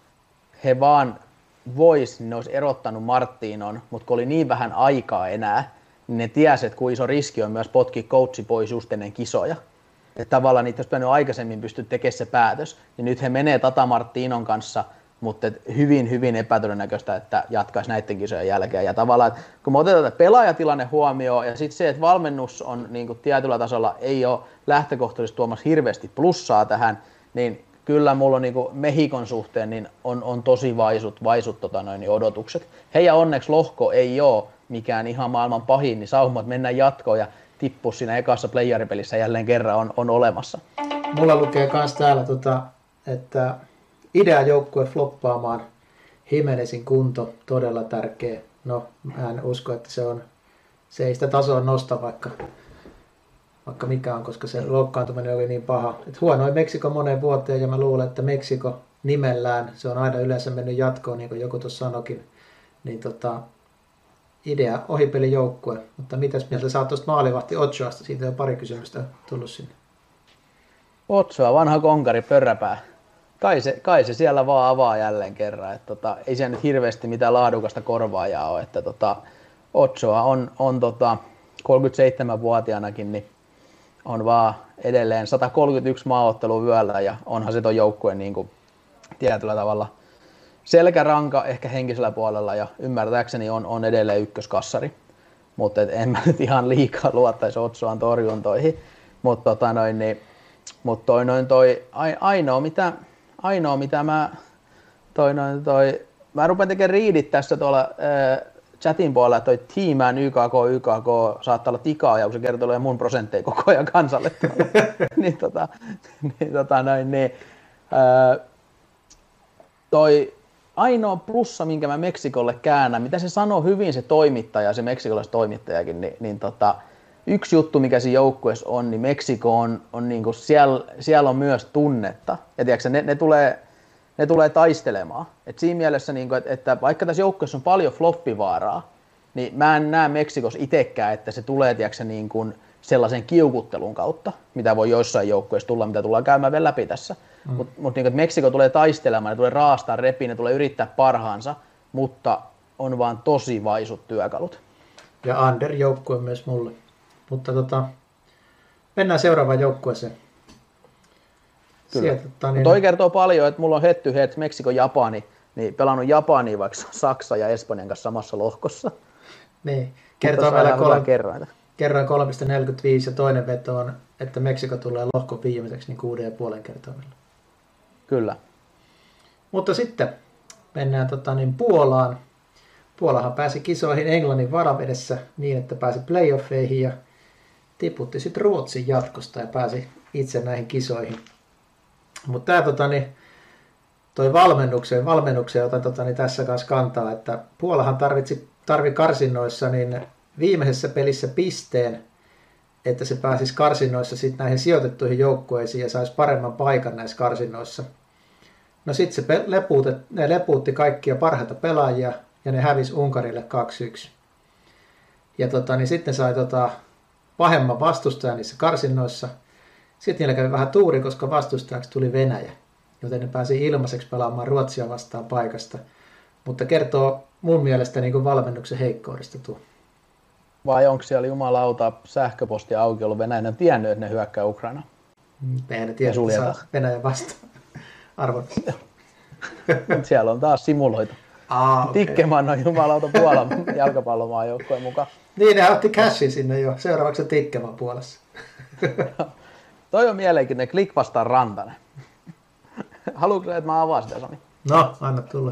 he vaan vois, niin ne olisi erottanut Martinon, mutta kun oli niin vähän aikaa enää, niin ne tiesi, että kuin iso riski on myös potkia coachi pois just ennen kisoja. Että tavallaan niitä olisi pitänyt aikaisemmin pystyä tekemään se päätös, niin nyt he menee Tata Martinon kanssa, mutta hyvin, hyvin epätodennäköistä, että jatkaisi näiden kisojen jälkeen. Ja tavallaan, että kun me otetaan pelaajatilanne huomioon, ja sitten se, että valmennus on niin kuin tietyllä tasolla ei ole lähtökohtaisesti tuomassa hirveästi plussaa tähän, niin kyllä mulla on niin kuin Mehikon suhteen niin on, on tosi vaisut, vaisut tota noin, niin odotukset. Heidän onneksi lohko ei ole mikään ihan maailman pahin, niin saumat mennään jatkoon ja tippua siinä ekassa playeripelissä jälleen kerran on, on olemassa. Mulla lukee myös täällä, tota, että idea joukkue floppaamaan, Jimenezin kunto todella tärkeä. No, mä en usko, että se on, se ei sitä tasoa nosta vaikka, vaikka mikä on, koska se loukkaantuminen oli niin paha. Et huonoin Meksiko moneen vuoteen, ja mä luulen, että Meksiko nimellään, se on aina yleensä mennyt jatkoon, niin kuin joku tuossa sanoikin, niin tota, idea ohipelin joukkue. Mutta mitäs mieltä sä oot tuosta maalivahti Ochoasta? Siitä on pari kysymystä tullut sinne. Ochoa, vanha konkari, pörräpää. Kai se, kai se siellä vaan avaa jälleen kerran. Et tota, ei siellä nyt hirveästi mitään laadukasta korvaajaa ole. Että tota, Ochoa on, on tota, kolmekymmentäseitsemänvuotiaanakin, niin on vaan edelleen sata kolmekymmentäyksi maaottelua vyöllä, ja onhan se ton joukkueen niin kuin tietyllä tavalla selkäranka ehkä henkisellä puolella ja ymmärtääkseni on, on edelleen ykköskassari. Mutta en mä nyt ihan liikaa luottaisi Otsoan torjuntoihin. Mutta tota noin, niin, mut toi, noin, toi ainoa, mitä, ainoa mitä mä toi, noin, toi, mä rupean tekemään riidit tässä tuolla ää, chatin puolella, että toi T-Man Y K K, Y K K saattaa olla tikaa, ja kun se kertoo mun prosentteja koko ajan kansalle. niin, tota, niin, tota, noin, niin, ää, toi ainoa plussa, minkä mä Meksikolle käännän, mitä se sanoo hyvin se toimittaja, se meksikolaiset toimittajakin, niin, niin tota, yksi juttu, mikä siinä joukkueessa on, niin Meksiko on, on niinku, siellä, siellä on myös tunnetta. Ja tiedätkö, ne, ne, tulee, ne tulee taistelemaan. Et siinä mielessä, niinku, että, että vaikka tässä joukkueessa on paljon floppivaaraa, niin mä en näe Meksikossa itsekään, että se tulee tiedätkö, niinku, sellaisen kiukuttelun kautta, mitä voi joissain joukkueissa tulla, mitä tullaan käymään vielä läpi tässä. Mm. Mutta mut, niinku, Meksiko tulee taistelemaan, ne tulee raastaa, repiä, ne tulee yrittää parhaansa, mutta on vaan tosi vaisut työkalut. Ja under-joukkue myös mulle. Mutta tota, mennään seuraavaan joukkueeseen. Kyllä. Sieltä, niin... Toi kertoo paljon, että mulla on head to head Meksiko Japani, niin pelannut Japania vaikka Saksa ja Espanjan kanssa samassa lohkossa. Niin, kertoo vielä kolme, kerran kolme pilkku neljäkymmentäviisi ja toinen veto on, että Meksiko tulee lohkon viimeiseksi niin kuuden ja puolen kertoimella. Kyllä. Mutta sitten mennään tota, niin Puolaan. Puolahan pääsi kisoihin Englannin varavedessä niin, että pääsi playoffeihin ja tiputti sitten Ruotsin jatkosta ja pääsi itse näihin kisoihin. Mutta tämä tota, niin, toi valmennukseen, valmennukseen otan tota, niin tässä kanssa kantaa, että Puolahan tarvitsi, tarvi karsinnoissa niin viimeisessä pelissä pisteen, että se pääsisi karsinnoissa sitten näihin sijoitettuihin joukkueisiin ja saisi paremman paikan näissä karsinnoissa. No sitten se lepuutti, ne lepuutti kaikkia parhaita pelaajia ja ne hävisi Unkarille kaksi yksi. Ja tota, niin sitten sai tota, pahemman vastustajan niissä karsinnoissa. Sitten niillä kävi vähän tuuri, koska vastustajaksi tuli Venäjä, joten ne pääsi ilmaiseksi pelaamaan Ruotsia vastaan paikasta. Mutta kertoo mun mielestä niin kuin valmennuksen heikkoudesta tuo. Vai onko siellä jumalauta sähköposti auki ollut Venäjä? En tiennyt, että ne hyökkää Ukraina. Eihän ne tiedä, että saa Venäjä vastaan. Arvot. Siellä on taas simuloitu. Ah, okay. Tikkeman on jumalauta Puolan jalkapallomaajoukkueen mukaan. Niin, ne otti cashin sinne jo. Seuraavaksi Tikkeman Puolassa. Toi on mielenkiintoinen. Klik vastaan Rantanen. Haluatko, että mä avaan sitä, Sami? No, anna tulla.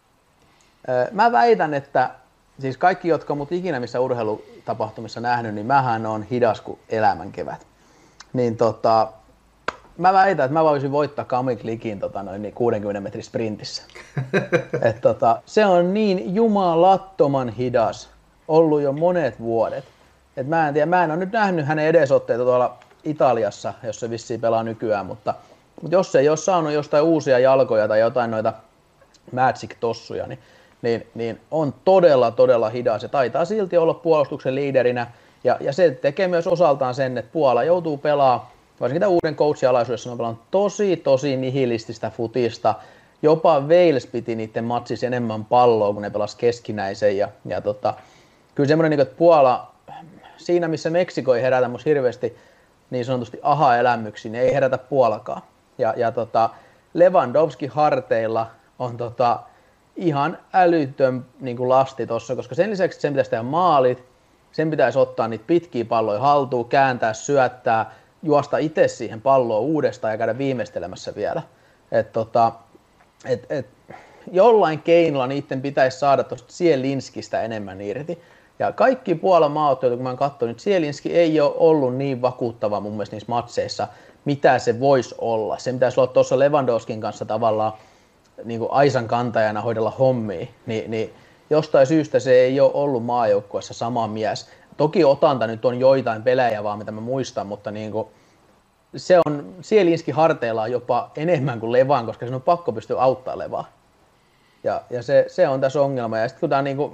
Mä väitän, että siis kaikki, jotka mut ikinä missä urheilutapahtumissa nähnyt, niin mähän on hidas kuin elämän kevät. Niin tota, mä väitän, että mä voisin voittaa Kami Klikin tota, noin, niin kuudenkymmenen metrin sprintissä. Et, tota, se on niin jumalattoman hidas ollut jo monet vuodet. Et mä en tiedä, mä en ole nyt nähnyt hänen edesotteita tuolla Italiassa, jos se vissiin pelaa nykyään, mutta, mutta jos se ei ole saanut jostain uusia jalkoja tai jotain noita Magic-tossuja, niin, niin, niin on todella, todella hidas ja taitaa silti olla puolustuksen liiderinä. Ja, ja se tekee myös osaltaan sen, että Puola joutuu pelaamaan, varsinkin tämän uuden coachin alaisuudessa, on pelannut tosi, tosi nihilististä futista. Jopa Wales piti niiden matsissa enemmän palloa, kun ne pelasi keskinäisen. Ja, ja tota, kyllä semmoinen, että Puola, siinä missä Meksiko ei herätä musta hirveästi niin sanotusti aha-elämyksiin, niin ei herätä Puolakaan. Ja, ja tota, Lewandowski harteilla on tota, ihan älytön niin kuin lasti tossa, koska sen lisäksi että sen pitäisi tehdä maalit, sen pitäisi ottaa niitä pitkiä palloja haltuun, kääntää, syöttää, juosta itse siihen palloon uudestaan ja käydä viimeistelemässä vielä. Et, tota, et, et, jollain keinolla niiden pitäisi saada tuosta Zielinskistä enemmän irti. Ja kaikki Puolan maaottelut, kun mä oon katsonut, niin Zielinski ei ole ollut niin vakuuttava mun mielestä niissä matseissa, mitä se voisi olla. Se pitäisi olla tuossa Lewandowskin kanssa tavallaan niin kuin aisan kantajana hoidella hommia, niin, niin jostain syystä se ei ole ollut maajoukkueessa sama mies. Toki Otanta nyt on joitain pelejä vaan, mitä mä muistan, mutta niin kuin, se on Zielinski harteilla jopa enemmän kuin Levan, koska se on pakko pystyä auttamaan Levaa. Ja, ja se, se on tässä ongelma. Ja sitten kun tämä niin kuin,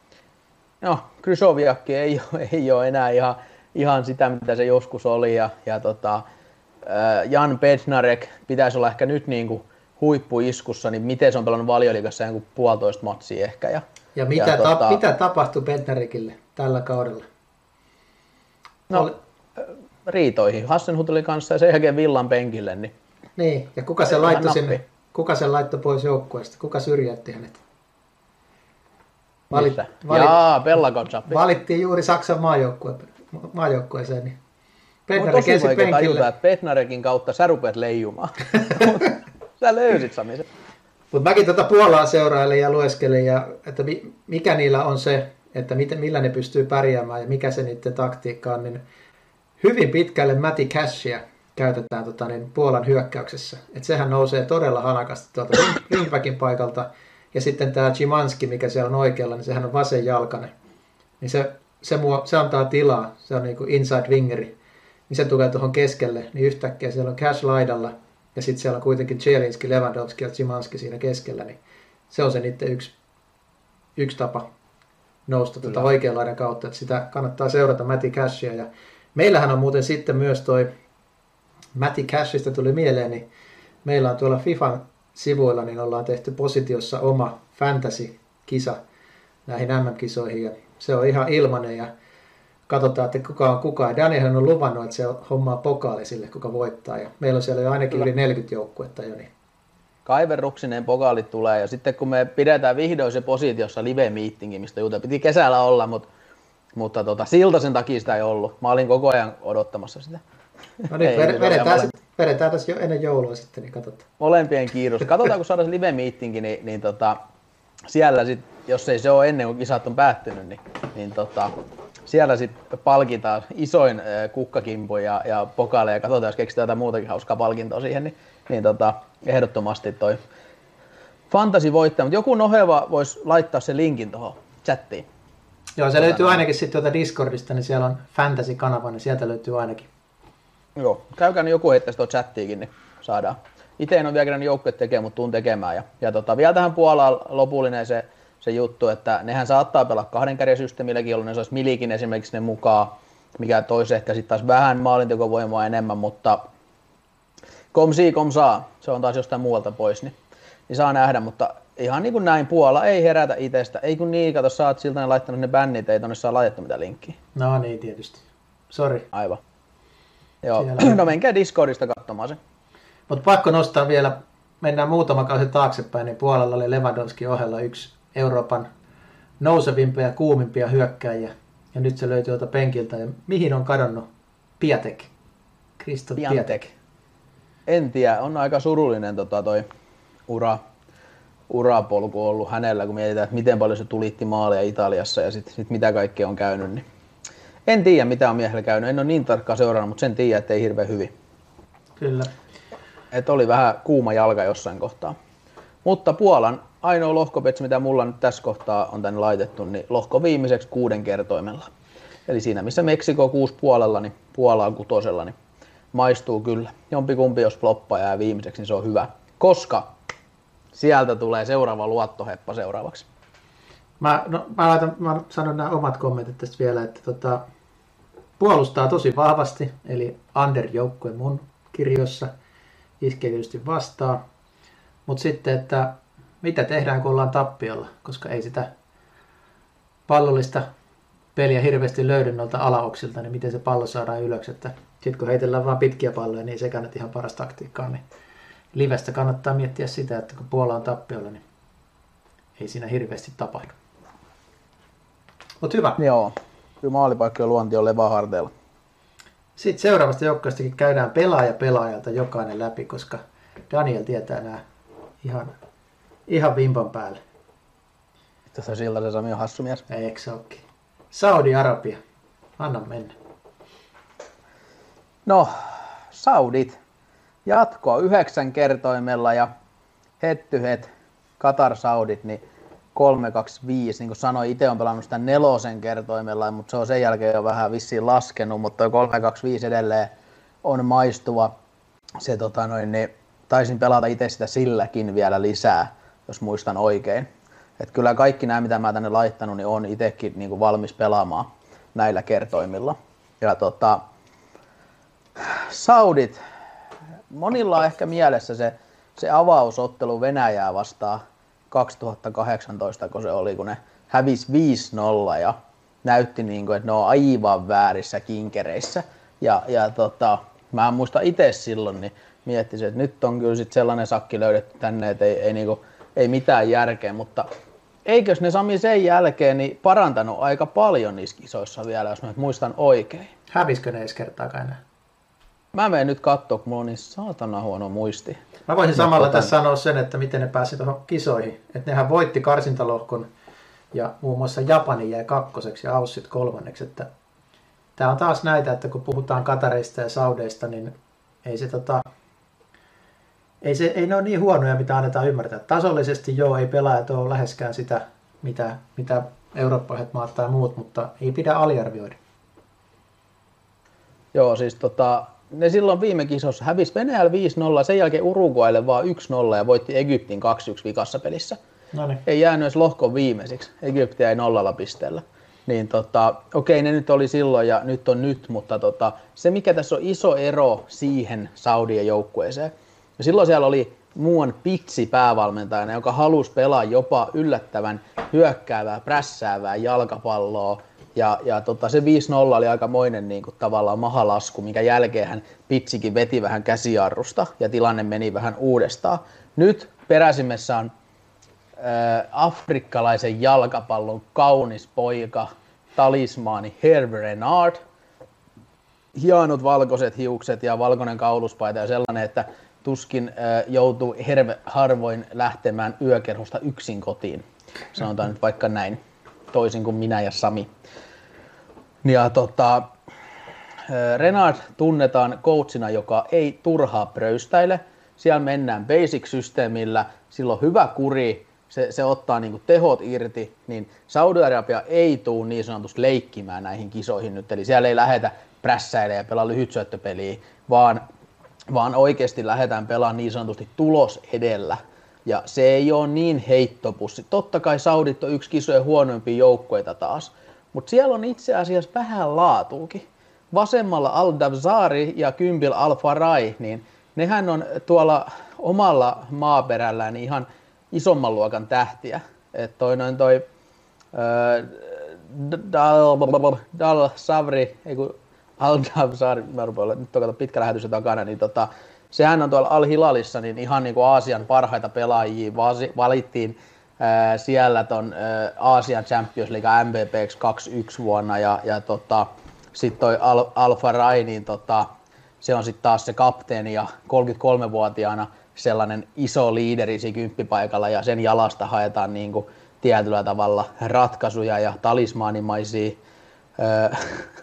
no, Krysowiakki ei ole, ei ole enää ihan, ihan sitä, mitä se joskus oli. Ja, ja tota, Jan Bednarek pitäisi olla ehkä nyt niin kuin huippuiskussa, niin miten se on pelannut Valioliigassa joku puolitoista matsia ehkä. Ja, ja, mitä, ja ta- tota, mitä tapahtui Bednarekille tällä kaudella? No, Oli... riitoihin Hassenhutelin kanssa ja sen jälkeen Villan penkille. Niin, niin. Ja kuka se laittoi sinne, kuka sen laittoi pois joukkueesta? Kuka syrjäytti hänet? Valit, valit, Jaa, Pellakotsapi. Valittiin juuri Saksan maajoukkue, maajoukkueeseen. Niin on tosi vaikea tajuta, että Petnarekin kautta sä rupeat leijumaan. Sä löysit Sami sen. Mutta mäkin tuota Puolaa seurailin ja lueskelin, ja, että mikä niillä on se, että miten, millä ne pystyy pärjäämään ja mikä se niiden taktiikka on, niin hyvin pitkälle Matti Cashia käytetään tota, niin Puolan hyökkäyksessä. Et sehän nousee todella hanakasti tuolta wingbackin paikalta. Ja sitten tämä Szymanski, mikä siellä on oikealla, niin sehän on vasenjalkainen. Niin se, se, muo, se antaa tilaa, se on niin kuin inside wingeri. Niin se tulee tuohon keskelle, niin yhtäkkiä siellä on Cash laidalla. Ja sitten siellä on kuitenkin Zielinski, Lewandowski ja Szymanski siinä keskellä. Niin se on se niiden yksi, yksi tapa nousta tuota oikean laidan kautta. Että sitä kannattaa seurata Matti Cashia. Ja meillähän on muuten sitten myös toi Matti Cashista tuli mieleen, niin meillä on tuolla FIFAn sivuilla, niin ollaan tehty positiossa oma fantasy-kisa näihin M M-kisoihin, ja se on ihan ilmainen, ja katsotaan, että kuka on kuka. Ja Daniel on luvannut, että se hommaa pokaali sille, kuka voittaa, ja meillä on siellä jo ainakin Kyllä. yli neljäkymmentä joukkuetta jo. Niin. Kaiverruksineen pokaalit tulee, ja sitten kun me pidetään vihdoin se positiossa live-meetingi, mistä juuri piti kesällä olla, mutta, mutta tota, Siltasen takia sitä ei ollut. Mä olin koko ajan odottamassa sitä. No niin, ver- vedetään, sit, vedetään tässä jo ennen joulua sitten, niin katsotaan. Molempien kiitos. Katsotaan, kun saadaan se live-meetingi, niin, niin tota, siellä sitten, jos ei se ole ennen kuin kisat on päättynyt, niin, niin tota, siellä sitten palkitaan isoin äh, kukkakimpu ja, ja pokaaleja, ja katsotaan, jos keksitään jotain muutakin hauskaa palkintoa siihen, niin, niin tota, ehdottomasti toi Fantasy voittaa. Mutta joku noheva voisi laittaa sen linkin tuohon chattiin. Joo, se löytyy ainakin sitten tuota Discordista, niin siellä on Fantasy-kanava, niin sieltä löytyy ainakin. Joo, käykää joku heittäisi tuon chattiinkin, niin saadaan. Itse en ole vielä kerran joukkueet tekemään, mutta tuun tekemään. Ja, ja tota, vielä tähän Puolaan lopullinen se, se juttu, että nehän saattaa pelaa kahden kärjen systeemilläkin, jolloin ne saisi Milikin esimerkiksi ne mukaan, mikä toisi ehkä sitten taas vähän maalintekovoimaa enemmän, mutta komsi komsaa, se on taas jostain muualta pois, niin, niin saa nähdä, mutta ihan niin kuin näin, Puola ei herätä itsestä, ei kun niin, kato, sä oot siltä laittanut ne bännit, ei tonne saa laitettu mitään linkkiä. No niin, tietysti. Sori. Aivan. Joo, no menkää Discordista katsomaan se. Mutta pakko nostaa vielä, mennään muutama kausi taaksepäin, niin Puolalla oli Lewandowski ohella yksi Euroopan nousevimpia ja kuumimpia hyökkääjiä. Ja nyt se löytyy tuolta penkiltä. Ja mihin on kadonnut Piatek? Kristo Piatek. En tiedä, on aika surullinen tota, toi ura, urapolku ollut hänellä, kun mietitään, että miten paljon se tulitti maaleja Italiassa ja sitten sit mitä kaikkea on käynyt. Niin en tiedä, mitä on miehellä käynyt. En ole niin tarkkaan seurannut, mutta sen tiedän, että ei hirveän hyvin. Kyllä. Että oli vähän kuuma jalka jossain kohtaa. Mutta Puolan ainoa lohkopetsi, mitä mulla nyt tässä kohtaa on tänne laitettu, niin lohko viimeiseksi kuuden kertoimella. Eli siinä, missä Meksiko kuusi puolella, niin Puola on kutosella, niin maistuu kyllä. Jompikumpi, jos floppaa jää viimeiseksi, niin se on hyvä. Koska sieltä tulee seuraava luottoheppa seuraavaksi. Mä, no, mä, laitan, mä sanon nämä omat kommentit tästä vielä, että tota, puolustaa tosi vahvasti, eli under-joukkue mun kirjoissa, iskee tietysti vastaan, mutta sitten, että mitä tehdään, kun ollaan tappiolla, koska ei sitä pallollista peliä hirveästi löydy noilta alaoksilta, niin miten se pallo saadaan ylös, että sitten kun heitellään vaan pitkiä palloja, niin sekään nyt ihan paras taktiikkaa, niin livestä kannattaa miettiä sitä, että kun Puola on tappiolla, niin ei siinä hirveästi tapahdu. Mut hyvä. Joo, kyllä maalipaikkojen luonti on leväharteilla. Sitten seuraavasta joukkueestakin käydään pelaaja pelaajalta jokainen läpi, koska Daniel tietää nämä ihan, ihan vimpan päälle. Tässä siltä se Sami on hassu mies. Eikö se ookin? Saudi-Arabia. Anna mennä. No, Saudit. Jatkoa yhdeksän kertoimella ja head to head Qatar Saudit, niin kolme kaksi viisi, niin kuin sanoin, itse on pelannut sitä nelosen kertoimella, mutta se on sen jälkeen jo vähän vissiin laskenut, mutta kolme kaksi viisi edelleen on maistuva. Se, tota noin, niin, taisin pelata itse sitä silläkin vielä lisää, jos muistan oikein. Et kyllä kaikki nämä, mitä mä tänne laittanut, niin on itsekin niin kuin valmis pelaamaan näillä kertoimilla. Ja tota, Saudit, monilla on ehkä mielessä se, se avausottelu Venäjää vastaan kaksituhattakahdeksantoista, kun se oli, kun ne hävisi viisi nolla ja näytti, niin kuin, että ne on aivan väärissä kinkereissä. Ja, ja tota, mä en muista itse silloin, niin miettisi, että nyt on kyllä sit sellainen sakki löydetty tänne, että ei, ei, niinku, ei mitään järkeä, mutta eikös ne Sami sen jälkeen niin parantanut aika paljon niissä kisoissa vielä, jos mä nyt muistan oikein? Hävisikö ne edes kertaakaan enää? Mä menen nyt katsoa, kun mulla on niin saatana huono muisti. Mä voisin samalla tässä sanoa sen, että miten ne pääsi tuohon kisoihin. Että nehän voitti karsintalohkon ja muun muassa Japani jäi kakkoseksi ja Aussit kolmanneksi. Että tää on taas näitä, että kun puhutaan Katareista ja Saudeista, niin ei se tota... Ei, se, ei ne ole niin huonoja, mitä annetaan ymmärtää. Tasollisesti joo, ei pelaajat ole läheskään sitä, mitä, mitä eurooppalaiset maat tai muut, mutta ei pidä aliarvioida. Joo, siis tota, ne silloin viime kisossa hävisi Venäjällä viisi nolla, sen jälkeen Uruguaylle vaan yksi nolla ja voitti Egyptin kaksi yksi vikassa pelissä. Noniin. Ei jäänyt edes lohkon viimeisiksi. Egypti jäi nollalla pisteellä. Niin tota, okei, ne nyt oli silloin ja nyt on nyt, mutta tota, se mikä tässä on iso ero siihen Saudien joukkueeseen. Ja silloin siellä oli muuan Pitsi päävalmentajana, joka halusi pelaa jopa yllättävän hyökkäävää, prässäävää jalkapalloa. Ja, ja tota, se viisi nolla oli aikamoinen niin kuin, tavallaan mahalasku, minkä jälkeen hän Pitsikin veti vähän käsijarrusta ja tilanne meni vähän uudestaan. Nyt peräsimessä on ää, afrikkalaisen jalkapallon kaunis poika, talismaani Hervé Renard. Hienot valkoiset hiukset ja valkoinen kauluspaita ja sellainen, että tuskin ää, joutuu Herve harvoin lähtemään yökerhosta yksin kotiin. Sanotaan nyt vaikka näin, toisin kuin minä ja Sami. Ja tota, Renard tunnetaan coachina, joka ei turhaa pröystäile. Siellä mennään basic-systeemillä, sillä on hyvä kuri, se, se ottaa niinku tehot irti, niin Saudi-Arabia ei tule niin sanotusti leikkimään näihin kisoihin nyt. Eli siellä ei lähdetä prässäilemään ja pelaa lyhytsyöttöpeliä, vaan, vaan oikeasti lähdetään pelaamaan niin sanotusti tulos edellä. Ja se ei ole niin heittopussi. Totta kai Saudit on yksi kisojen huonoimpia joukkoita taas, mutta siellä on itse asiassa vähän laatuukin. Vasemmalla Al-Davzari ja Kymbil Al-Farai, niin nehän on tuolla omalla maaperällään ihan isomman luokan tähtiä. Että toi noin toi äh, Dal, Dal Savri, ei kun Al-Davzari, mä rupean olla, nyt on kato pitkä lähetys takana, niin tota, sehän on tuolla Al-Hilalissa niin ihan niin kuin Aasian parhaita pelaajia, valittiin ää, siellä ton ää, Aasian Champions League M V P:ksi kaksikymmentäyksi vuonna ja, ja tota, sitten toi Al- Al-Farai, niin tota, se on sitten taas se kapteeni ja kolmekymmentäkolmevuotiaana sellainen iso liideri siinä kymppipaikalla ja sen jalasta haetaan niin kuin tietyllä tavalla ratkaisuja ja talismaanimaisia ää,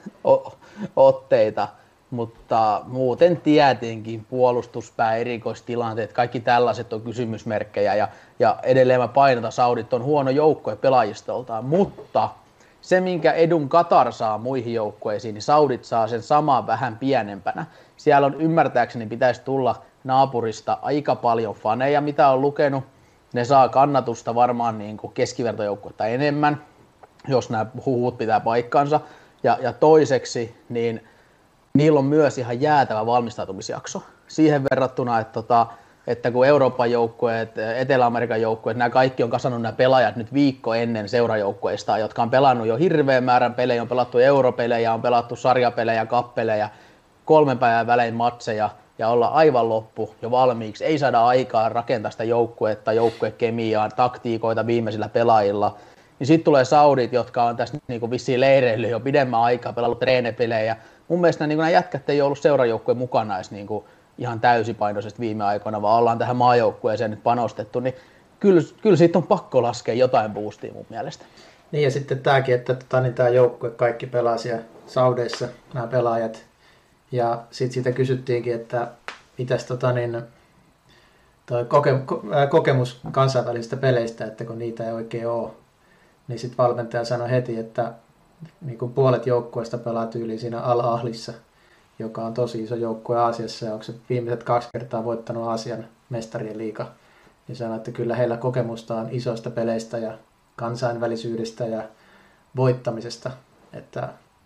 otteita. Mutta muuten tietenkin puolustuspää, erikoistilanteet, kaikki tällaiset on kysymysmerkkejä ja, ja edelleen mä painotan, Saudit on huono joukkue pelaajistoltaan, mutta se minkä edun Katar saa muihin joukkueisiin, niin Saudit saa sen samaa vähän pienempänä. Siellä on ymmärtääkseni pitäisi tulla naapurista aika paljon faneja, mitä on lukenut. Ne saa kannatusta varmaan niin kuin keskivertojoukkuetta enemmän, jos nämä huhut pitää paikkansa. Ja, ja toiseksi, niin niillä on myös ihan jäätävä valmistautumisjakso. Siihen verrattuna, että, tota, että kun Euroopan joukkueet, Etelä-Amerikan joukkueet, nämä kaikki on kasannut nämä pelaajat nyt viikko ennen seurajoukkueista, jotka on pelannut jo hirveän määrän pelejä, on pelattu europelejä, on pelattu sarjapelejä, kappelejä, kolmen päivän välein matseja ja olla aivan loppu jo valmiiksi. Ei saada aikaa rakentaa sitä joukkuetta, joukkuekemiaa, taktiikoita viimeisillä pelaajilla. Niin sitten tulee Saudit, jotka on tässä niinku vissiin leireillyt jo pidemmän aikaa, pelannut treenepelejä. Mun mielestä niin nämä jätkät ei ollut seurajoukkueen mukana edes niin kuin ihan täysipainoisesti viime aikoina, vaan ollaan tähän maajoukkueeseen nyt panostettu, niin kyllä, kyllä siitä on pakko laskea jotain boostia mun mielestä. Niin ja sitten tämäkin, että tota, niin tämä joukkue kaikki pelaa siellä Saudeissa, nämä pelaajat. Ja sitten siitä kysyttiinkin, että mitäs tota, niin, toi koke, kokemus kansainvälisistä peleistä, että kun niitä ei oikein ole, niin sitten valmentaja sanoi heti, että niin kuin puolet joukkueesta pelaa tyyliin siinä Al-Ahlissa, joka on tosi iso joukkue Aasiassa ja onko se viimeiset kaksi kertaa voittanut Aasian mestarien liiga. Ja sanoi, että kyllä heillä kokemusta on isoista peleistä ja kansainvälisyydestä ja voittamisesta. Että,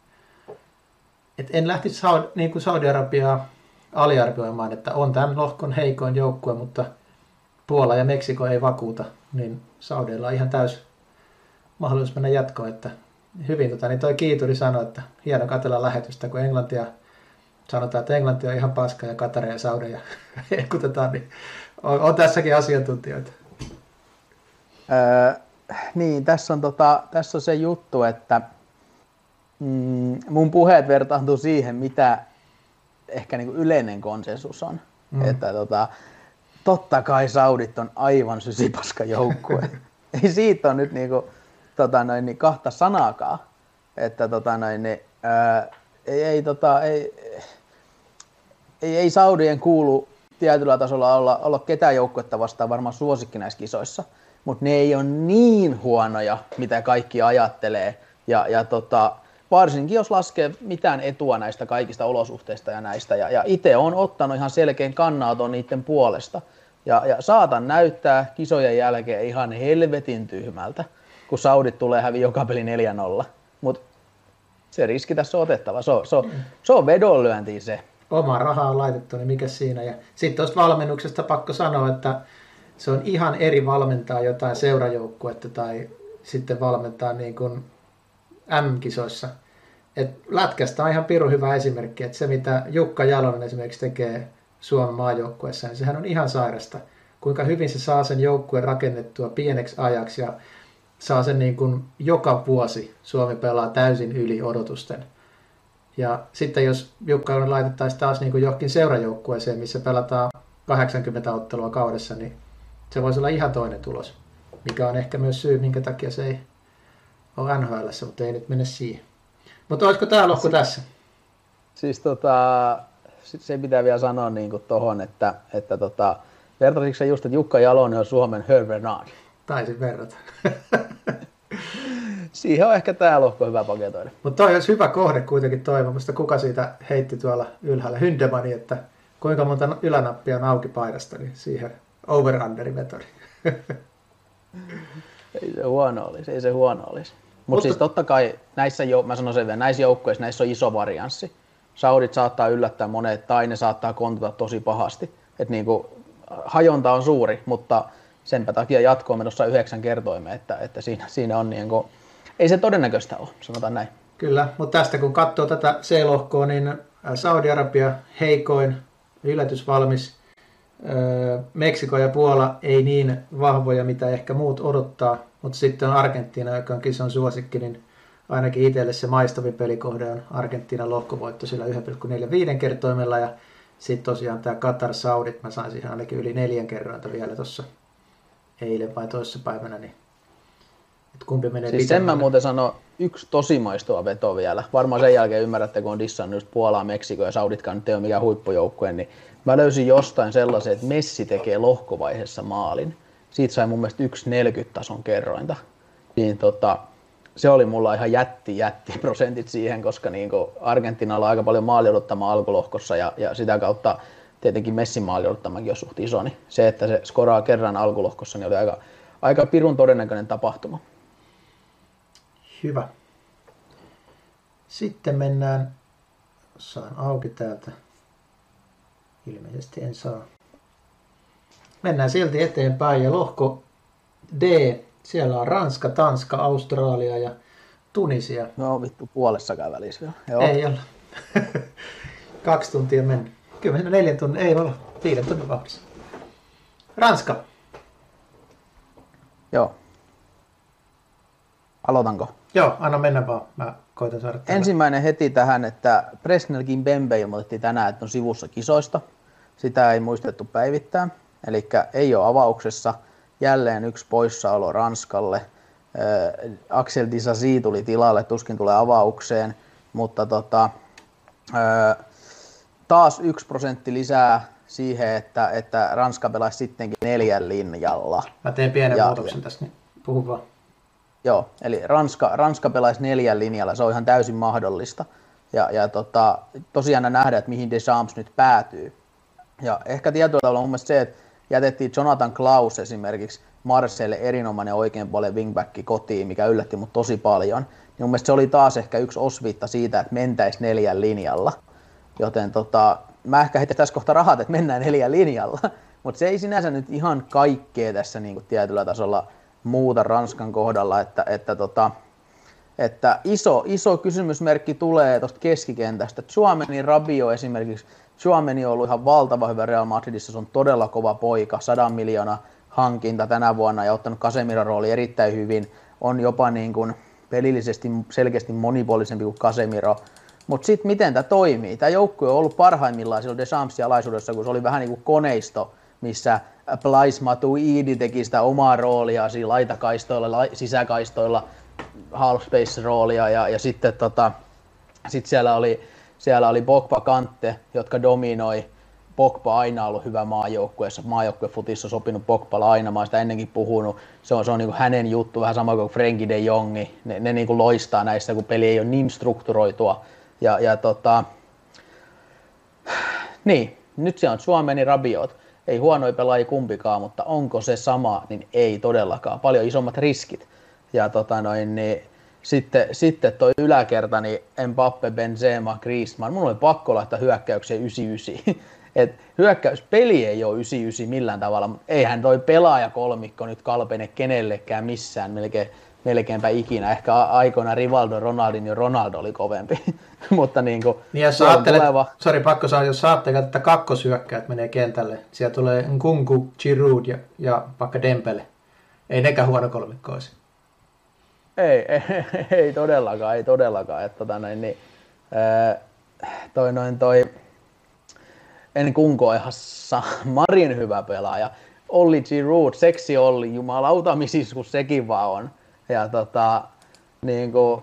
et en lähtisi Saudi, niin kuin Saudi-Arabiaa aliarvioimaan, että on tämän lohkon heikoin joukkue, mutta Puola ja Meksiko ei vakuuta, niin Saudeilla on ihan täys mahdollisuus mennä jatkoon, että hyvin tota, niin toi Kiituri sanoi, että hieno katsella lähetystä, kun Englanti ja sanotaan, että Englanti on ihan paska ja Katar ja Saudi ja hehkutetaan, niin on, on tässäkin asiantuntijoita. Öö, niin, tässä on, tota, tässä on se juttu, että mm, mun puheet vertaantuu siihen, mitä ehkä niin kuin yleinen konsensus on. Mm. Että tota, totta kai Saudit on aivan sysipaska joukkue. Ei siitä ole nyt niinku, tota noin, niin kahta sanaakaan. Että tota noin, niin, ää, ei, ei, tota, ei, ei, ei Saudien kuulu tietyllä tasolla olla, olla ketään joukkuetta vastaan varmaan suosikki näissä kisoissa. Mutta ne ei ole niin huonoja, mitä kaikki ajattelee. Ja, ja tota, varsinkin jos laskee mitään etua näistä kaikista olosuhteista ja näistä. Ja, ja itse olen ottanut ihan selkeän kannanoton niiden puolesta. Ja, ja saatan näyttää kisojen jälkeen ihan helvetin tyhmältä, kun Saudit tulee hävi joka peli neljä nolla. Mutta se riski tässä on otettava. Se on, se on, se on vedonlyöntiä se. Oma rahaa on laitettu, niin mikä siinä. Ja sitten tuosta valmennuksesta pakko sanoa, että se on ihan eri valmentaa jotain seurajoukkuetta tai sitten valmentaa niin kuin M M-kisoissa. Et lätkästä on ihan pirun hyvä esimerkki, että se mitä Jukka Jalonen esimerkiksi tekee Suomen maajoukkueessa, niin sehän on ihan sairasta. Kuinka hyvin se saa sen joukkueen rakennettua pieneksi ajaksi ja saa sen niin kuin joka vuosi Suomi pelaa täysin yli odotusten. Ja sitten jos Jukka laitettaisiin taas niin kuin johonkin seurajoukkueeseen, missä pelataan kahdeksankymmentä ottelua kaudessa, niin se voisi olla ihan toinen tulos. Mikä on ehkä myös syy, minkä takia se ei ole N H L:ssä, mutta ei nyt mene siihen. Mutta olisiko tämä lohko tässä? Siis tota, se pitää vielä sanoa niin tuohon, että, että tota, vertaisitko se just, että Jukka Jalonen on Suomen Hervé Renard? Taisin verrata. Siihen on ehkä tämä lohko hyvä paketoida. Mutta toi olisi hyvä kohde kuitenkin toivomusta. Kuka siitä heitti tuolla ylhäällä? Hyndemani, että kuinka monta ylänappia on auki paidasta, niin siihen over-underi metodi. Ei se huono olisi, ei se huono olisi. Mutta Mut siis totta kai näissä, mä sanon sen vielä, näissä joukkueissa näissä on iso varianssi. Saudit saattaa yllättää monet tai ne saattaa kontata tosi pahasti. Et niinku, hajonta on suuri, mutta senpä takia jatkoon menossa yhdeksän kertoimeen, että, että siinä, siinä on niinku, ei se todennäköistä ole, sanotaan näin. Kyllä, mutta tästä kun katsoo tätä C-lohkoa, niin Saudi-Arabia heikoin, yllätysvalmis. Meksiko ja Puola ei niin vahvoja, mitä ehkä muut odottaa, mutta sitten on Argentiina, joka on kisan suosikki, niin ainakin itselle se maistavin pelikohde on Argentiinan lohkovoitto sillä yksi pilkku neljäkymmentäviisi kertoimella ja sitten tosiaan tämä Qatar Saudit, mä sain siihen ainakin yli neljän kerrointa vielä tuossa eilen vai toisessa päivänä, niin että kumpi menee siis sen mä muuten sanon yksi tosi maistava veto vielä. Varmaan sen jälkeen ymmärrätte, kun on dissannut just Puolaa, Meksikoa ja Sauditkaan nyt ei ole mikään huippujoukkue, niin mä löysin jostain sellaisen, että Messi tekee lohkovaiheessa maalin. Siitä sai mun mielestä yksi neljäkymmentä tason kerrointa. Niin tota, se oli mulla ihan jätti, jätti prosentit siihen, koska niinku Argentiinalla on aika paljon maali odottamaa alkulohkossa ja, ja sitä kautta tietenkin Messin maali odottamakin on suht iso. Niin se, että se skoraa kerran alkulohkossa, niin oli aika, aika pirun todennäköinen tapahtuma. Hyvä. Sitten mennään, saan auki täältä. Ilmeisesti en saa. Mennään silti eteenpäin ja lohko D, siellä on Ranska, Tanska, Australia ja Tunisia. No vittu puolessakaan välissä vielä. Joo. Ei olla. Kaksi tuntia mennyt. Kyllä mennään neljän tunnin, ei olla viiden tunnin vauhdissa. Ranska. Joo. Aloitanko? Joo, anna mennä vaan. Mä koitan saada tällä. Ensimmäinen heti tähän, että Presnel Kimpembe ilmoitettiin tänään, että on sivussa kisoista. Sitä ei muistettu päivittää. Eli ei ole avauksessa. Jälleen yksi poissaolo Ranskalle. Axel Disasi tuli tilalle, tuskin tulee avaukseen. Mutta tota, taas yksi prosentti lisää siihen, että, että Ranska pelaisi sittenkin neljän linjalla. Mä teen pienen ja, muutoksen tästä, niin puhu vaan. Joo, eli Ranska, Ranska pelaisi neljän linjalla, se on ihan täysin mahdollista. Ja, ja tota, tosiaan nähdään, että mihin Deschamps nyt päätyy. Ja ehkä tietyllä tavalla on mun mielestä se, että jätettiin Jonathan Klaus esimerkiksi Marseille erinomainen oikein puolen wingbacki kotiin, mikä yllätti mut tosi paljon. Niin mun mielestä se oli taas ehkä yksi osviitta siitä, että mentäisi neljän linjalla. Joten tota, mä ehkä heittäisin tässä kohta rahat, että mennään neljän linjalla. Mutta se ei sinänsä nyt ihan kaikkea tässä niin kuin tietyllä tasolla muuta Ranskan kohdalla, että, että tota, että iso, iso kysymysmerkki tulee tuosta keskikentästä. Tchouaméni, Rabiot esimerkiksi. Tchouaméni on ollut ihan valtava hyvä Real Madridissa, se on todella kova poika, sadan miljoonaa hankinta tänä vuonna ja ottanut Casemiron rooli erittäin hyvin. On jopa niin kuin pelillisesti selkeästi monipuolisempi kuin Casemiro. Mutta sitten miten tämä toimii? Tämä joukkue on ollut parhaimmillaan silloin Deschampsin alaisuudessa, kun se oli vähän niin kuin koneisto, missä Blaise Matuidi teki sitä omaa roolia siinä laitakaistoilla, la, sisäkaistoilla, half space roolia ja, ja sitten tota, sit siellä oli, siellä oli Pogba, Kante, jotka dominoi. Pogba aina ollut hyvä maajoukkueessa. Maajoukkuefutissa on sopinut Pogballa aina, mä oon sitä ennenkin puhunut. Se on, se on niin kuin hänen juttu, vähän sama kuin Frenkie de Jongi. Ne, ne niin kuin loistaa näissä, kun peli ei ole niin strukturoitua. Ja, ja tota, niin, nyt se on Tchouaméni, Rabiot. Ei huonoja pelaajia kumpikaan, mutta onko se sama, niin ei todellakaan. Paljon isommat riskit. Ja tota noin, niin sitten, sitten toi yläkerta, niin Mbappe, Benzema, Griezmann. Mun oli pakko laittaa hyökkäykseen yhdeksänkymmentäyhdeksän. Et hyökkäyspeli ei ole yhdeksänkymmentäyhdeksän millään tavalla, mutta eihän toi pelaajakolmikko nyt kalpene kenellekään missään melkein, melkeinpä ikinä. Ehkä aikoina Rivaldo, Ronaldinho, Ronaldo oli kovempi. Mutta niin kuin, niin jos ajattelet, tuleva... sori pakko sanoa, jos ajattelet, että kakkoshyökkäät menee kentälle, siellä tulee Nkunku, Giroud ja, ja vaikka Dembele. Ei nekään huono kolmikko olisi. Ei, ei, ei todellakaan, ei todellakaan. Että tota noin, niin, ää, toi noin toi... En kunkoihassa, Marin hyvä pelaaja. Olli Giroud, seksi Olli, jumalauta misis kun sekin vaan on. Ja tota, niinku,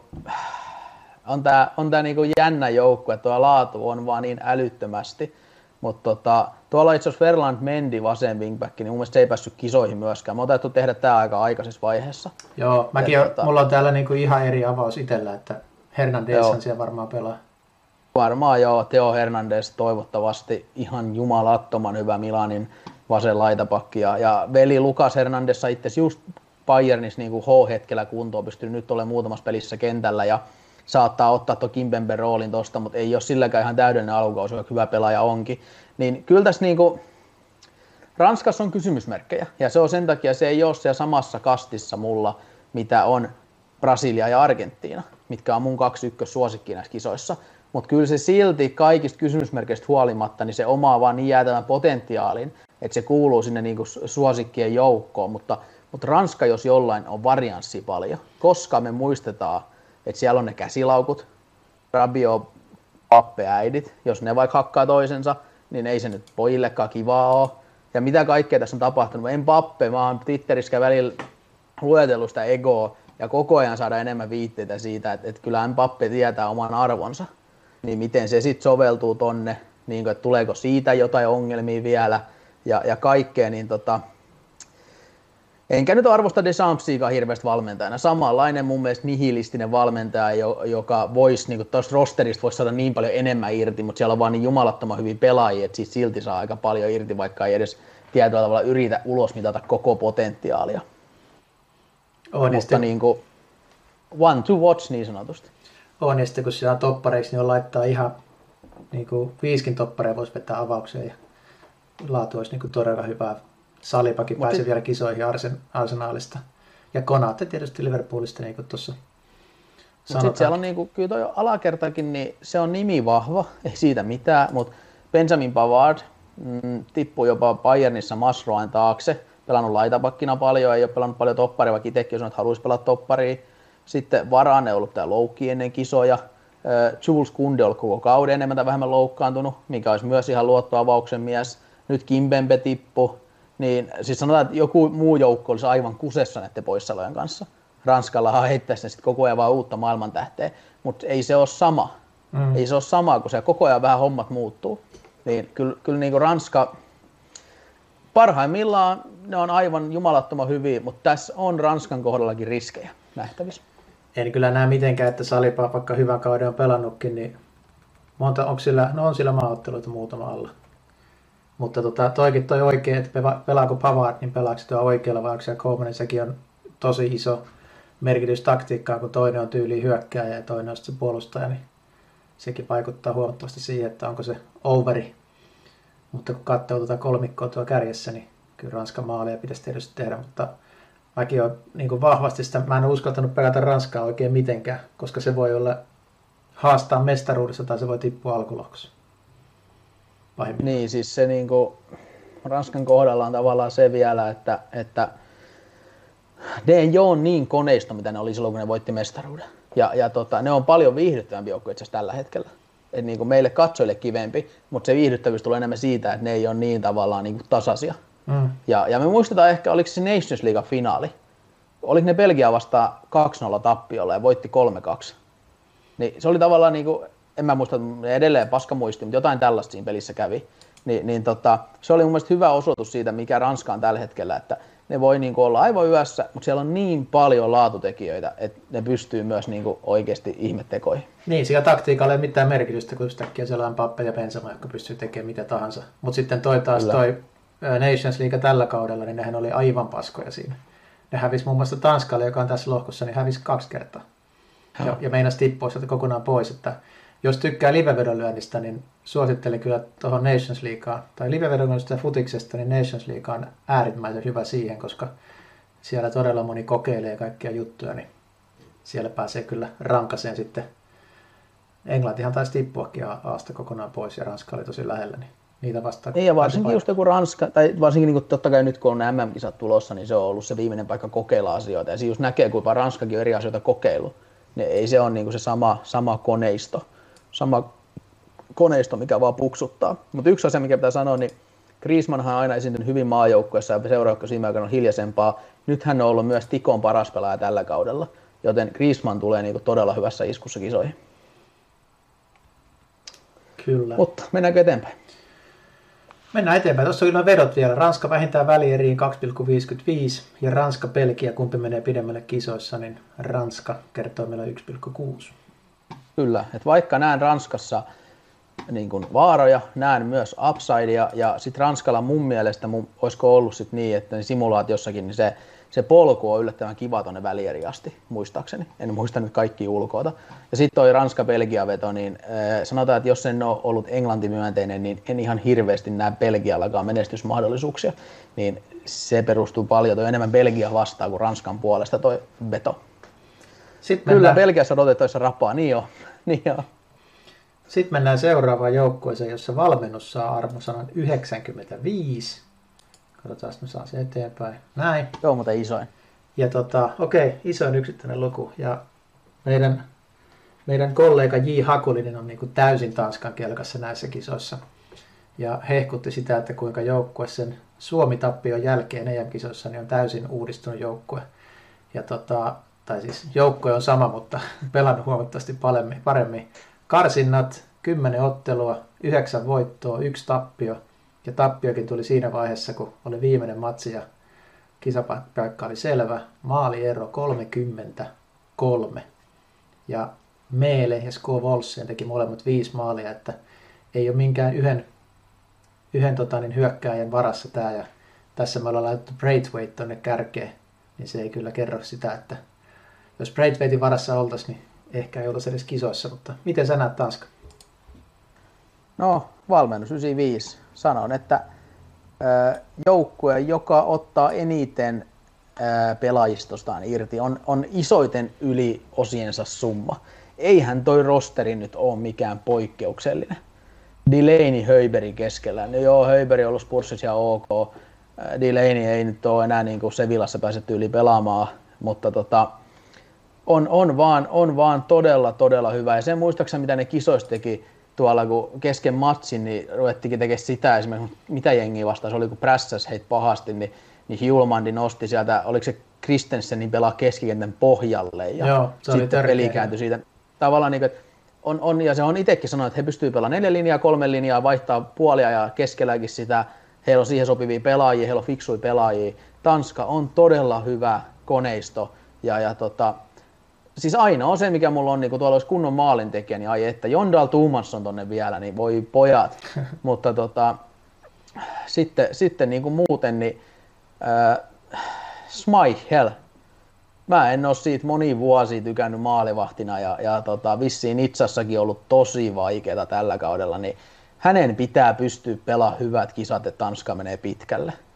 on tää, on tää niinku jännä joukku, että tuo laatu on vaan niin älyttömästi. Mutta tota, tuolla itse asiassa Ferland Mendy vasen wingback, niin mun mielestä se ei päässyt kisoihin myöskään. Me on täytyy tehdä tää aika aikaisessa vaiheessa. Joo, mäkin on, tota, mulla on täällä niinku ihan eri avaus itsellä, että Hernandezhan siellä varmaan pelaa. Varmaan joo, Theo Hernandez toivottavasti ihan jumalattoman hyvä Milanin vasen laitapakki. Ja, ja veli Lucas Hernandez sai itse just Bayernissa niin kuin H-hetkellä kuntoon, pystynyt nyt olemaan muutamassa pelissä kentällä ja saattaa ottaa tuon Kimpemben roolin tosta, mutta ei ole silläkään ihan täydellinen alkukaus, joka hyvä pelaaja onkin. Niin kyllä tässä niin kuin Ranskassa on kysymysmerkkejä ja se on sen takia, se ei ole siellä samassa kastissa mulla, mitä on Brasilia ja Argentiina, mitkä on mun kaksi ykkössuosikkia näissä kisoissa. Mutta kyllä se silti kaikista kysymysmerkeistä huolimatta, niin se omaa vaan niin jäätävän potentiaalin, että se kuuluu sinne niinku suosikkien joukkoon. Mutta, mutta Ranska, jos jollain, on varianssi paljon, koska me muistetaan, että siellä on ne käsilaukut, Rabiot, Mbappe, äidit. Jos ne vaikka hakkaa toisensa, niin ei se nyt pojillekaan kivaa ole. Ja mitä kaikkea tässä on tapahtunut. Mbappe, mä oon Twitterissä välillä luetellut sitä egoa ja koko ajan saada enemmän viitteitä siitä, että, että kyllä Mbappe tietää oman arvonsa. Niin miten se sitten soveltuu tonne, niin kuin, että tuleeko siitä jotain ongelmia vielä ja, ja kaikkea, niin tota, enkä nyt arvosta Deschampsiakaan hirveästi valmentajana. Samanlainen mun mielestä nihilistinen valmentaja, joka voisi, niin tuosta rosterista voisi saada niin paljon enemmän irti, mutta siellä on vaan niin jumalattoman hyviä pelaajia, että siitä silti saa aika paljon irti, vaikka ei edes tietyllä tavalla yritä ulosmitata koko potentiaalia. On, mutta niin kuin, one to watch niin sanotusti. On, ja sitten kun siellä on toppareiksi, niin on laittaa ihan niin kuin viiskin toppareja voisi vetää avaukseen ja laatu olisi niin kuin todella hyvää. Salipakin pääsi sit vielä kisoihin Arsen, Arsenaalista. Ja Konate tietysti Liverpoolista, niin kuin tuossa sanotaan. Sitten siellä on niin kuin, kyllä toi alakertakin, niin se on nimi vahva, ei siitä mitään, mutta Benjamin Pavard mm, tippui jopa Bayernissa Masroen taakse, pelannut laitapakkina paljon, ei ole pelannut paljon topparia, vaikka itsekin sanoi, että haluaisi pelata topparia. Sitten Varane on ollut tää loukki ennen kisoja. Jules Koundé on ollut koko kauden enemmän tai vähemmän loukkaantunut, mikä olisi myös ihan luottoavauksen mies. Nyt Kimpembe tippu. Niin, siis sanotaan, että joku muu joukko olisi aivan kusessa näiden poissaolojen kanssa. Ranskallahan heittäisi ne sitten koko ajan vaan uutta maailmantähteä, mutta ei se ole sama. Mm. Ei se ole sama, kun se koko ajan vähän hommat muuttuu. Niin kyllä, kyllä niin kuin Ranska, parhaimmillaan ne on aivan jumalattoman hyviä, mutta tässä on Ranskan kohdallakin riskejä nähtävissä. En kyllä näe mitenkään, että Saliba vaikka hyvän kauden on pelannutkin, niin monta, onko sillä, no on sillä maaotteluita muutama alla. Mutta tota, toikin toi oikein, että pelaako Pavard, niin pelaako tuo oikealla vai onko siellä Koemanen, sekin on tosi iso merkitys taktiikkaan, kun toinen on tyyliin hyökkääjä ja toinen on sitten se puolustaja, niin sekin vaikuttaa huomattavasti siihen, että onko se overi. Mutta kun katsoo tuota kolmikkoa tuolla kärjessä, niin kyllä Ranskan maaleja pitäisi tietysti tehdä, mutta mäkin olen niin vahvasti sitä, mä en ole uskaltanut pelata Ranskaa oikein mitenkään, koska se voi olla haastaa mestaruudessa tai se voi tippua alkulohkossa. Niin, siis se niin kuin, Ranskan kohdalla on tavallaan se vielä, että, että ne ei ole niin koneisto, mitä ne oli silloin, kun ne voitti mestaruuden. Ja, ja tota, ne on paljon viihdyttävämpi joukkue itse asiassa tällä hetkellä. Et niin kuin meille katsojille kivempi, mutta se viihdyttävyys tulee enemmän siitä, että ne ei ole niin tavallaan niin kuin tasaisia. Mm. Ja, ja me muistetaan ehkä, oliko se Nations League finaali. Oliko ne Belgia vastaan kaksi nolla tappiolla ja voitti kolme kaksi. Niin se oli tavallaan, niin kuin, en mä muista, edelleen paska muisti, mutta jotain tällaista siinä pelissä kävi. Ni, niin tota, se oli mun mielestä hyvä osoitus siitä, mikä Ranska on tällä hetkellä, että ne voi niin kuin olla aivan yössä, mutta siellä on niin paljon laatutekijöitä, että ne pystyy myös niin kuin oikeasti ihmettekoihin. Niin, sillä taktiikalla ei ole mitään merkitystä, kun yhtäkkiä siellä on Mbappé ja Benzema, jotka pystyy tekemään mitä tahansa. Mutta sitten toi taas Kyllä. toi Nations League tällä kaudella, niin nehän oli aivan paskoja siinä. Ne hävisi muun muassa Tanskalle, joka on tässä lohkossa, niin hävisi kaksi kertaa. Ja, ja meinasi tippua sieltä kokonaan pois, että jos tykkää livevedonlyönnistä, niin suosittelen kyllä tuohon Nations Leagueaan, tai livevedonlyönnistä ja futiksesta, niin Nations League on äärimmäisen hyvä siihen, koska siellä todella moni kokeilee kaikkia juttuja, niin siellä pääsee kyllä rankaseen sitten. Englantihan taisi tippuakin Aasta kokonaan pois, ja Ranska oli tosi lähellä, niin niitä vastaan. Niin, ja varsinkin just joku Ranska, tai varsinkin niin kuin totta kai nyt kun on M M-kisat tulossa, niin se on ollut se viimeinen paikka kokeilla asioita, ja siinä just näkee, kuinka Ranskakin on eri asioita kokeillut. Ne, ei se ole niin kuin se sama, sama koneisto. Sama koneisto, mikä vaan puksuttaa. Mutta yksi asia, mikä pitää sanoa, niin Griezmannhan on aina esiintynyt hyvin maajoukkueessa ja seuraavaksi siinä aikana on hiljaisempaa. Nyt hän on ollut myös Tikon paras pelaaja tällä kaudella, joten Griezmann tulee niinku todella hyvässä iskussa kisoihin. Kyllä. Mutta mennäänkö eteenpäin? Mennään eteenpäin. Tuossa oli noin vedot vielä. Ranska vähintään välieriin kaksi pilkku viisikymmentäviisi ja Ranska-Belgia, kumpi menee pidemmälle kisoissa, niin Ranska kertoo meillä yksi pilkku kuusi. Kyllä, että vaikka näen Ranskassa niin kuin vaaroja, näen myös upsidea, ja sitten Ranskalla mun mielestä, mun, olisiko ollut sit niin, että niin simulaatiossakin niin se, se polku on yllättävän kiva tuonne välieriin asti, muistaakseni. En muista nyt kaikki ulkoota. Ja sitten toi Ranska-Belgia-veto, niin äh, sanotaan, että jos en ole ollut englantimyönteinen, niin en ihan hirveästi näe Belgiallakaan menestysmahdollisuuksia. Niin se perustuu paljon, toi enemmän Belgia vastaan kuin Ranskan puolesta toi veto. Sitten Kyllä, mennään... Belgiassa odotettaessa rapaa, niin joo. niin joo. Sitten mennään seuraavaan joukkueeseen, jossa valmennus saa arvosanan yhdeksänkymmentäviisi. Katsotaan, että me saa sen eteenpäin. Näin. Joo, mutta isoin. Ja tota, okei, okay, isoin yksittäinen luku. Ja meidän, meidän kollega J. Hakulinen on niin kuin täysin Tanskan kelkassa näissä kisoissa. Ja hehkutti sitä, että kuinka joukkue sen Suomi-tappion jälkeen E M-kisoissa niin on täysin uudistunut joukkue. Ja tota, tai siis joukkue on sama, mutta pelannut huomattavasti paremmin. paremmin. Karsinnat, kymmenen ottelua, yhdeksän voittoa, yksi tappio. Ja tappiokin tuli siinä vaiheessa, kun oli viimeinen matsi ja kisapaikka oli selvä. Maaliero kolmekymmentäkolme. Ja Meele ja Sko Wolsen teki molemmat viisi maalia, että ei ole minkään yhden, yhden tota, niin hyökkääjän varassa tämä. Ja tässä me ollaan laitettu Braithwaite tonne kärkeen, niin se ei kyllä kerro sitä, että jos Braithwaitin varassa oltaisiin, niin ehkä ei oltaisi edes kisoissa, mutta miten sä näet Tanskan? No, valmennus yhdeksänkymmentäviisi. Sanon, että joukkue, joka ottaa eniten pelaajistostaan irti, on, on isoiten yli osiensa summa. Eihän toi rosteri nyt ole mikään poikkeuksellinen. Delaney Höjberi keskellä. No joo, Höjberi on ollut Spursissa ja ok. Delaney ei nyt ole enää niin kuin Sevillassa päässyt yli pelaamaan, mutta tota, on, on, vaan, on vaan todella, todella hyvä. Ja sen muistaakseni, mitä ne kisoissa teki tuolla, kun kesken matsin, niin ruvettikin tekemään sitä esimerkiksi, mitä jengiä vastaan, se oli kun prässäs heitä pahasti, niin, niin Hjulmandi nosti sieltä, oliko se Kristensenin pelaa keskikentän pohjalle, ja Joo, se sitten peli kääntyi siitä. Tavallaan niin kuin, on, on, ja se on itsekin sanonut, että he pystyvät pelaamaan neljä linjaa, kolme linjaa, vaihtaa puolia ja keskelläkin sitä, heillä on siihen sopivia pelaajia, heillä on fiksuja pelaajia. Tanska on todella hyvä koneisto, ja, ja tota, siis aina on se, mikä mulla on, niin kun tuolla olisi kunnon maalintekijä, niin ai että Jondal Tuumansson tonne vielä, niin voi pojat. Mutta tota, sitten, sitten niin kuin muuten, niin äh, Schmeichel. Mä en ole siitä moni vuosia tykännyt maalivahtina ja, ja tota, vissiin Nitsassakin ollut tosi vaikeaa tällä kaudella, niin hänen pitää pystyä pelaamaan hyvät kisat, että Tanska menee pitkälle.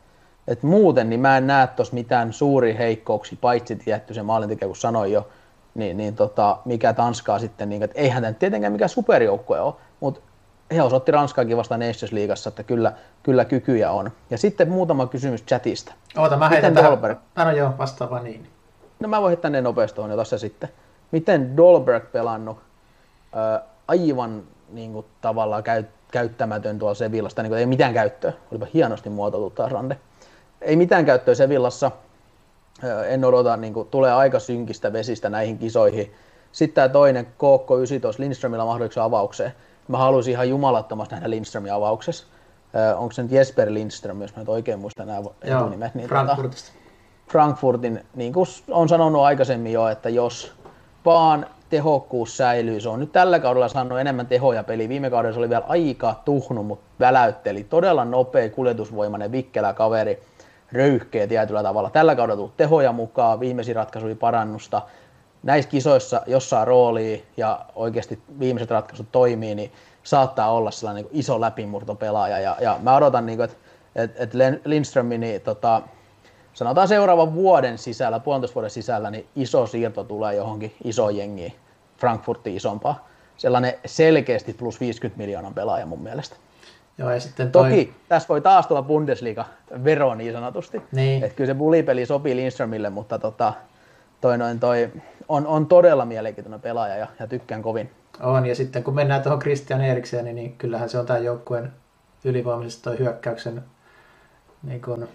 Et muuten niin mä en näe tuossa mitään suuria heikkouksia, paitsi tietty se maalintekijä, kun sanoin jo, niin, niin tota, mikä Tanskaa sitten, niin, että eihän tämä tietenkään mikään superjoukkue ole, mutta he osoitti Ranskaakin vastaan Nations Leaguessa, että kyllä, kyllä kykyjä on. Ja sitten muutama kysymys chatista. Oota, mä heitän tähän. No joo, vastaava niin. No mä voin heittää ne nopeasti tuohon, ota se sitten. Miten Dolberg pelannut äh, aivan niin kuin, tavallaan käy, käyttämätön tuolla Sevillasta, niin kuin, ei mitään käyttöä, olipa hienosti muotoiltu taas Rande. Ei mitään käyttöä Sevillassa, äh, en odota, niin kuin, tulee aika synkistä vesistä näihin kisoihin. Sitten tämä toinen, K K yhdeksäntoista, Lindströmillä mahdollisuus avaukseen. Mä haluaisin ihan jumalattomasti nähdä Lindströmin avauksessa. Äh, onko se nyt Jesper Lindström, jos mä nyt oikein muistan nämä etunimet? Niin Frankfurtista. Tota, Frankfurtin, niin kuin on sanonut aikaisemmin jo, että jos vaan tehokkuus säilyy, se on nyt tällä kaudella saanut enemmän tehoja peliä. Viime kaudella se oli vielä aika tuhnu, mutta väläytteli. Todella nopea, kuljetusvoimainen, vikkelä kaveri, röyhkeä tietyllä tavalla. Tällä kaudella tullut tehoja mukaan, viimeisin ratkaisui parannusta. Näissä kisoissa, jos saa roolia ja oikeasti viimeiset ratkaisut toimii, niin saattaa olla sellainen niin iso läpimurtopelaaja. Ja, ja mä odotan, niin kuin, että, että, että Lindströmin, niin, tota, sanotaan seuraavan vuoden sisällä, puolentoista vuoden sisällä, niin iso siirto tulee johonkin isoon jengiin, Frankfurtiin isompaa. Sellainen selkeästi plus viisikymmentä miljoonan pelaaja mun mielestä. Joo, ja sitten toi... Toki tässä voi taas tulla Bundesliga-vero niin sanotusti. Niin. Että kyllä se bulipeli sopii Lindströmille, mutta tota, toi, noin, toi on, on todella mielenkiintoinen pelaaja ja, ja tykkään kovin. On, ja sitten kun mennään tuohon Christian Eriksen, niin kyllähän se on tämän joukkueen ylivoimaisesti toi hyökkäyksen niin kun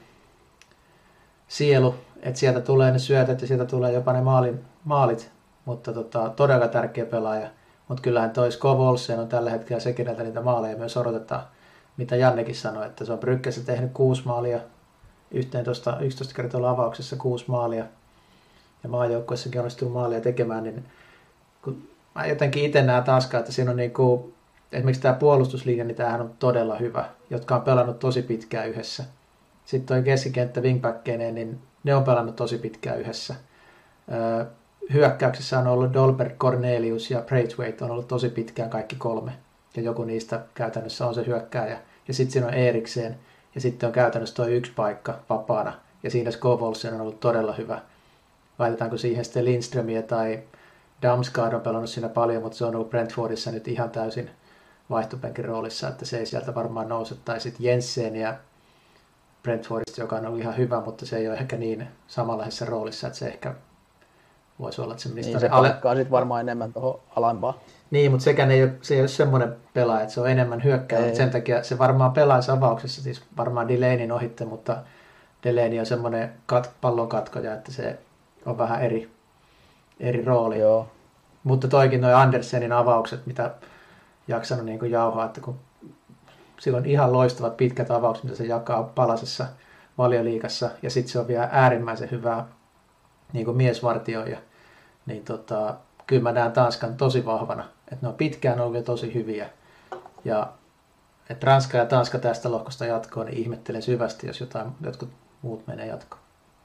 sielu, että sieltä tulee ne syötöt ja sieltä tulee jopa ne maalin, maalit, mutta tota, todella tärkeä pelaaja. Mutta kyllähän toi Skov Olsen on tällä hetkellä se, keneltä niitä maaleja myös odotetaan, mitä Jannekin sanoi, että se on Bryggessä tehnyt kuusi maalia, yksitoista, yksitoista kertaa avauksessa kuusi maalia, ja maajoukkuessakin onnistunut maalia tekemään, niin kun mä jotenkin itse näen taaskaan, että siinä on niinku, esimerkiksi tämä puolustuslinja, niin tämähän on todella hyvä, jotka on pelannut tosi pitkään yhdessä. Sitten toi keskikenttä wingbackkeineen, niin ne on pelannut tosi pitkään yhdessä. Öö, hyökkäyksessä on ollut Dolberg, Cornelius ja Braithwaite on ollut tosi pitkään kaikki kolme. Ja joku niistä käytännössä on se hyökkääjä. Ja sitten siinä on Eriksen ja sitten on käytännössä toi yksi paikka vapaana. Ja siinä Skov Olsen on ollut todella hyvä. Laitetaanko siihen sitten Lindströmiä tai Damsgaard on pelannut siinä paljon, mutta se on ollut Brentfordissa nyt ihan täysin vaihtopenkin roolissa, että se ei sieltä varmaan nouse. Tai sitten Jensen ja Brentfordista, joka on ollut ihan hyvä, mutta se ei ole ehkä niin samanlaisessa roolissa, että se ehkä voisi olla, että se mistä niin se paikkaa sitten varmaan enemmän tuohon alempaan. Niin, mutta sekään ei ole, se ei ole semmoinen pelaaja, että se on enemmän hyökkääjä, mutta sen takia se varmaan pelaisi avauksessa, siis varmaan Delaneyn ohitte, mutta Delaney on semmoinen kat, pallon katkoja, että se on vähän eri, eri rooli. Joo. Mutta toikin nuo Andersenin avaukset, mitä jaksanut niin kuin jauhaa, että kun sillä on ihan loistavat pitkät avaukset, mitä se jakaa palasessa Valioliigassa, ja sitten se on vielä äärimmäisen hyvää niin kuin miesvartioija, niin tota, kyllä mä näen Tanskan tosi vahvana, että ne on pitkään ollut tosi hyviä, ja että Ranska ja Tanska tästä lohkosta jatkoon, niin ihmettelen syvästi, jos jotain, jotkut muut menee jatkoon.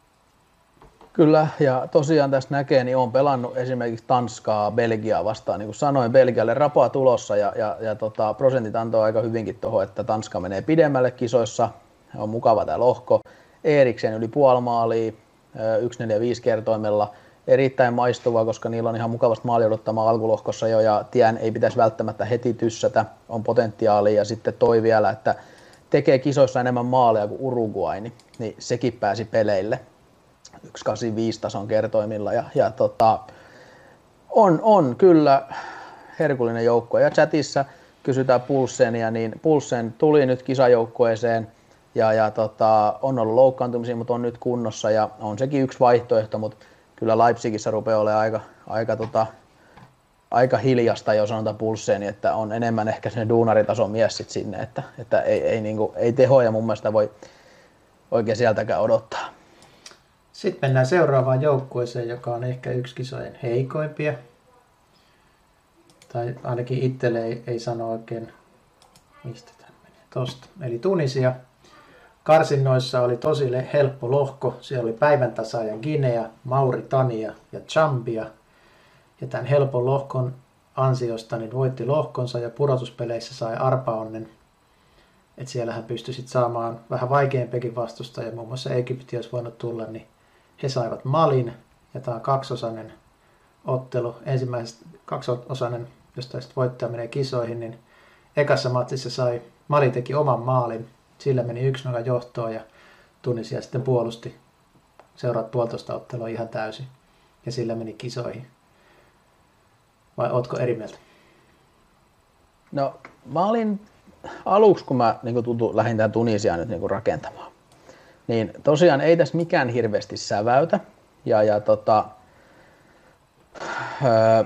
Kyllä, ja tosiaan tässä näkee, niin on pelannut esimerkiksi Tanskaa, Belgiaa vastaan. Niin kuin sanoin, Belgialle rapaa tulossa, ja, ja, ja tota, prosentit antoi aika hyvinkin tuohon, että Tanska menee pidemmälle kisoissa. On mukava tämä lohko. Eriksen yli puoli maalia, yksi neljä viisi kertoimella. Erittäin maistuva, koska niillä on ihan mukavasti maali odottamaan alkulohkossa jo, ja tien ei pitäisi välttämättä heti tyssätä, on potentiaalia. Ja sitten toi vielä, että tekee kisoissa enemmän maaleja kuin Uruguay, niin, niin sekin pääsi peleille. yksi kahdeksankymmentäviisi tason kertoimilla ja, ja tota, on, on kyllä herkullinen joukkue. Ja chatissa kysytään Pulsenia, niin Pulsen tuli nyt kisajoukkueeseen ja, ja tota, on ollut loukkaantumisia, mutta on nyt kunnossa ja on sekin yksi vaihtoehto, mutta kyllä Leipzigissä rupeaa olemaan aika, aika, tota, aika hiljasta, jos sanotaan Pulseni, että on enemmän ehkä sinne duunaritason mies sit sinne, että, että ei, ei, niinku, ei tehoja mun mielestä voi oikein sieltäkään odottaa. Sitten mennään seuraavaan joukkueeseen, joka on ehkä yksi kisojen heikoimpia. Tai ainakin itselle ei, ei sano oikein, mistä tämä menee. Tosta. Eli Tunisia. Karsinnoissa oli tosi helppo lohko. Siellä oli päiväntasaaja Guinea, Mauritania ja Zambia. Ja tämän helpon lohkon ansiosta niin voitti lohkonsa ja pudotuspeleissä sai arpaonnen. että siellähän pystyisit saamaan vähän vaikeampiakin vastustaja, muun muassa Egypti olisi voinut tulla, niin he saivat Malin, ja tämä on kaksiosainen ottelu, ensimmäisestä kaksiosainen, josta sitten voittaja menee kisoihin, niin ekassa matsissa sai, Mali teki oman maalin, sillä meni yksi nolla johtoon, ja Tunisia sitten puolusti seuraat puolitoista ottelua ihan täysin, ja sillä meni kisoihin. Vai ootko eri mieltä? No mä olin aluksi, kun mä niin tutu, lähdin tämän Tunisiaan nyt niin rakentamaan, niin tosiaan ei tässä mikään hirveästi säväytä, ja, ja tota, öö,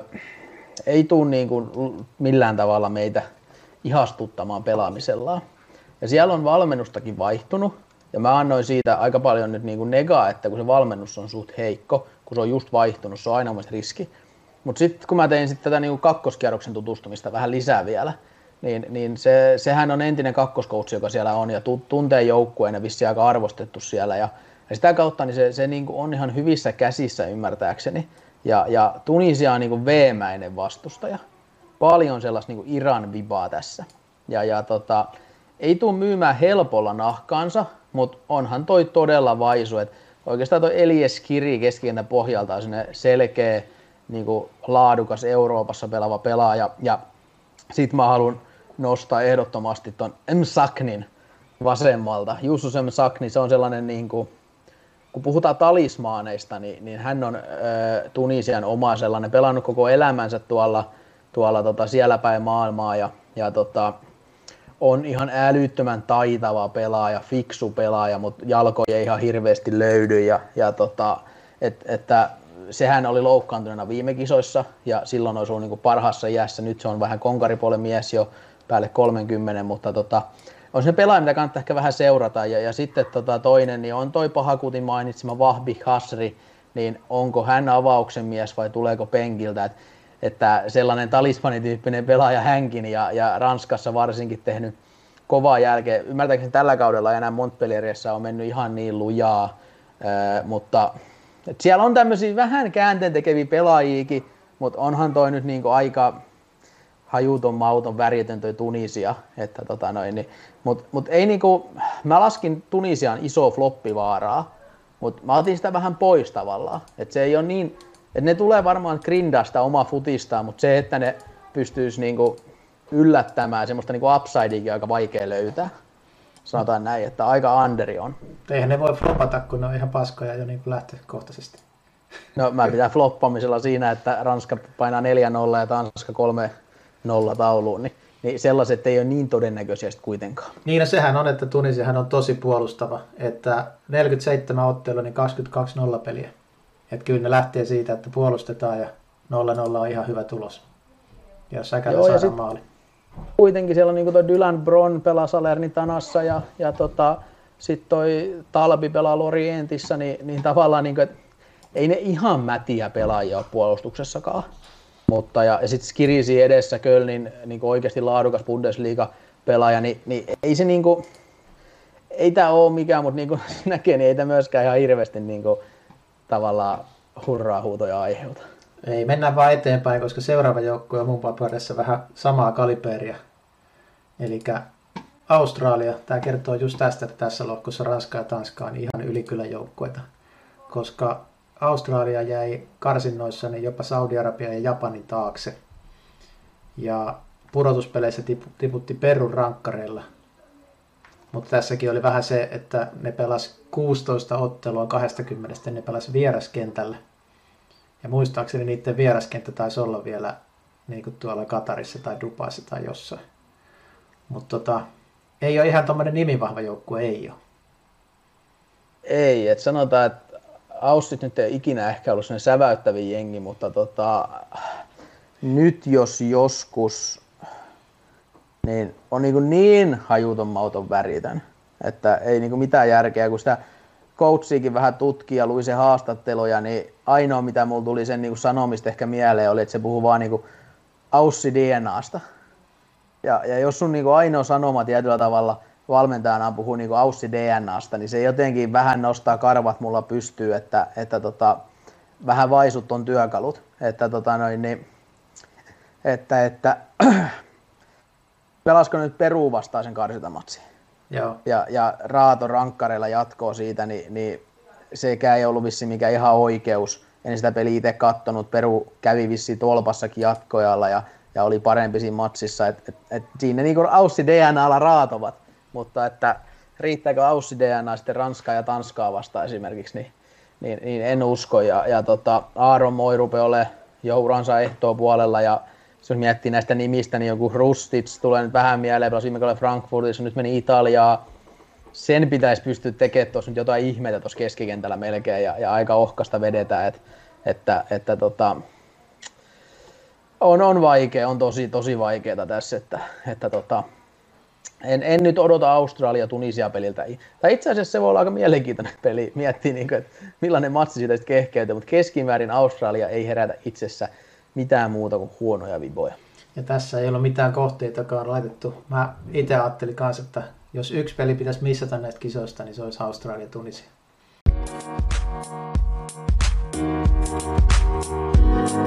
ei tule niin kuin millään tavalla meitä ihastuttamaan pelaamisellaan. Ja siellä on valmennustakin vaihtunut, ja mä annoin siitä aika paljon nyt niin kuin negaa, että kun se valmennus on suht heikko, kun se on just vaihtunut, se on aina mun riski. Mutta sitten kun mä tein sit tätä niin kuin kakkoskierroksen tutustumista vähän lisää vielä, niin, niin se, sehän on entinen kakkoskoutsi, joka siellä on, ja tuntee joukkueen ja vissiin aika arvostettu siellä, ja, ja sitä kautta niin se, se niin kuin on ihan hyvissä käsissä ymmärtääkseni, ja, ja Tunisia on niin kuin veemäinen vastustaja. Paljon sellaista niin kuin Iran vibaa tässä, ja, ja tota, ei tule myymään helpolla nahkaansa, mutta onhan toi todella vaisu, että oikeastaan toi Elias Kiri keskikentän pohjalta on sinne selkeä, niin kuin laadukas Euroopassa pelaava pelaaja, ja sit mä haluan nostaa ehdottomasti ton Msaknin vasemmalta. Jussus Msakni, se on sellainen, niin kuin, kun puhutaan talismaaneista, niin, niin hän on ö, Tunisian oma sellainen, pelannut koko elämänsä tuolla, tuolla tota, siellä päin maailmaa, ja, ja tota, on ihan älyttömän taitava pelaaja, fiksu pelaaja, mutta jalkoja ei ihan hirveästi löydy, ja, ja tota, et, että sehän oli loukkaantuneena viime kisoissa, ja silloin olisi ollut niin kuin parhaassa iässä. Nyt se on vähän konkaripuolen mies jo päälle kolmekymmentä, mutta tota, on se pelaaja, mitä kannattaa ehkä vähän seurata. Ja, ja sitten tota, toinen niin on toi Pahakutin mainitsema Wahbi Hasri, niin onko hän avauksen mies vai tuleeko penkiltä? Et, että sellainen talismanityyppinen pelaaja hänkin, ja, ja Ranskassa varsinkin tehnyt kovaa jälkeen. Ymmärtääkseni tällä kaudella enää Montpellierissä on mennyt ihan niin lujaa, ää, mutta et siellä on tämmöisiä vähän käänteen tekeviä pelaajiakin, mutta onhan toi nyt niinku aika hajuton, mauton, värietön toi Tunisia. Että tota noin, niin, mut, mut ei niinku, mä laskin Tunisian iso floppivaaraa, mutta mä otin sitä vähän pois tavallaan. Et se ei ole niin, että ne tulee varmaan grindasta omaa futistaan, mutta se, että ne pystyisi niinku yllättämään, semmoista niinku upsideikin aika vaikea löytää. Sanotaan näin, että aika underi on. Eihän ne voi flopata, kun ne on ihan paskoja jo niin lähtökohtaisesti. No mä pitää floppaamisella siinä, että Ranska painaa neljä nolla ja Tanska kolme nolla tauluun, niin, niin sellaiset ei ole niin todennäköisiä kuitenkaan. Niin, no sehän on, että Tunisiahan on tosi puolustava, että neljäkymmentäseitsemän ottelua, niin kaksikymmentäkaksi nollapeliä. Että kyllä ne lähtee siitä, että puolustetaan ja nolla nolla on ihan hyvä tulos. Ja jos säkällä saadaan sit maali. Kuitenkin siellä on niin toi Dylan Bron pelaa Salernitanassa ja, ja tota, sitten toi Talbi pelaa Lorientissa, niin, niin tavallaan niin kuin, ei ne ihan mätiä pelaajia ole puolustuksessakaan. Mutta ja, ja sitten Skirisi edessä Kölnin niin oikeasti laadukas Bundesliga-pelaaja, niin, niin ei se niin kuin, ei tämä ole mikään, mutta niin kuin näkee, niin ei tämä myöskään ihan hirveästi niin kuin, tavallaan hurraa-huutoja aiheuta. Ei, mennään vaan eteenpäin, koska seuraava joukkue on mun paperissa vähän samaa kaliberia. Eli Australia, tämä kertoo just tästä, että tässä lohkossa Ranska ja Tanska on ihan ylikyläjoukkueita. Koska Australia jäi karsinnoissa niin jopa Saudi-Arabia ja Japanin taakse. Ja pudotuspeleissä tiputti Perun rankkareilla. Mutta tässäkin oli vähän se, että ne pelas kuusitoista ottelua kaksikymmentä, ne pelas vieraskentällä. Ja muistaakseni niiden vieraskenttä taisi olla vielä niin kuin tuolla Katarissa tai Dubaissa tai jossain. Mutta tota, ei ole ihan tommoinen nimivahva joukkue, ei ole. Ei, että sanotaan, että Aussit nyt ei ikinä ehkä ollut sellainen säväyttävin jengi, mutta tota, nyt jos joskus, niin on niin, niin hajuton mauton väritön, että ei niin mitään järkeä, kun sitä coachiikin vähän tutki ja luin sen haastatteluja, niin ainoa mitä mulla tuli sen niin kuin sanomista ehkä mieleen oli, että se puhuu vaan niin kuin Aussi D N A:sta. Ja, ja jos sun niin kuin ainoa sanoma tietyllä tavalla valmentajana puhuu niin kuin Aussi D N A:sta, niin se jotenkin vähän nostaa karvat mulla pystyy, että, että tota, vähän vaisut on työkalut. Että, tota noin, niin, että, että pelasko nyt Peru vastaan sen karsintamatsin? Joo. Ja, ja raato rankkareilla jatkoa siitä, niin, niin sekään ei ollut vissiin mikään ihan oikeus. En sitä peliä itse kattonut, Peru kävi vissiin tolpassakin jatkojalla ja, ja oli parempi siinä matsissa. Et, et, et siinä niin kuin Aussi D N A:lla raatovat, mutta että riittääkö Aussi D N A sitten Ranskaa ja Tanskaa vastaan esimerkiksi, niin, niin, niin en usko. Ja, ja tota, Aaron Moi rupeaa olemaan jo uransa ehtoon puolella ja jos miettii näistä nimistä, niin joku Rustits tulee nyt vähän mieleen, pelasi viime kaudella Frankfurtissa, nyt meni Italiaan. Sen pitäisi pystyä tekemään tuossa nyt jotain ihmeitä tuossa keskikentällä melkein ja, ja aika ohkasta vedetään, et, että, että tota, on, on vaikea, on tosi, tosi vaikeaa tässä, että, että tota, en, en nyt odota Australia-Tunisia-peliltä. Tai itse asiassa se voi olla aika mielenkiintoinen peli, miettii, niin kuin, että millainen matsi siitä sitten kehkeytyy, mutta keskimäärin Australia ei herätä itsessä mitään muuta kuin huonoja viboja. Ja tässä ei ole mitään kohteita, jotka on laitettu. Mä itse ajattelin kanssa, että jos yksi peli pitäisi missata näistä kisoista, niin se olisi Australia-Tunisia.